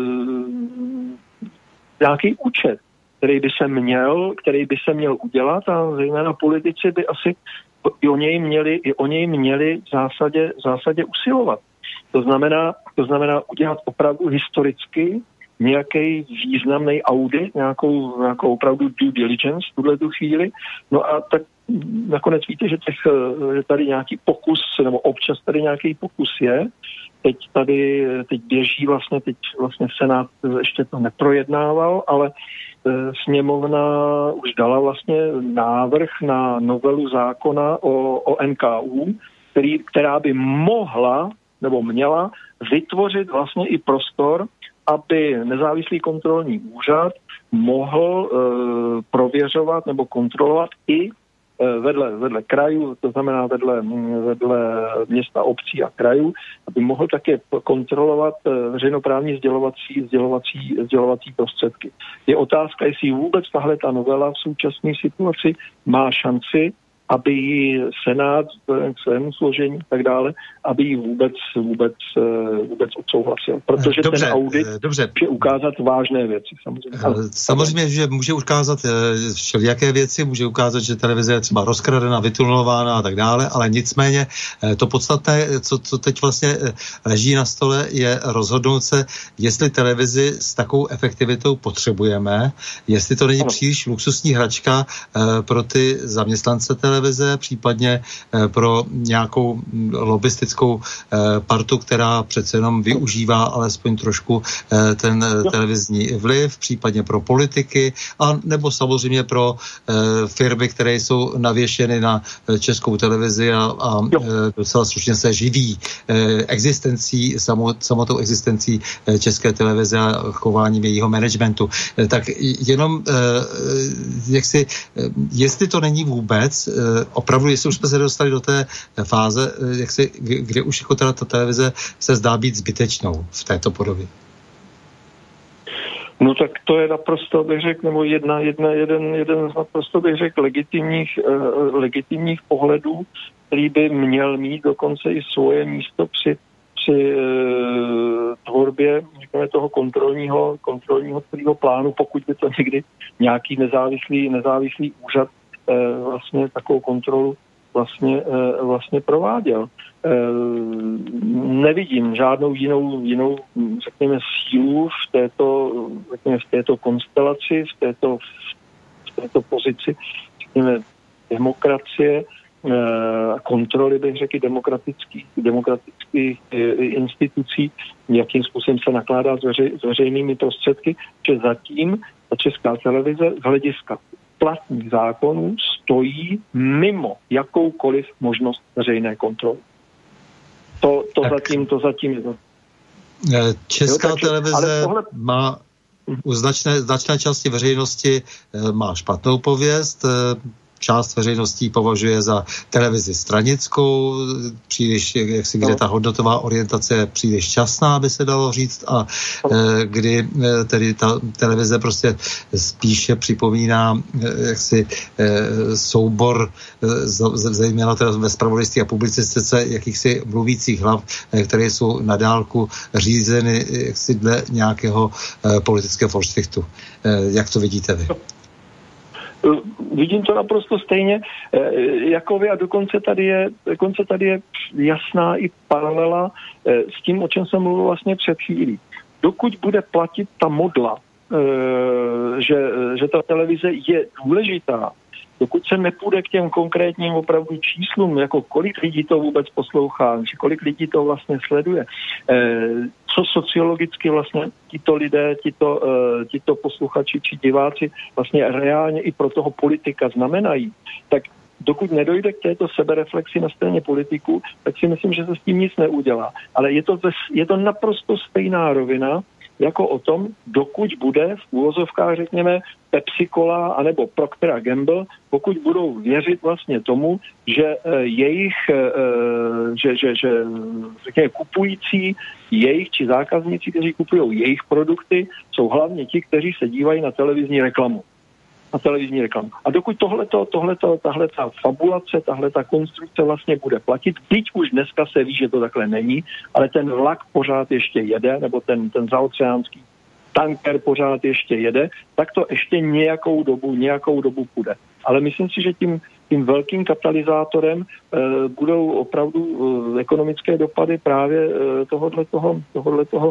nějaký účet, který by se měl udělat a zejména politici by asi o něj měli v zásadě usilovat. To znamená udělat opravdu historicky nějaký významný audit, nějakou opravdu due diligence v tuhletu chvíli. No a tak nakonec víte, že tady nějaký pokus, nebo občas tady nějaký pokus je. Teď běží vlastně Senát ještě to neprojednával, ale sněmovna už dala vlastně návrh na novelu zákona o NKÚ, která by mohla nebo měla vytvořit vlastně i prostor, aby nezávislý kontrolní úřad mohl prověřovat nebo kontrolovat i vedle krajů, to znamená vedle města, obcí a krajů, aby mohl také kontrolovat veřejnoprávní sdělovací prostředky. Je otázka, jestli vůbec tahle ta novela v současné situaci má šanci, aby ji Senát k svému složení a tak dále, aby ji vůbec odsouhlasil. Protože ten audit může ukázat vážné věci. Samozřejmě, že může ukázat všelijaké věci, může ukázat, že televize je třeba rozkradena, vytunelována a tak dále, ale nicméně to podstatné, co teď vlastně leží na stole, je rozhodnout se, jestli televizi s takovou efektivitou potřebujeme, jestli to není příliš luxusní hračka pro ty zaměstnance televize, televize, případně pro nějakou lobistickou partu, která přece jenom využívá alespoň trošku ten televizní vliv, případně pro politiky, a nebo samozřejmě pro firmy, které jsou navěšeny na Českou televizi a docela slušně se živí samotou existencí České televize a chováním jejího managementu. Tak jenom jestli to není vůbec, opravdu, jestli už jsme se dostali do té fáze, kde už jako teda ta televize se zdá být zbytečnou v této podobě. No tak to je naprosto, bych řekl, nebo jeden z naprosto, bych řekl, legitimních pohledů, který by měl mít dokonce i svoje místo při tvorbě, řekněme, toho kontrolního celého plánu, pokud by to někdy nějaký nezávislý úřad vlastně takovou kontrolu vlastně prováděl. Nevidím žádnou jinou řekněme, sílu v této konstelaci, v této pozici, řekněme, demokracie, kontroly, bych řekl, demokratických institucí, jakým způsobem se nakládá s veřejnými prostředky, že zatím ta Česká televize z hlediska platných zákonů stojí mimo jakoukoliv možnost veřejné kontroly. To zatím je to. Česká televize má u značné části veřejnosti má špatnou pověst. Část veřejností považuje za televizi stranickou, příliš, kde ta hodnotová orientace je příliš časná, aby se dalo říct, a kdy tedy ta televize prostě spíše připomíná soubor, zejména teda ve zpravodajství a publicistice, jakýchsi mluvících hlav, které jsou na dálku řízeny dle nějakého politického forštrichtu. Jak to vidíte vy? Vidím to naprosto stejně jako vy, a dokonce tady je jasná i paralela s tím, o čem jsem mluvil vlastně před chvílí. Dokud bude platit ta modla, že ta televize je důležitá, dokud se nepůjde k těm konkrétním opravdu číslům, jako kolik lidí to vůbec poslouchá, či kolik lidí to vlastně sleduje, co sociologicky vlastně tito lidé, tito posluchači či diváci vlastně reálně i pro toho politika znamenají, tak dokud nedojde k této sebereflexi na straně politiků, tak si myslím, že se s tím nic neudělá. Ale je to naprosto stejná rovina, jako o tom, dokud bude v úvozovkách, řekněme, Pepsi-Cola anebo Procter & Gamble, pokud budou věřit vlastně tomu, že řekněme, kupující jejich či zákazníci, kteří kupují jejich produkty, jsou hlavně ti, kteří se dívají na televizní reklamu. A dokud tahle fabulace, tahle konstrukce vlastně bude platit, byť už dneska se ví, že to takhle není, ale ten vlak pořád ještě jede, nebo ten zaoceánský tanker pořád ještě jede, tak to ještě nějakou dobu půjde. Ale myslím si, že tím velkým katalyzátorem budou opravdu ekonomické dopady právě tohoto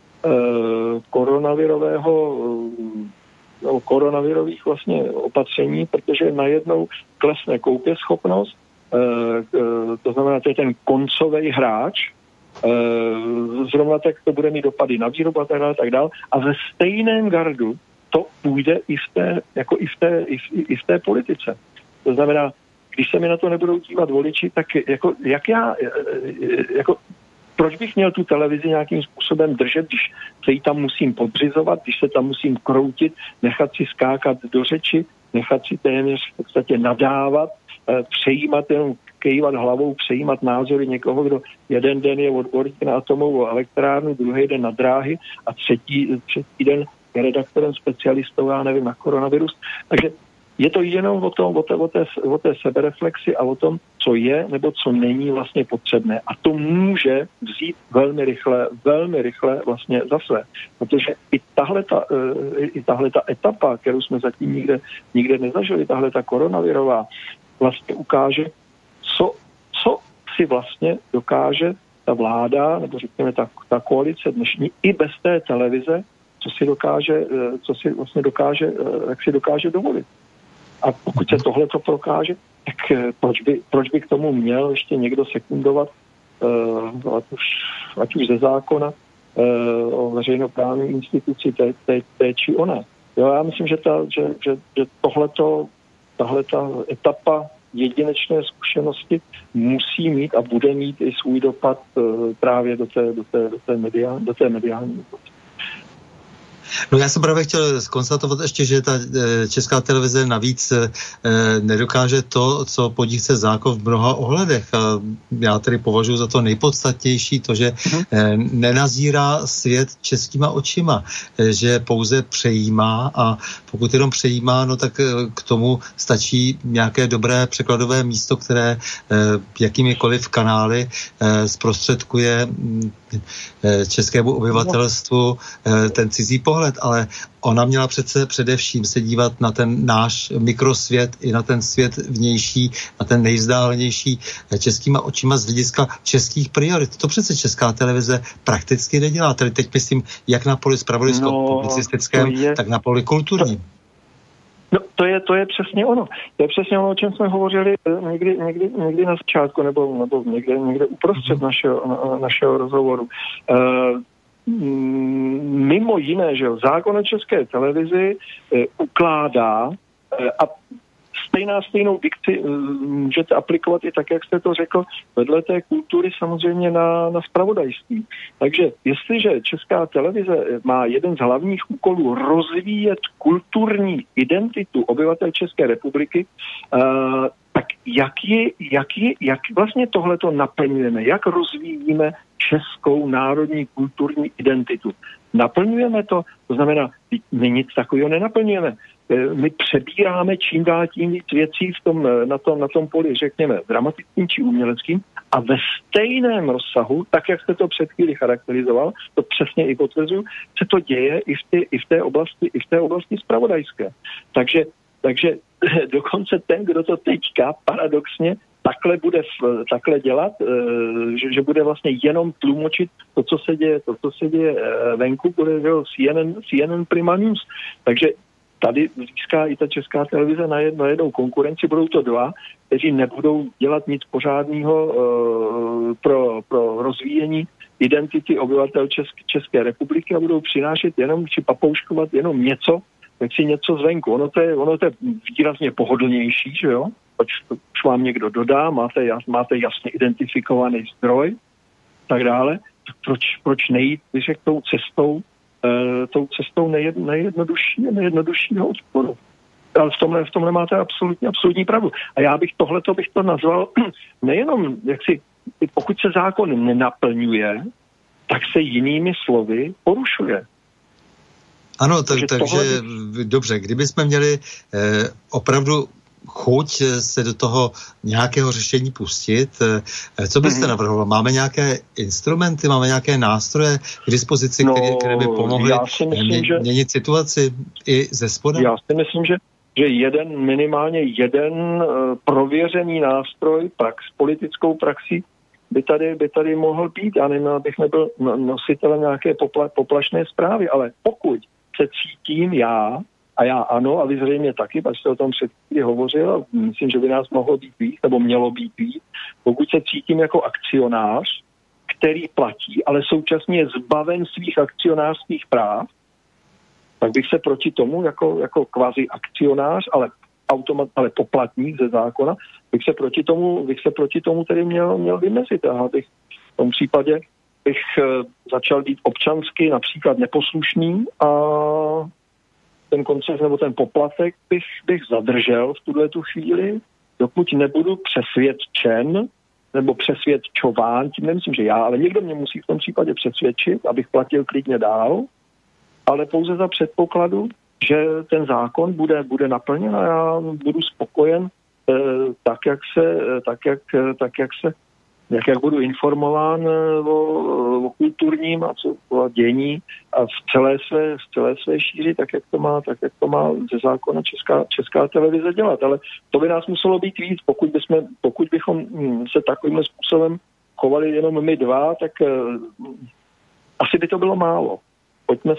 koronavirových vlastně opatření, protože najednou klesne koupěschopnost, to znamená, že ten koncový hráč, zrovna tak to bude mít dopady na výrobu a tak dále, a ve stejném gardu to půjde i v té politice. To znamená, když se mi na to nebudou dívat voliči, tak proč bych měl tu televizi nějakým způsobem držet, když se jí tam musím podřizovat, když se tam musím kroutit, nechat si skákat do řeči, nechat si téměř v podstatě nadávat, přejímat, jenom kejvat hlavou, přejímat názory někoho, kdo jeden den je odborník na atomovou elektrárnu, druhý den na dráhy a třetí den je redaktorem, specialistou, já nevím, na koronavirus. Takže je to jenom o té sebereflexi a o tom, co je nebo co není vlastně potřebné. A to může vzít velmi rychle vlastně za své. Protože i tahle ta etapa, kterou jsme zatím nikde nezažili, tahle ta koronavirová, vlastně ukáže, co si vlastně dokáže ta vláda, nebo řekněme ta koalice dnešní, i bez té televize, co si vlastně dokáže dovolit. A pokud se tohleto prokáže, tak proč by k tomu měl ještě někdo sekundovat, ať už ze zákona, o veřejnoprávní instituci té či oné. Jo, já myslím, že tahleta etapa jedinečné zkušenosti musí mít a bude mít i svůj dopad právě do té mediální. No já jsem právě chtěl zkonstatovat ještě, že ta Česká televize navíc nedokáže to, co po ní chce zákon v mnoha ohledech. A já tedy považuji za to nejpodstatnější to, že nenazírá svět českýma očima, že pouze přejímá a pokud jenom přejímá, no tak k tomu stačí nějaké dobré překladové místo, které jakýmikoliv kanály zprostředkuje českému obyvatelstvu ten cizí pohled, ale ona měla přece především se dívat na ten náš mikrosvět i na ten svět vnější, na ten nejvzdálenější českýma očima z hlediska českých priorit. To přece Česká televize prakticky nedělá. Tady teď myslím, jak na poli zpravodajsko-publicistickém, tak na poli kulturním. No, to je přesně ono. To je přesně ono, o čem jsme hovořili někdy na začátku, nebo někde uprostřed našeho rozhovoru. Mimo jiné, že zákon o České televizi ukládá a stejnou dikci můžete aplikovat i tak, jak jste to řekl, vedle té kultury samozřejmě na zpravodajství. Takže jestliže Česká televize má jeden z hlavních úkolů rozvíjet kulturní identitu obyvatel České republiky, tak jak vlastně tohleto naplňujeme? Jak rozvíjíme českou národní kulturní identitu? Naplňujeme to? To znamená, my nic takového nenaplňujeme. My přebíráme čím dál tím víc věcí na tom poli, řekněme, dramatickým či uměleckým a ve stejném rozsahu, tak jak jste to před chvíli charakterizoval, to přesně i potvrzuju, se to děje i v té oblasti zpravodajské. Takže dokonce ten, kdo to teďka paradoxně takhle dělat, že bude vlastně jenom tlumočit to, co se děje venku, bude CNN Prima News. Takže tady získá i ta Česká televize na jednou konkurenci, budou to dva, kteří nebudou dělat nic pořádného pro rozvíjení identity obyvatel České republiky a budou přinášet jenom, či papouškovat jenom něco zvenku. Ono to je výrazně pohodlnější, že jo? Už vám někdo dodá, máte jasně identifikovaný zdroj, tak dále. Proč nejít, když je tou cestou nejjednoduššího odporu? Ale v tomhle máte absolutní pravdu. A já bych to nazval nejenom, pokud se zákon nenaplňuje, tak se jinými slovy porušuje. Ano, takže dobře, kdybychom měli opravdu chuť se do toho nějakého řešení pustit, co byste navrhoval? Máme nějaké instrumenty, máme nějaké nástroje k dispozici, které by pomohly měnit situaci i ze spoda? Já si myslím, že minimálně jeden prověřený nástroj politickou praxí by tady mohl být. Já nevím, abych nebyl nositelem nějaké poplašné zprávy, ale pokud se cítím já ano, a vy zřejmě taky, protože jste o tom před chvíli hovořil, a myslím, že by nás mohlo být víc, nebo mělo být víc, pokud se cítím jako akcionář, který platí, ale současně je zbaven svých akcionářských práv, tak bych se proti tomu, jako kvazi akcionář, ale poplatník ze zákona, bych se proti tomu tedy měl vymezit. A v tom případě bych začal být občansky například neposlušný a ten koncert nebo ten poplatek bych zadržel v tuhletu chvíli, dokud nebudu přesvědčen nebo přesvědčován, tím nemyslím, že já, ale někdo mě musí v tom případě přesvědčit, abych platil klidně dál, ale pouze za předpokladu, že ten zákon bude naplněn a já budu spokojen jak budu informován o kulturním a o dění a v celé své šíři, tak jak to má ze zákona Česká televize dělat. Ale to by nás muselo být víc, pokud bychom se takovým způsobem chovali jenom my dva, tak asi by to bylo málo. Pojďme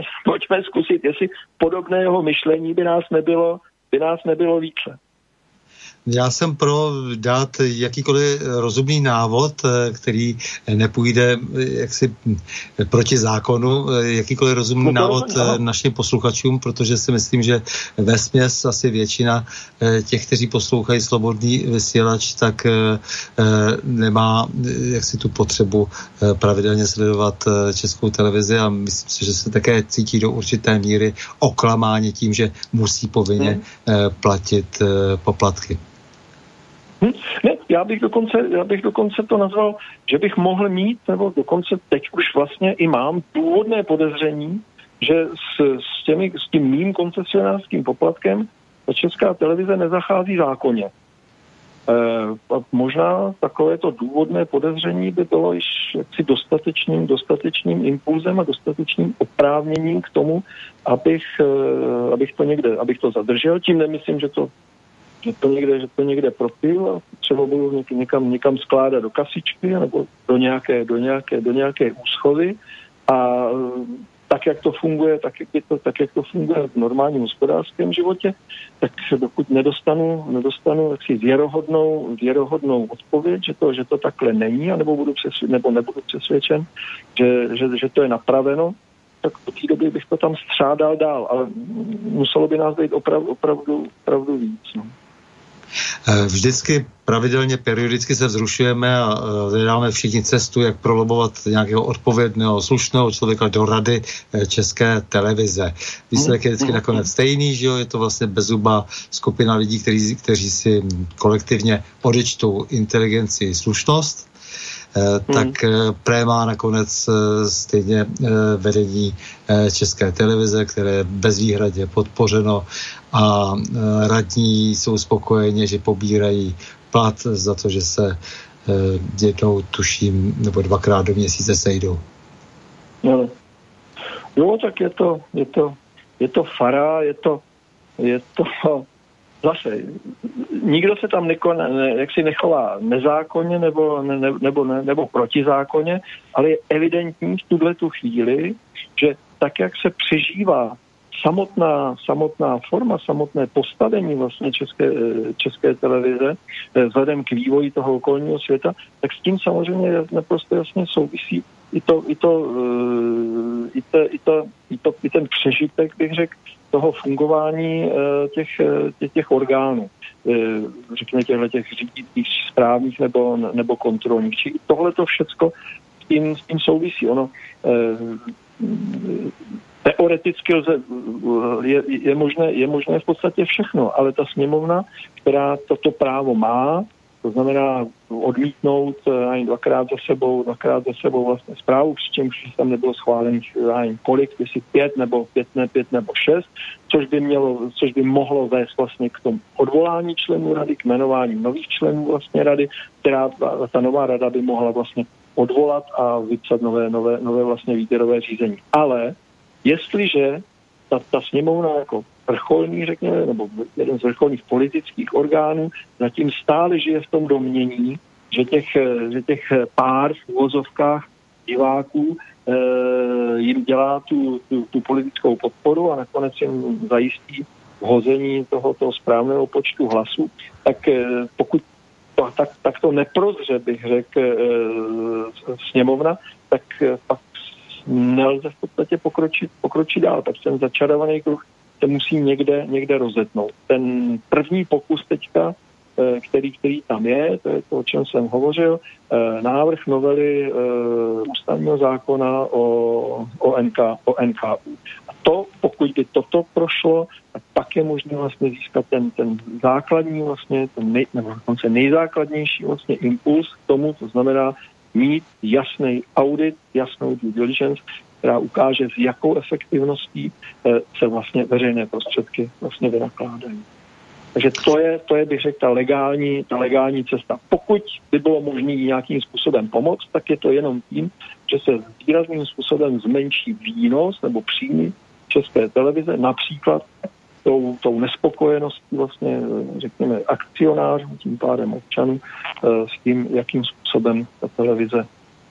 zkusit, jestli podobného myšlení by nás nebylo více. Já jsem pro dát jakýkoliv rozumný návod, který nepůjde jaksi proti zákonu, jakýkoliv rozumný návod našim posluchačům, protože si myslím, že vesměs asi většina těch, kteří poslouchají Slobodný vysílač, tak nemá jaksi tu potřebu pravidelně sledovat Českou televizi a myslím si, že se také cítí do určité míry oklamáni tím, že musí povinně platit poplatky. Ne, já bych dokonce to nazval, že bych mohl mít, nebo dokonce teď už vlastně i mám důvodné podezření, že s tím mým koncesionářským poplatkem ta Česká televize nezachází zákonně. A možná takovéto důvodné podezření by bylo již jaksi dostatečným impulzem a dostatečným oprávněním k tomu, abych to zadržel. Tím nemyslím, že to někde propil a třeba budu někam skládat do kasičky nebo do nějaké úschovy a tak, jak to funguje, tak jak to funguje v normálním hospodářském životě, tak dokud nedostanu jaksi věrohodnou odpověď, že to takhle není, nebo nebudu přesvědčen, že to je napraveno, tak po té době bych to tam střádal dál, ale muselo by nás být opravdu víc. No. Vždycky pravidelně, periodicky se vzrušujeme a hledáme všichni cestu, jak prolobovat nějakého odpovědného, slušného člověka do rady České televize. Výsledek je vždycky nakonec stejný, že jo? Je to vlastně bezzubá skupina lidí, kteří si kolektivně odečtou inteligenci, slušnost. Tak má nakonec stejně vedení České televize, které je bezvýhradně podpořeno a radní jsou spokojeni, že pobírají plat za to, že se jednou, tuším, nebo dvakrát do měsíce sejdou. Jo, tak je to fara, je to zase, nikdo se tam jaksi nechová nezákonně nebo protizákonně, ale je evidentní v tuhletu chvíli, že tak, jak se přežívá samotná forma, samotné postavení vlastně české televize vzhledem k vývoji toho okolního světa, tak s tím samozřejmě naprosto jasně souvisí i ten přežitek, bych řekl, toho fungování těch orgánů, řekněme těch řídících, správních nebo kontrolních. Čili tohle to všecko s tím souvisí. Ono teoreticky je možné v podstatě všechno, ale ta sněmovna, která toto právo má, to znamená odmítnout dvakrát za sebou vlastně zprávu, přičemž tam nebylo schválených kolik, jestli 5 nebo 6, což by mohlo vést vlastně k tomu odvolání členů rady, k jmenování nových členů vlastně rady, která ta nová rada by mohla vlastně odvolat a vypsat nové vlastně výběrové řízení. Ale jestliže ta sněmovna jako vrcholný, řekněme, nebo jeden z vrcholných politických orgánů zatím stále žije v tom domnění, že těch pár v uvozovkách diváků jim dělá tu politickou podporu a nakonec jim zajistí vhození tohoto správného počtu hlasů, tak pokud tak to neprozře, bych řekl, sněmovna, tak pak nelze v podstatě pokročit dál. Tak ten začarovaný kruh se musí někde rozetnout. Ten první pokus teďka, který tam je, to je to, o čem jsem hovořil, návrh novely ústavního zákona o NKÚ. A to, pokud by toto prošlo, tak pak je možné vlastně získat ten základní vlastně, nebo dokonce nejzákladnější vlastně impuls k tomu, to znamená mít jasný audit, jasnou due diligence, která ukáže, s jakou efektivností se vlastně veřejné prostředky vlastně vynakládají. Takže to je bych řekl, ta legální cesta. Pokud by bylo možné nějakým způsobem pomoct, tak je to jenom tím, že se výrazným způsobem zmenší výnos nebo příjmy České televize, například tou nespokojeností vlastně, řekněme, akcionářů, tím pádem občanů, s tím, jakým způsobem ta televize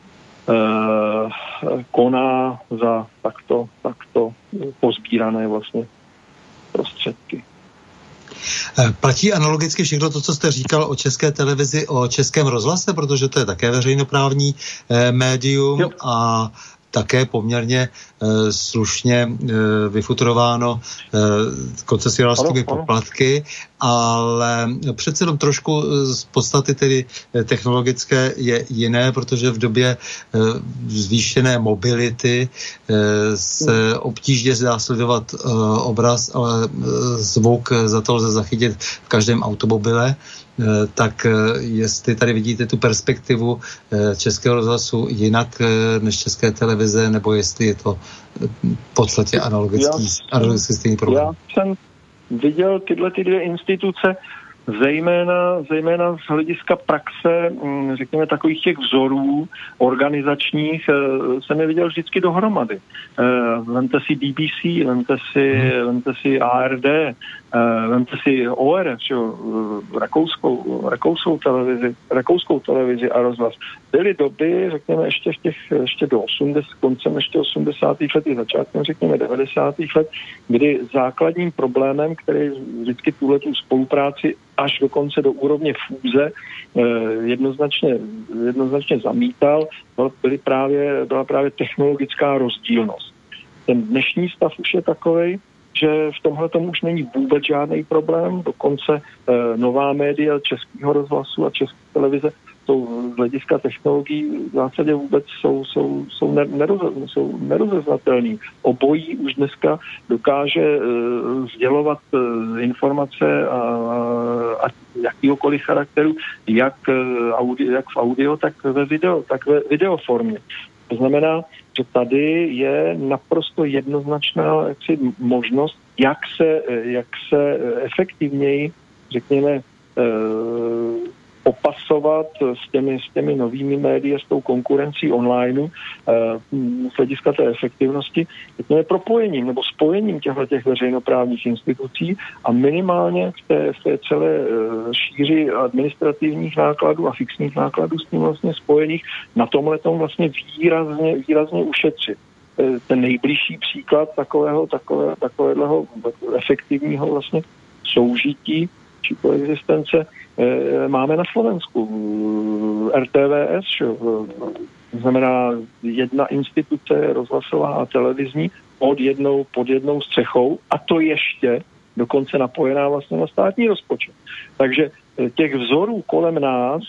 koná za takto pozbírané vlastně prostředky. Platí analogicky všechno to, co jste říkal o České televizi, o Českém rozhlase, protože to je také veřejnoprávní médium a také poměrně slušně vyfuturováno koncesionářskými poplatky, ale přece jenom trošku z podstaty tedy technologické je jiné, protože v době zvýšené mobility se obtížně dá sledovat obraz, ale zvuk za to lze zachytit v každém automobile. Tak jestli tady vidíte tu perspektivu Českého rozhlasu jinak než České televize, nebo jestli je to v podstatě analogický stejný problém. Já jsem viděl tyhle ty dvě instituce zejména z hlediska praxe, řekněme, takových těch vzorů organizačních, jsem je viděl vždycky dohromady. Vemte si BBC, vemte si ARD, vemte si ORF, rakouskou televizi a rozhlas. Byly doby, řekněme, ještě do 80, koncem ještě 80. let i začátkem, řekněme, 90. let, kdy základním problémem, který vždycky tuhletu spolupráci až dokonce do úrovně fúze jednoznačně zamítal, byla právě technologická rozdílnost. Ten dnešní stav už je takovej, že v tomhle tomu už není vůbec žádný problém, dokonce nová média Českého rozhlasu a České televize jsou z hlediska technologií v zásadě vůbec jsou nerozeznatelný. Obojí už dneska dokáže sdělovat informace a jakýhokoliv charakteru, jak v audio, tak ve videoformě. To znamená, že tady je naprosto jednoznačná možnost, jak se efektivněji, řekněme, opasovat s těmi novými médii, s tou konkurencí online z hlediska té efektivnosti, řekněme propojením nebo spojením těch veřejnoprávních institucí a minimálně v té celé šíři administrativních nákladů a fixních nákladů s tím vlastně spojených na tomhletom vlastně výrazně ušetřit. Ten nejbližší příklad takového efektivního vlastně soužití či koexistence máme na Slovensku. RTVS, to znamená jedna instituce rozhlasová a televizní pod jednou střechou a to ještě dokonce napojená vlastně na státní rozpočet. Takže těch vzorů kolem nás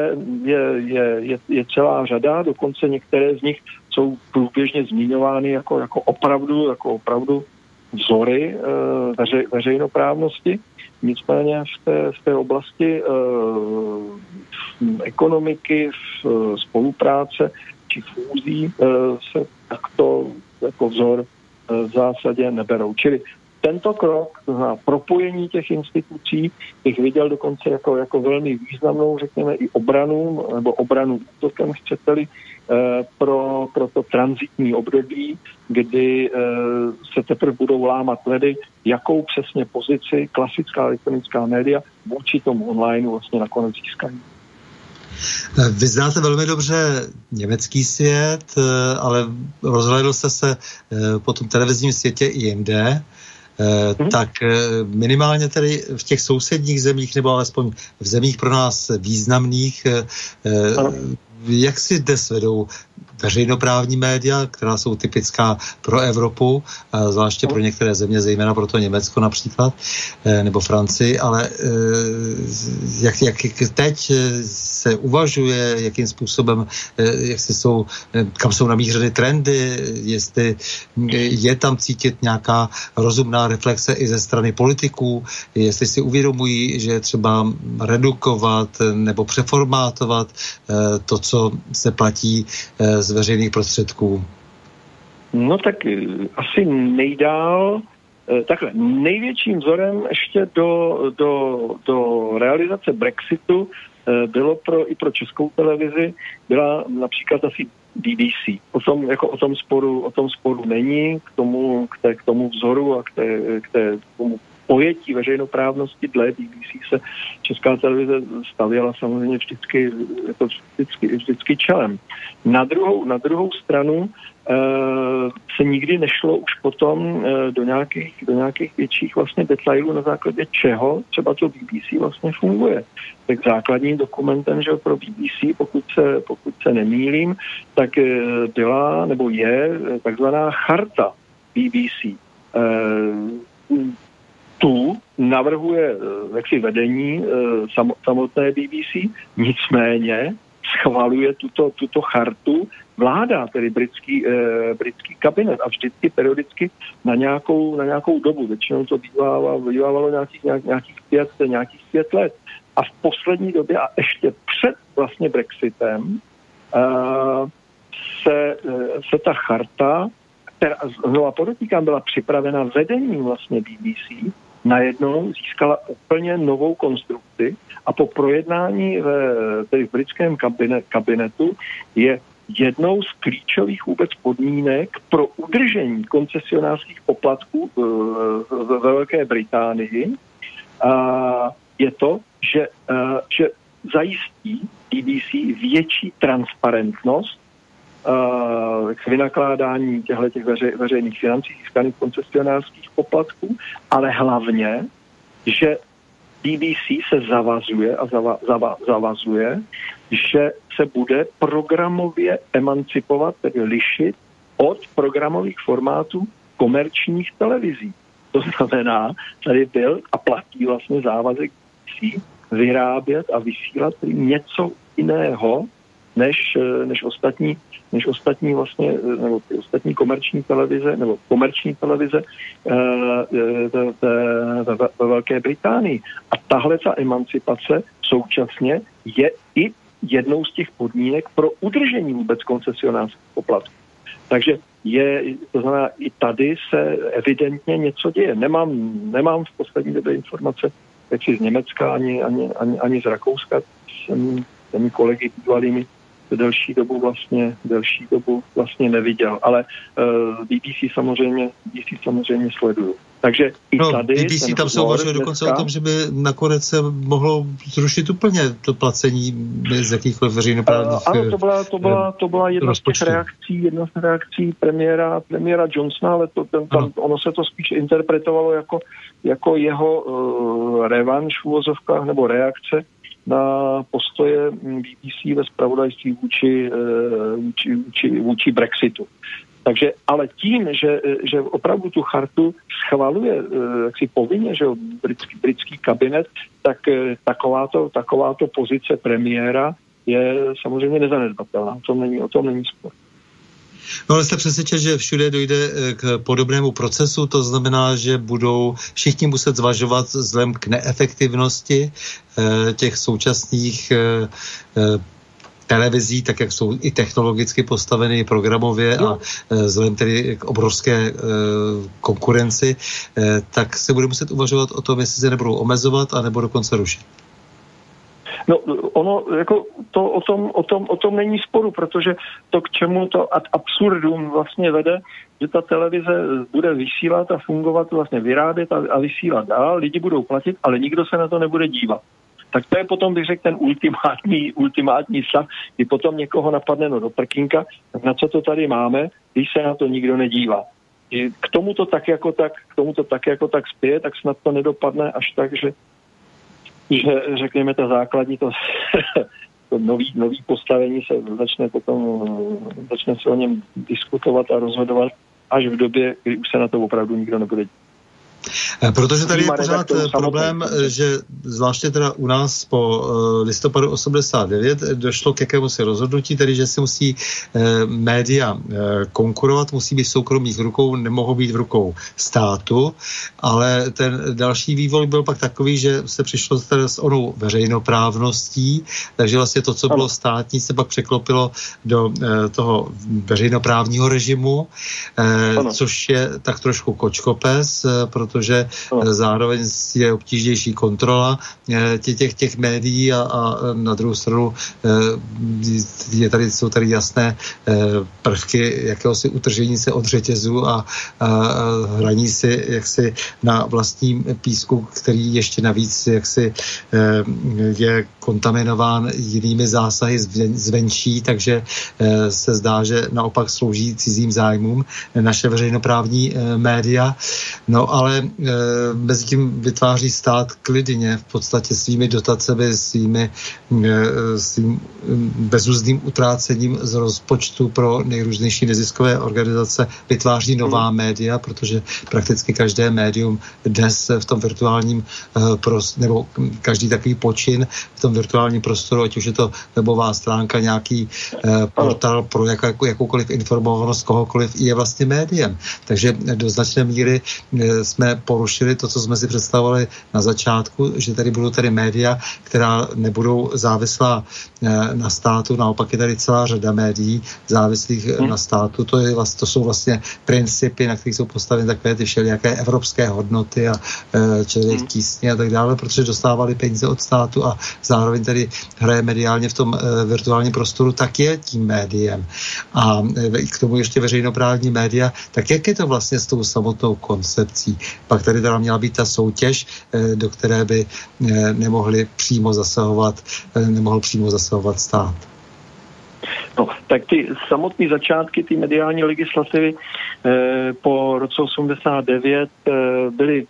je celá řada, dokonce některé z nich jsou průběžně zmiňovány jako opravdu vzory veřejnoprávnosti. Nicméně v té oblasti ekonomiky, spolupráce či fúzí se takto jako vzor v zásadě neberou. Čili tento krok na propojení těch institucí bych viděl dokonce jako velmi významnou, řekněme, i obranu útokem, chcete-li, pro to tranzitní období, kdy se teprve budou lámat ledy, jakou přesně pozici klasická elektronická média vůči tomu online vlastně nakonec získají. Vy znáte velmi dobře německý svět, ale rozhlédl jste se po tom televizním světě i jinde. Tak minimálně tedy v těch sousedních zemích, nebo alespoň v zemích pro nás významných, jak si dnes vedou veřejnoprávní média, která jsou typická pro Evropu, zvláště pro některé země, zejména pro to Německo například, nebo Francii, ale jak teď se uvažuje, jakým způsobem, kam jsou namířeny trendy, jestli je tam cítit nějaká rozumná reflexe i ze strany politiků, jestli si uvědomují, že je třeba redukovat nebo přeformátovat to, co se platí z veřejných prostředků. No tak asi takhle, největším vzorem ještě do realizace Brexitu bylo i pro Českou televizi, byla například asi BBC. O tom sporu není, k tomu vzoru a k tomu pojetí veřejnoprávnosti dle BBC se Česká televize stavěla samozřejmě vždycky čelem. Na druhou stranu se nikdy nešlo už potom do nějakých větších vlastně detailů, na základě čeho třeba to BBC vlastně funguje. Tak základním dokumentem, že pro BBC, pokud se nemýlím, tak byla nebo je takzvaná charta BBC. Tu navrhuje jaksi vedení samotné BBC, nicméně schvaluje tuto chartu vláda, tedy britský kabinet a vždycky periodicky na nějakou dobu. Většinou to bývávalo nějakých 5 let. A v poslední době a ještě před vlastně Brexitem se ta charta, která, znovu podotýkám, byla připravena vedením vlastně BBC, najednou získala úplně novou konstrukci a po projednání v britském kabinetu je jednou z klíčových vůbec podmínek pro udržení koncesionářských poplatků ve Velké Británii je to, že zajistí BBC větší transparentnost k vynakládání těchto veřejných financí získaných koncesionářských poplatků, ale hlavně, že BBC se zavazuje, že se bude programově emancipovat, tedy lišit od programových formátů komerčních televizí. To znamená, tady byl a platí vlastně závazek BBC vyrábět a vysílat něco jiného, než ostatní vlastně, nebo ty ostatní komerční televize, nebo komerční televize ve Velké Británii. A tahle ta emancipace současně je i jednou z těch podmínek pro udržení vůbec koncesionářských poplatků. Takže to znamená, i tady se evidentně něco děje. Nemám v poslední době informace z Německa ani z Rakouska. Jsem kolegy bývalými delší dobu vlastně neviděl, ale BBC samozřejmě sleduju. Takže i tady... BBC tam se uvažuje dokonce o tom, že by nakonec se mohlo zrušit úplně to placení z jakýchkoliv veřejnoprávních ano, to byla jedna z reakcí premiéra Johnsona, ale ono se to spíš interpretovalo jako jeho revanš v uvozovkách nebo reakce na postoje BBC ve zpravodajství vůči Brexitu. Takže, ale tím, že opravdu tu chartu schvaluje jaksi povinně, že britský kabinet, tak takováto pozice premiéra je samozřejmě nezanedbatelná. O tom není spor. No ale jste přesvědčen, že všude dojde k podobnému procesu, to znamená, že budou všichni muset zvažovat vzhledem k neefektivnosti těch současných televizí, tak jak jsou i technologicky postaveny programově a vzhledem tedy k obrovské konkurenci, tak se bude muset uvažovat o tom, jestli se nebudou omezovat a nebo dokonce rušit. No, ono, jako to o tom není sporu, protože to, k čemu to ad absurdum vlastně vede, že ta televize bude vysílat a fungovat, vlastně vyrábět a vysílat dál, lidi budou platit, ale nikdo se na to nebude dívat. Tak to je potom, bych řekl, ten ultimátní stav, kdy potom někoho napadne do prkínka, tak na co to tady máme, když se na to nikdo nedívá. K tomu to tak jako tak spěje, tak snad to nedopadne až tak, že řekněme ta základní, to nový postavení se začne se o něm diskutovat a rozhodovat až v době, kdy už se na to opravdu nikdo nebude dít. Protože tady je pořád problém, že zvláště teda u nás po listopadu 89 došlo k jakémusi rozhodnutí, tedy že si musí média konkurovat, musí být v soukromých rukou, nemohou být v rukou státu, ale ten další vývoj byl pak takový, že se přišlo teda s onou veřejnoprávností, takže vlastně to, co bylo státní, se pak překlopilo do toho veřejnoprávního režimu, což je tak trošku kočkopes, protože protože zároveň je obtížnější kontrola těch médií a na druhou stranu jsou tady jasné prvky jakéhosi utržení se od řetězu a hraní si jaksi na vlastním písku, který ještě navíc jaksi je kontaminován jinými zásahy zvenčí, takže se zdá, že naopak slouží cizím zájmům naše veřejnoprávní média. No ale mezi tím vytváří stát klidně v podstatě svými dotacemi, svým bezuzdným utrácením z rozpočtu pro nejrůznější neziskové organizace vytváří nová média, protože prakticky každé médium dnes v tom virtuálním nebo každý takový počin v tom virtuálním prostoru, ať už je to webová stránka, nějaký portál pro jakoukoliv informovanost kohokoliv, je vlastně médiem. Takže do značné míry jsme porušili to, co jsme si představovali na začátku, že tady budou tady média, která nebudou závislá na státu, naopak je tady celá řada médií závislých na státu. To jsou vlastně principy, na kterých jsou postaveny takové ty všelijaké evropské hodnoty a člověk tísně a tak dále, protože dostávali peníze od státu a zároveň tady hraje mediálně v tom virtuálním prostoru, tak je tím médiem. A k tomu ještě veřejnoprávní média, tak jak je to vlastně s tou samotnou koncepcí? Pak tady teda měla být ta soutěž, do které by nemohl přímo zasahovat stát. No, tak ty samotné začátky ty mediální legislativy po roce 89 byly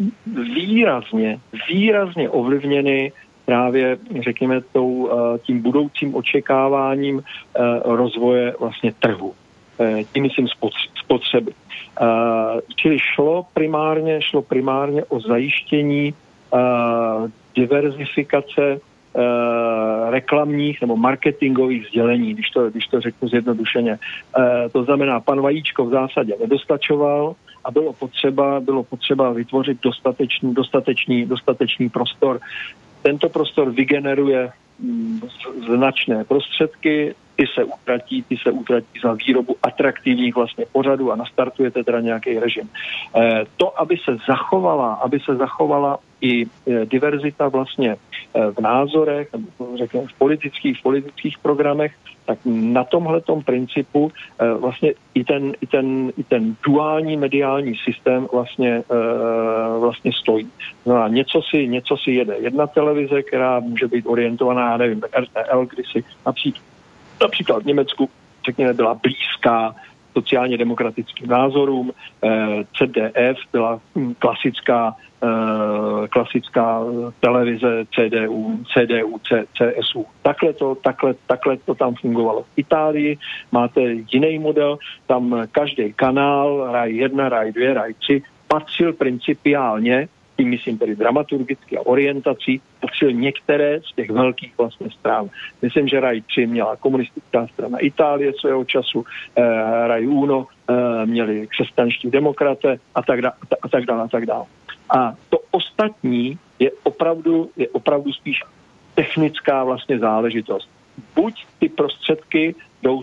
výrazně ovlivněny právě, řekněme, tím budoucím očekáváním rozvoje vlastně trhu. Tím myslím spotřeby. Čili šlo primárně o zajištění diverzifikace reklamních nebo marketingových sdělení, když to řeknu zjednodušeně. To znamená, pan Vajíčko v zásadě nedostačoval a bylo potřeba vytvořit dostatečný prostor. Tento prostor vygeneruje značné prostředky, ty se utratí za výrobu atraktivních vlastně pořadů a nastartujete teda nějaký režim. To, aby se zachovala i diverzita vlastně v názorech, nebo řekněme v politických programech, tak na tomhletom principu vlastně i ten duální mediální systém vlastně stojí. No něco si jede jedna televize, která může být orientovaná, nevím, RTL, kdysi například v Německu, řekněme, byla blízká sociálně demokratickým názorům, CDF byla klasická televize CDU, CSU. Takhle to tam fungovalo. V Itálii máte jiný model, tam každý kanál, RAI 1, RAI 2, RAI 3, patřil principiálně, tím myslím tedy dramaturgicky a orientací, patřil některé z těch velkých vlastně stran. Myslím, že RAI 3 měla komunistická strana Itálie svého času, RAI Uno měli křesťanští demokraté a tak dále. A to ostatní je opravdu spíš technická vlastně záležitost. Buď ty prostředky jdou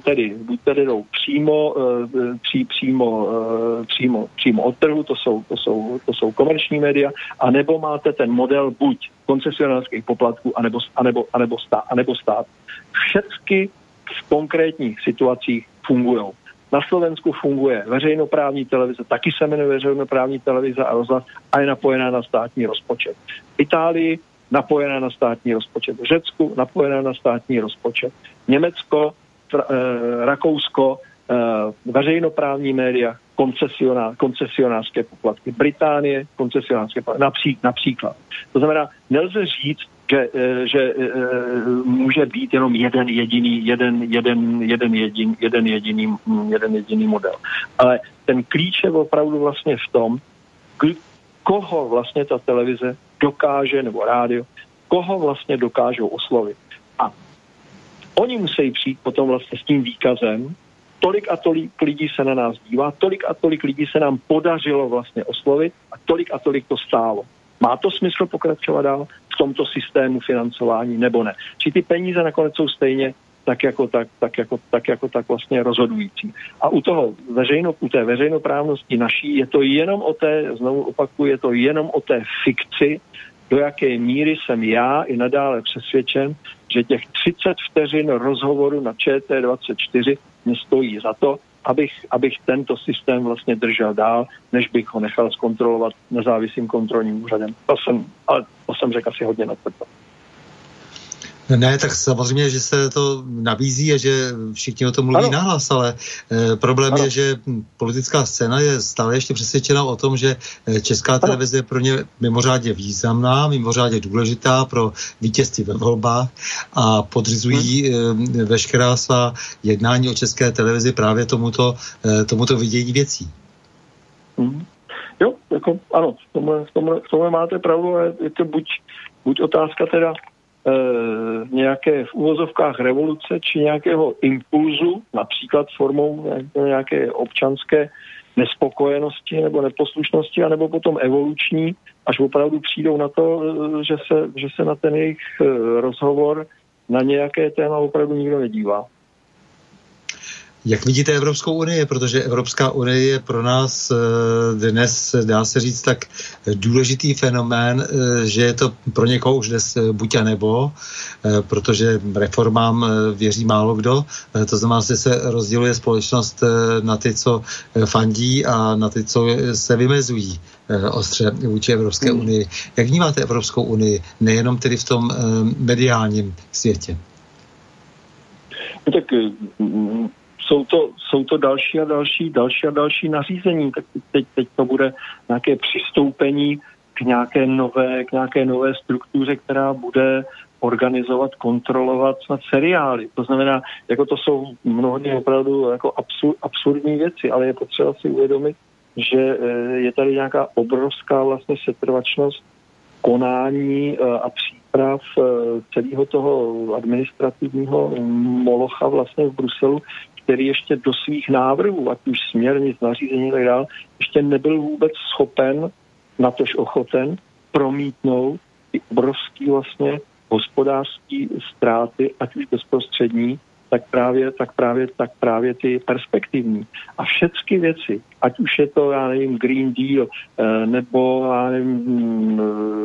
přímo od trhu, to jsou komerční média, anebo máte ten model buď koncesionářských poplatků, anebo stát. Všechny v konkrétních situacích fungují. Na Slovensku funguje veřejnoprávní televize, taky se jmenuje veřejnoprávní televize a rozhlas a je napojená na státní rozpočet. V Itálii napojená na státní rozpočet. V Řecku napojená na státní rozpočet. Německo, Rakousko, veřejnoprávní že koncesionářské poplatky. Británie, koncesionářské poplatky. Například. To znamená, nelze říct, že může být jenom jeden jediný model. Ale ten klíč je opravdu vlastně v tom, koho vlastně ta televize dokáže, nebo rádio, koho vlastně dokážou oslovit. A oni musí přijít potom vlastně s tím výkazem, tolik a tolik lidí se na nás dívá, tolik a tolik lidí se nám podařilo vlastně oslovit a tolik to stálo. Má to smysl pokračovat dál v tomto systému financování nebo ne? Či ty peníze nakonec jsou stejně tak jako vlastně rozhodující. A u té veřejnoprávnosti naší je to jenom znovu opakuju, je to jenom o té fikci, do jaké míry jsem já i nadále přesvědčen, že těch 30 vteřin rozhovoru na ČT24 mě stojí za to, abych tento systém vlastně držel dál, než bych ho nechal zkontrolovat nezávislým kontrolním úřadem. To jsem řekl asi hodně natvrdo. Ne, tak samozřejmě, že se to nabízí a že všichni o tom mluví nahlas, ale problém je, že politická scéna je stále ještě přesvědčena o tom, že Česká televize je pro ně mimořádně významná, mimořádně důležitá pro vítězství ve volbách a podřizují veškerá svá jednání o České televizi právě tomuto vidění věcí. Jo, jako ano, v tomhle máte pravdu, ale je to buď otázka teda nějaké v uvozovkách revoluce či nějakého impulzu, například formou nějaké občanské nespokojenosti nebo neposlušnosti, anebo potom evoluční, až opravdu přijdou na to, že se na ten jejich rozhovor na nějaké téma opravdu nikdo nedívá. Jak vidíte Evropskou unii? Protože Evropská unie je pro nás dnes, dá se říct, tak důležitý fenomén, že je to pro někoho už dnes buď a nebo, protože reformám věří málo kdo. To znamená, že se rozděluje společnost na ty, co fandí a na ty, co se vymezují ostře vůči Evropské unii. Jak vnímáte Evropskou unii? Nejenom tedy v tom mediálním světě. Tak jsou to další a další nařízení. Tak teď to bude nějaké přistoupení k nějaké nové struktuře, která bude organizovat, kontrolovat snad seriály. To znamená, jako to jsou mnohdy opravdu jako absurdní věci, ale je potřeba si uvědomit, že je tady nějaká obrovská vlastně setrvačnost konání a příprav celého toho administrativního molocha vlastně v Bruselu, který ještě do svých návrhů, ať už směrnic, nařízení a tak dále, ještě nebyl vůbec schopen, natož ochoten, promítnout ty obrovský vlastně hospodářské ztráty, ať už bezprostřední, tak právě ty perspektivní. A všechny věci, ať už je to, já nevím, Green Deal, nebo, já nevím,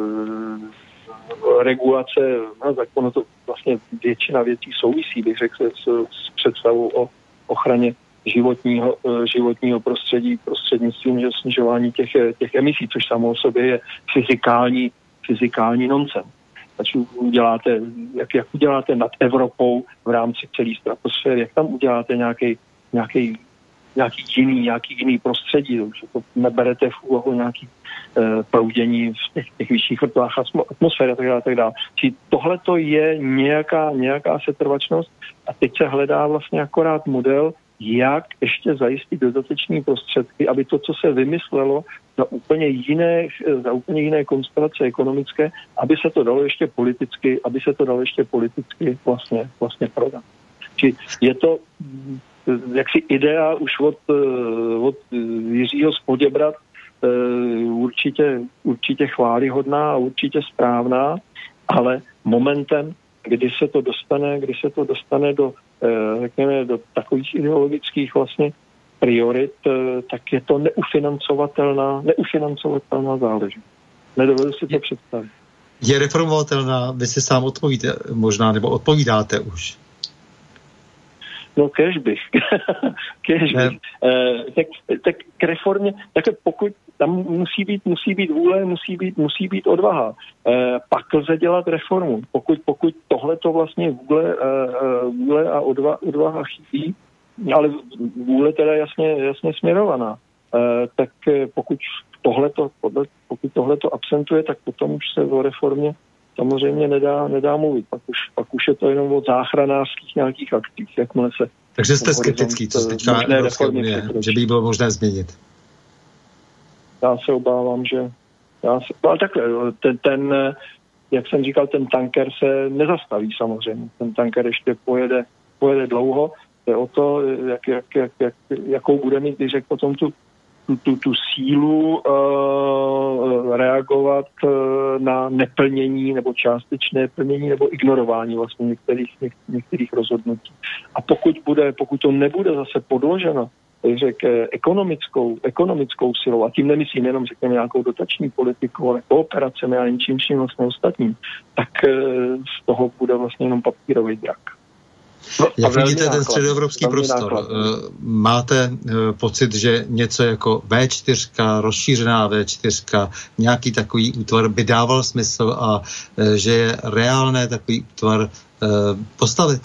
regulace, tak ono to vlastně většina věcí souvisí, bych řekl, s představou o ochraně životního prostředí prostřednictvím snižování těch emisí, což samo o sobě je fyzikální nonsens. Takže jak uděláte nad Evropou v rámci celé stratosféry, jak tam uděláte nějaký jiný prostředí, že to neberete v úvahu nějaký proudění v těch vyšších vrtvách atmosféry a tak dále. Čili tohleto je nějaká setrvačnost a teď se hledá vlastně akorát model, jak ještě zajistit dodatečné prostředky, aby to, co se vymyslelo za úplně jiné konstelace ekonomické, aby se to dalo ještě politicky vlastně prodat. Čili je to jaksi idea už od Jiřího z Poděbrad určitě chvályhodná a určitě správná, ale momentem, kdy se to dostane do, řekněme, do takových ideologických vlastně priorit, tak je to neufinancovatelná záležitost. Nedovedu si to představit. Je reformovatelná, vy si sám odpovíte možná, nebo odpovídáte už. No, kéž bych. Tak k reformě, tak pokud tam musí být vůle, musí být odvaha. Pak lze dělat reformu. Pokud tohleto vlastně vůle a odvaha chybí, ale vůle teda jasně směrovaná, tak pokud tohleto absentuje, tak potom už se o reformě samozřejmě nedá mluvit. Pak už je to jenom o záchranářských nějakých akcích, jakmile se... Takže jste skeptický, co se týká Evropské unie, že by bylo možné změnit. Já se obávám, že... Ale takhle, jak jsem říkal, ten tanker se nezastaví samozřejmě. Ten tanker ještě pojede dlouho. Je o to, jakou bude mít, když řekl potom tu tu sílu reagovat na neplnění nebo částečné plnění nebo ignorování vlastně některých rozhodnutí. A pokud to nebude zase podloženo, ekonomickou silou, a tím nemyslím jenom, řekněme, nějakou dotační politiku, ale kooperacemi a něčím vlastně ostatním, tak z toho bude vlastně jenom papírový drak. Jak vidíte ten středoevropský prostor? Máte pocit, že něco jako V4, rozšířená V4, nějaký takový útvar by dával smysl a že je reálné takový útvar postavit?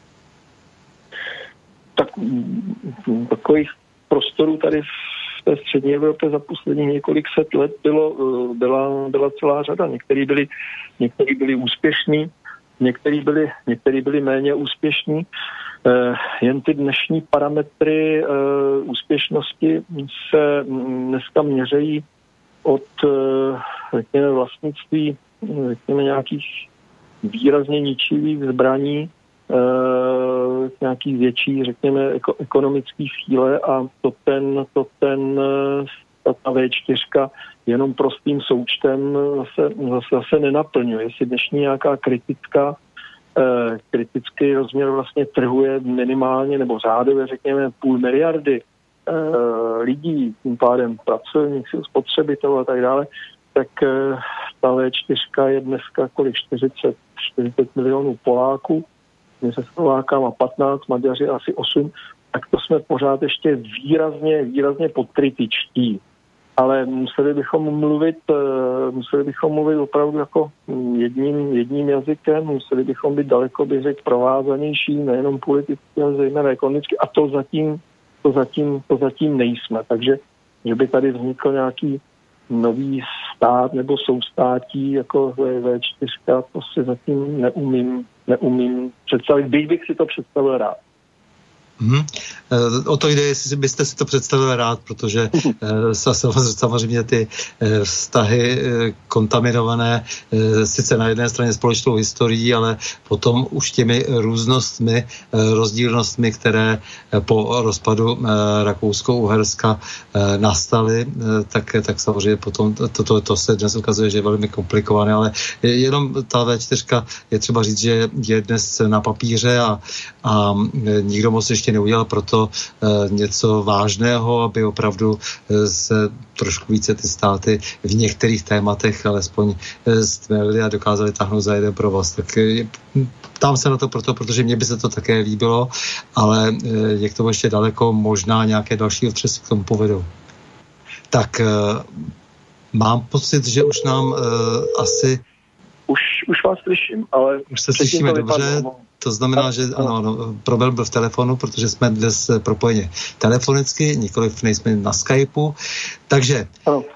Tak takových prostorů tady v té střední Evropě za posledních několik set let byla celá řada. Někteří byli úspěšní, někteří byli méně úspěšní. Jen ty dnešní parametry úspěšnosti se dneska měřejí od řekněme, vlastnictví nějakých výrazně ničivých zbraní nějaký větší, řekněme, ekonomický síle a ta V4 jenom prostým součtem zase nenaplňuje. Jestli dnešní nějaká kritický rozměr vlastně trhu je minimálně nebo řádově, řekněme, 500 miliardy lidí, tím pádem pracovník, spotřebitelů a tak dále, tak ta V4 je dneska kolik 40 milionů Poláků, my se Slovákama 15, Maďaři asi 8, tak to jsme pořád ještě výrazně podkritičtí. Ale museli bychom mluvit opravdu jako jedním jazykem, museli bychom být daleko provázanější, nejenom politicky, ale zejména ekonomicky. A to zatím nejsme. Takže, že by tady vznikl nějaký nový stát nebo soustátí jako V4, to si zatím neumím představit. Bych si to představil rád. O to jde, jestli byste si to představil rád, protože samozřejmě ty vztahy kontaminované sice na jedné straně společnou historií, ale potom už těmi různostmi, rozdílnostmi, které po rozpadu Rakousko-Uherska nastaly, tak samozřejmě potom to se dnes ukazuje, že je velmi komplikované, ale jenom ta V4 je třeba říct, že je dnes na papíře a nikdo moc ještě neudělal proto něco vážného, aby opravdu se trošku více ty státy v některých tématech alespoň stmelili a dokázali táhnout za jeden provaz. Tak tam se na to proto, protože mně by se to také líbilo, ale je k tomu ještě daleko, možná nějaké další otřesy k tomu povedou. Tak mám pocit, že už nám asi... Už vás slyším, ale... Už se slyšíme dobře. To znamená, že ano, problém byl v telefonu, protože jsme dnes propojeni telefonicky, nikoliv nejsme na Skypeu. Takže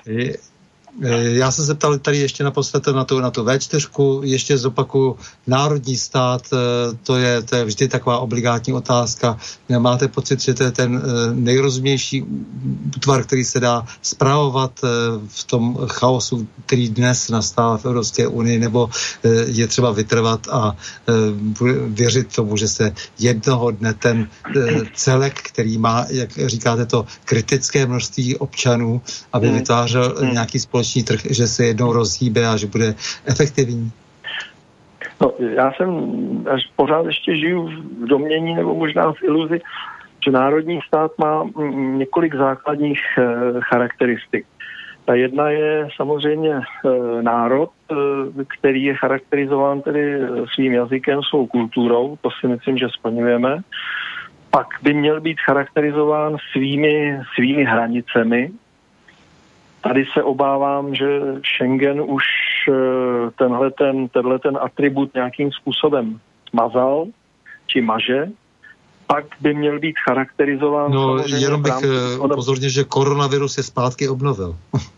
já jsem se ptal tady ještě naposled na tu V4, ještě zopakuju, národní stát, to je vždy taková obligátní otázka. Máte pocit, že to je ten nejrozumnější útvar, který se dá spravovat v tom chaosu, který dnes nastává v Evropské unii, nebo je třeba vytrvat a věřit tomu, že se jednoho dne ten celek, který má, jak říkáte, to kritické množství občanů, aby vytvářel nějaký společný trh, že se jednou rozhýbe a že bude efektivní? No, já jsem až pořád ještě žiju v domnění nebo možná v iluzi, že národní stát má několik základních charakteristik. Ta jedna je samozřejmě národ, který je charakterizován tedy svým jazykem, svou kulturou, to si myslím, že splňujeme. Pak by měl být charakterizován svými hranicemi. Tady se obávám, že Schengen už tenhle ten atribut nějakým způsobem smazal, či maže. Pak by měl být charakterizován... No, jenom bych upozornil, že koronavirus je zpátky obnovil.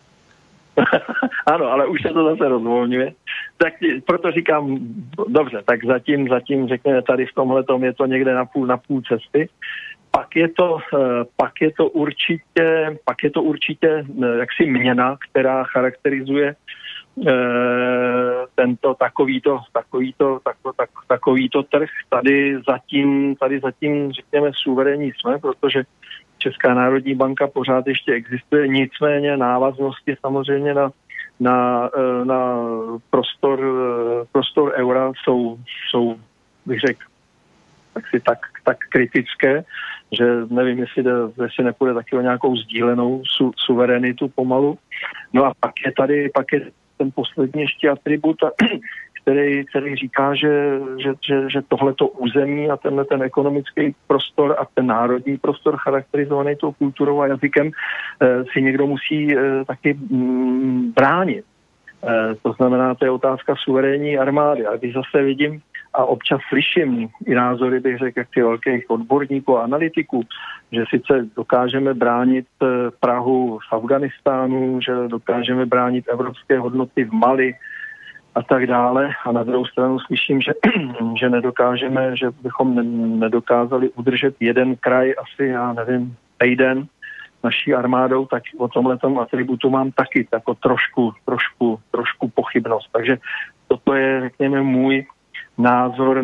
Ano, ale už se to zase rozvolňuje. Tak proto říkám, dobře, tak zatím řekněme, tady v tomhletom je to někde na půl cesty. Pak je to určitě jaksi měna, která charakterizuje tento takovýto trh. Tady zatím řekněme suverénní jsme, protože Česká národní banka pořád ještě existuje, nicméně návaznosti samozřejmě na prostor eura jsou bych řekl, tak kritické, že nevím, jestli nepůjde taky o nějakou sdílenou suverenitu pomalu. No a pak je ten poslední ještě atribut, který říká, že tohleto území a ten ekonomický prostor a ten národní prostor charakterizovaný tou kulturou a jazykem si někdo musí taky bránit. To znamená, to je otázka suverénní armády. A když zase vidím a občas slyším i názory, bych řekl, jak velkých odborníků a analytiků, že sice dokážeme bránit Prahu v Afganistánu, že dokážeme bránit evropské hodnoty v Mali a tak dále. A na druhou stranu slyším, že nedokážeme, že bychom nedokázali udržet jeden kraj asi, já nevím, týden naší armádou, tak o tomhletom atributu mám taky jako trošku pochybnost. Takže toto je, řekněme, můj názor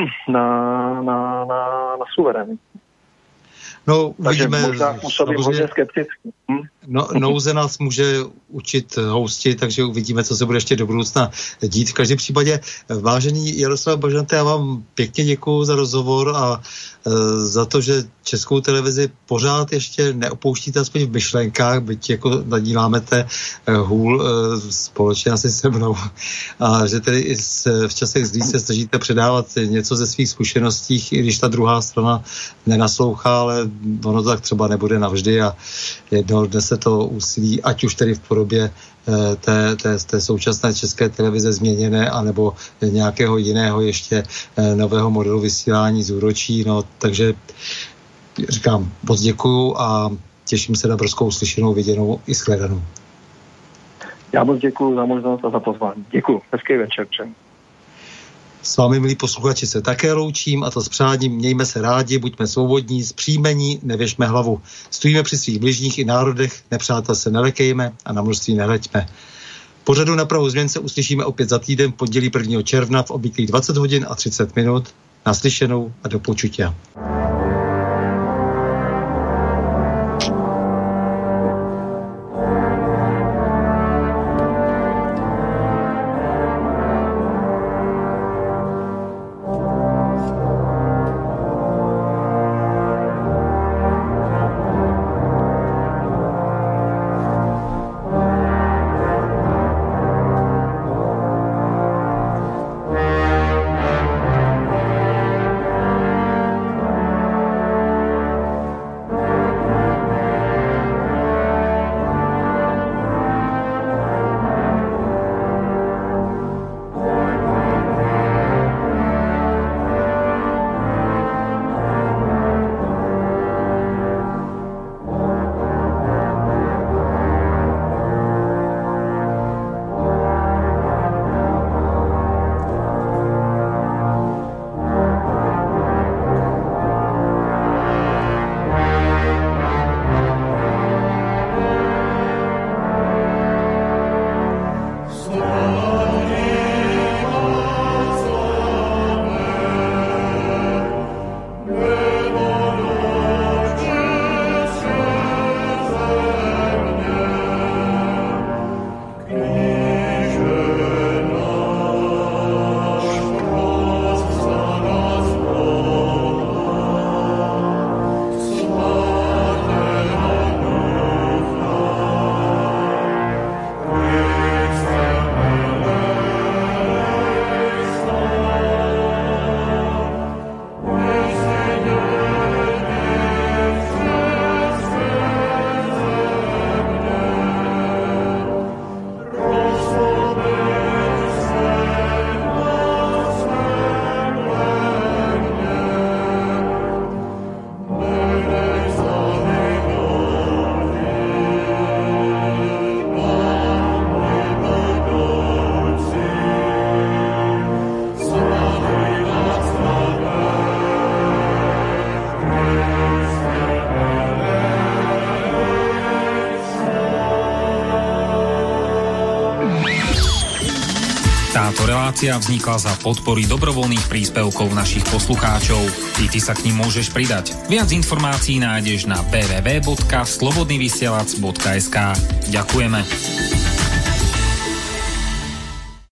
na suverenitu. No, uvidíme. Takže možná působím hodně skepticky. No, nouze nás může učit housti, takže uvidíme, co se bude ještě do budoucna dít. V každém případě, vážený Jaroslav Bažante, já vám pěkně děkuju za rozhovor a za to, že Českou televizi pořád ještě neopouštíte aspoň v myšlenkách, byť jako nadívámete hůl společně asi se mnou. A že tedy i v časech zlí se snažíte předávat něco ze svých zkušeností, i když ta druhá strana nenaslouchá, ale ono to tak třeba nebude navždy a jednoho dne se to úsilí, ať už tedy v podobě té současné České televize změněné, anebo nějakého jiného ještě nového modelu vysílání zúročí. No, takže říkám, moc děkuju a těším se na brzkou slyšenou, viděnou i shledanou. Já moc děkuju za možnost a za pozvání. Děkuju. Hezký večer všem. S vámi, milí posluchači, se také loučím a to s přáním mějme se rádi, buďme svobodní, zpříjmení, nevěšme hlavu. Stojíme při svých bližních i národech, nepřátel se nelekejme a na množství nehleďme. Pořadu Na prahu změn se uslyšíme opět za týden v pondělí 1. června v obvyklých 20 hodin a 30 minut. Naslyšenou a do počutia. relácia vznikla za podpory dobrovoľných príspevkov našich poslucháčov. I ty sa k nim môžeš pridať. Viac informácií nájdeš na www.slobodnyvysielac.sk. Ďakujeme.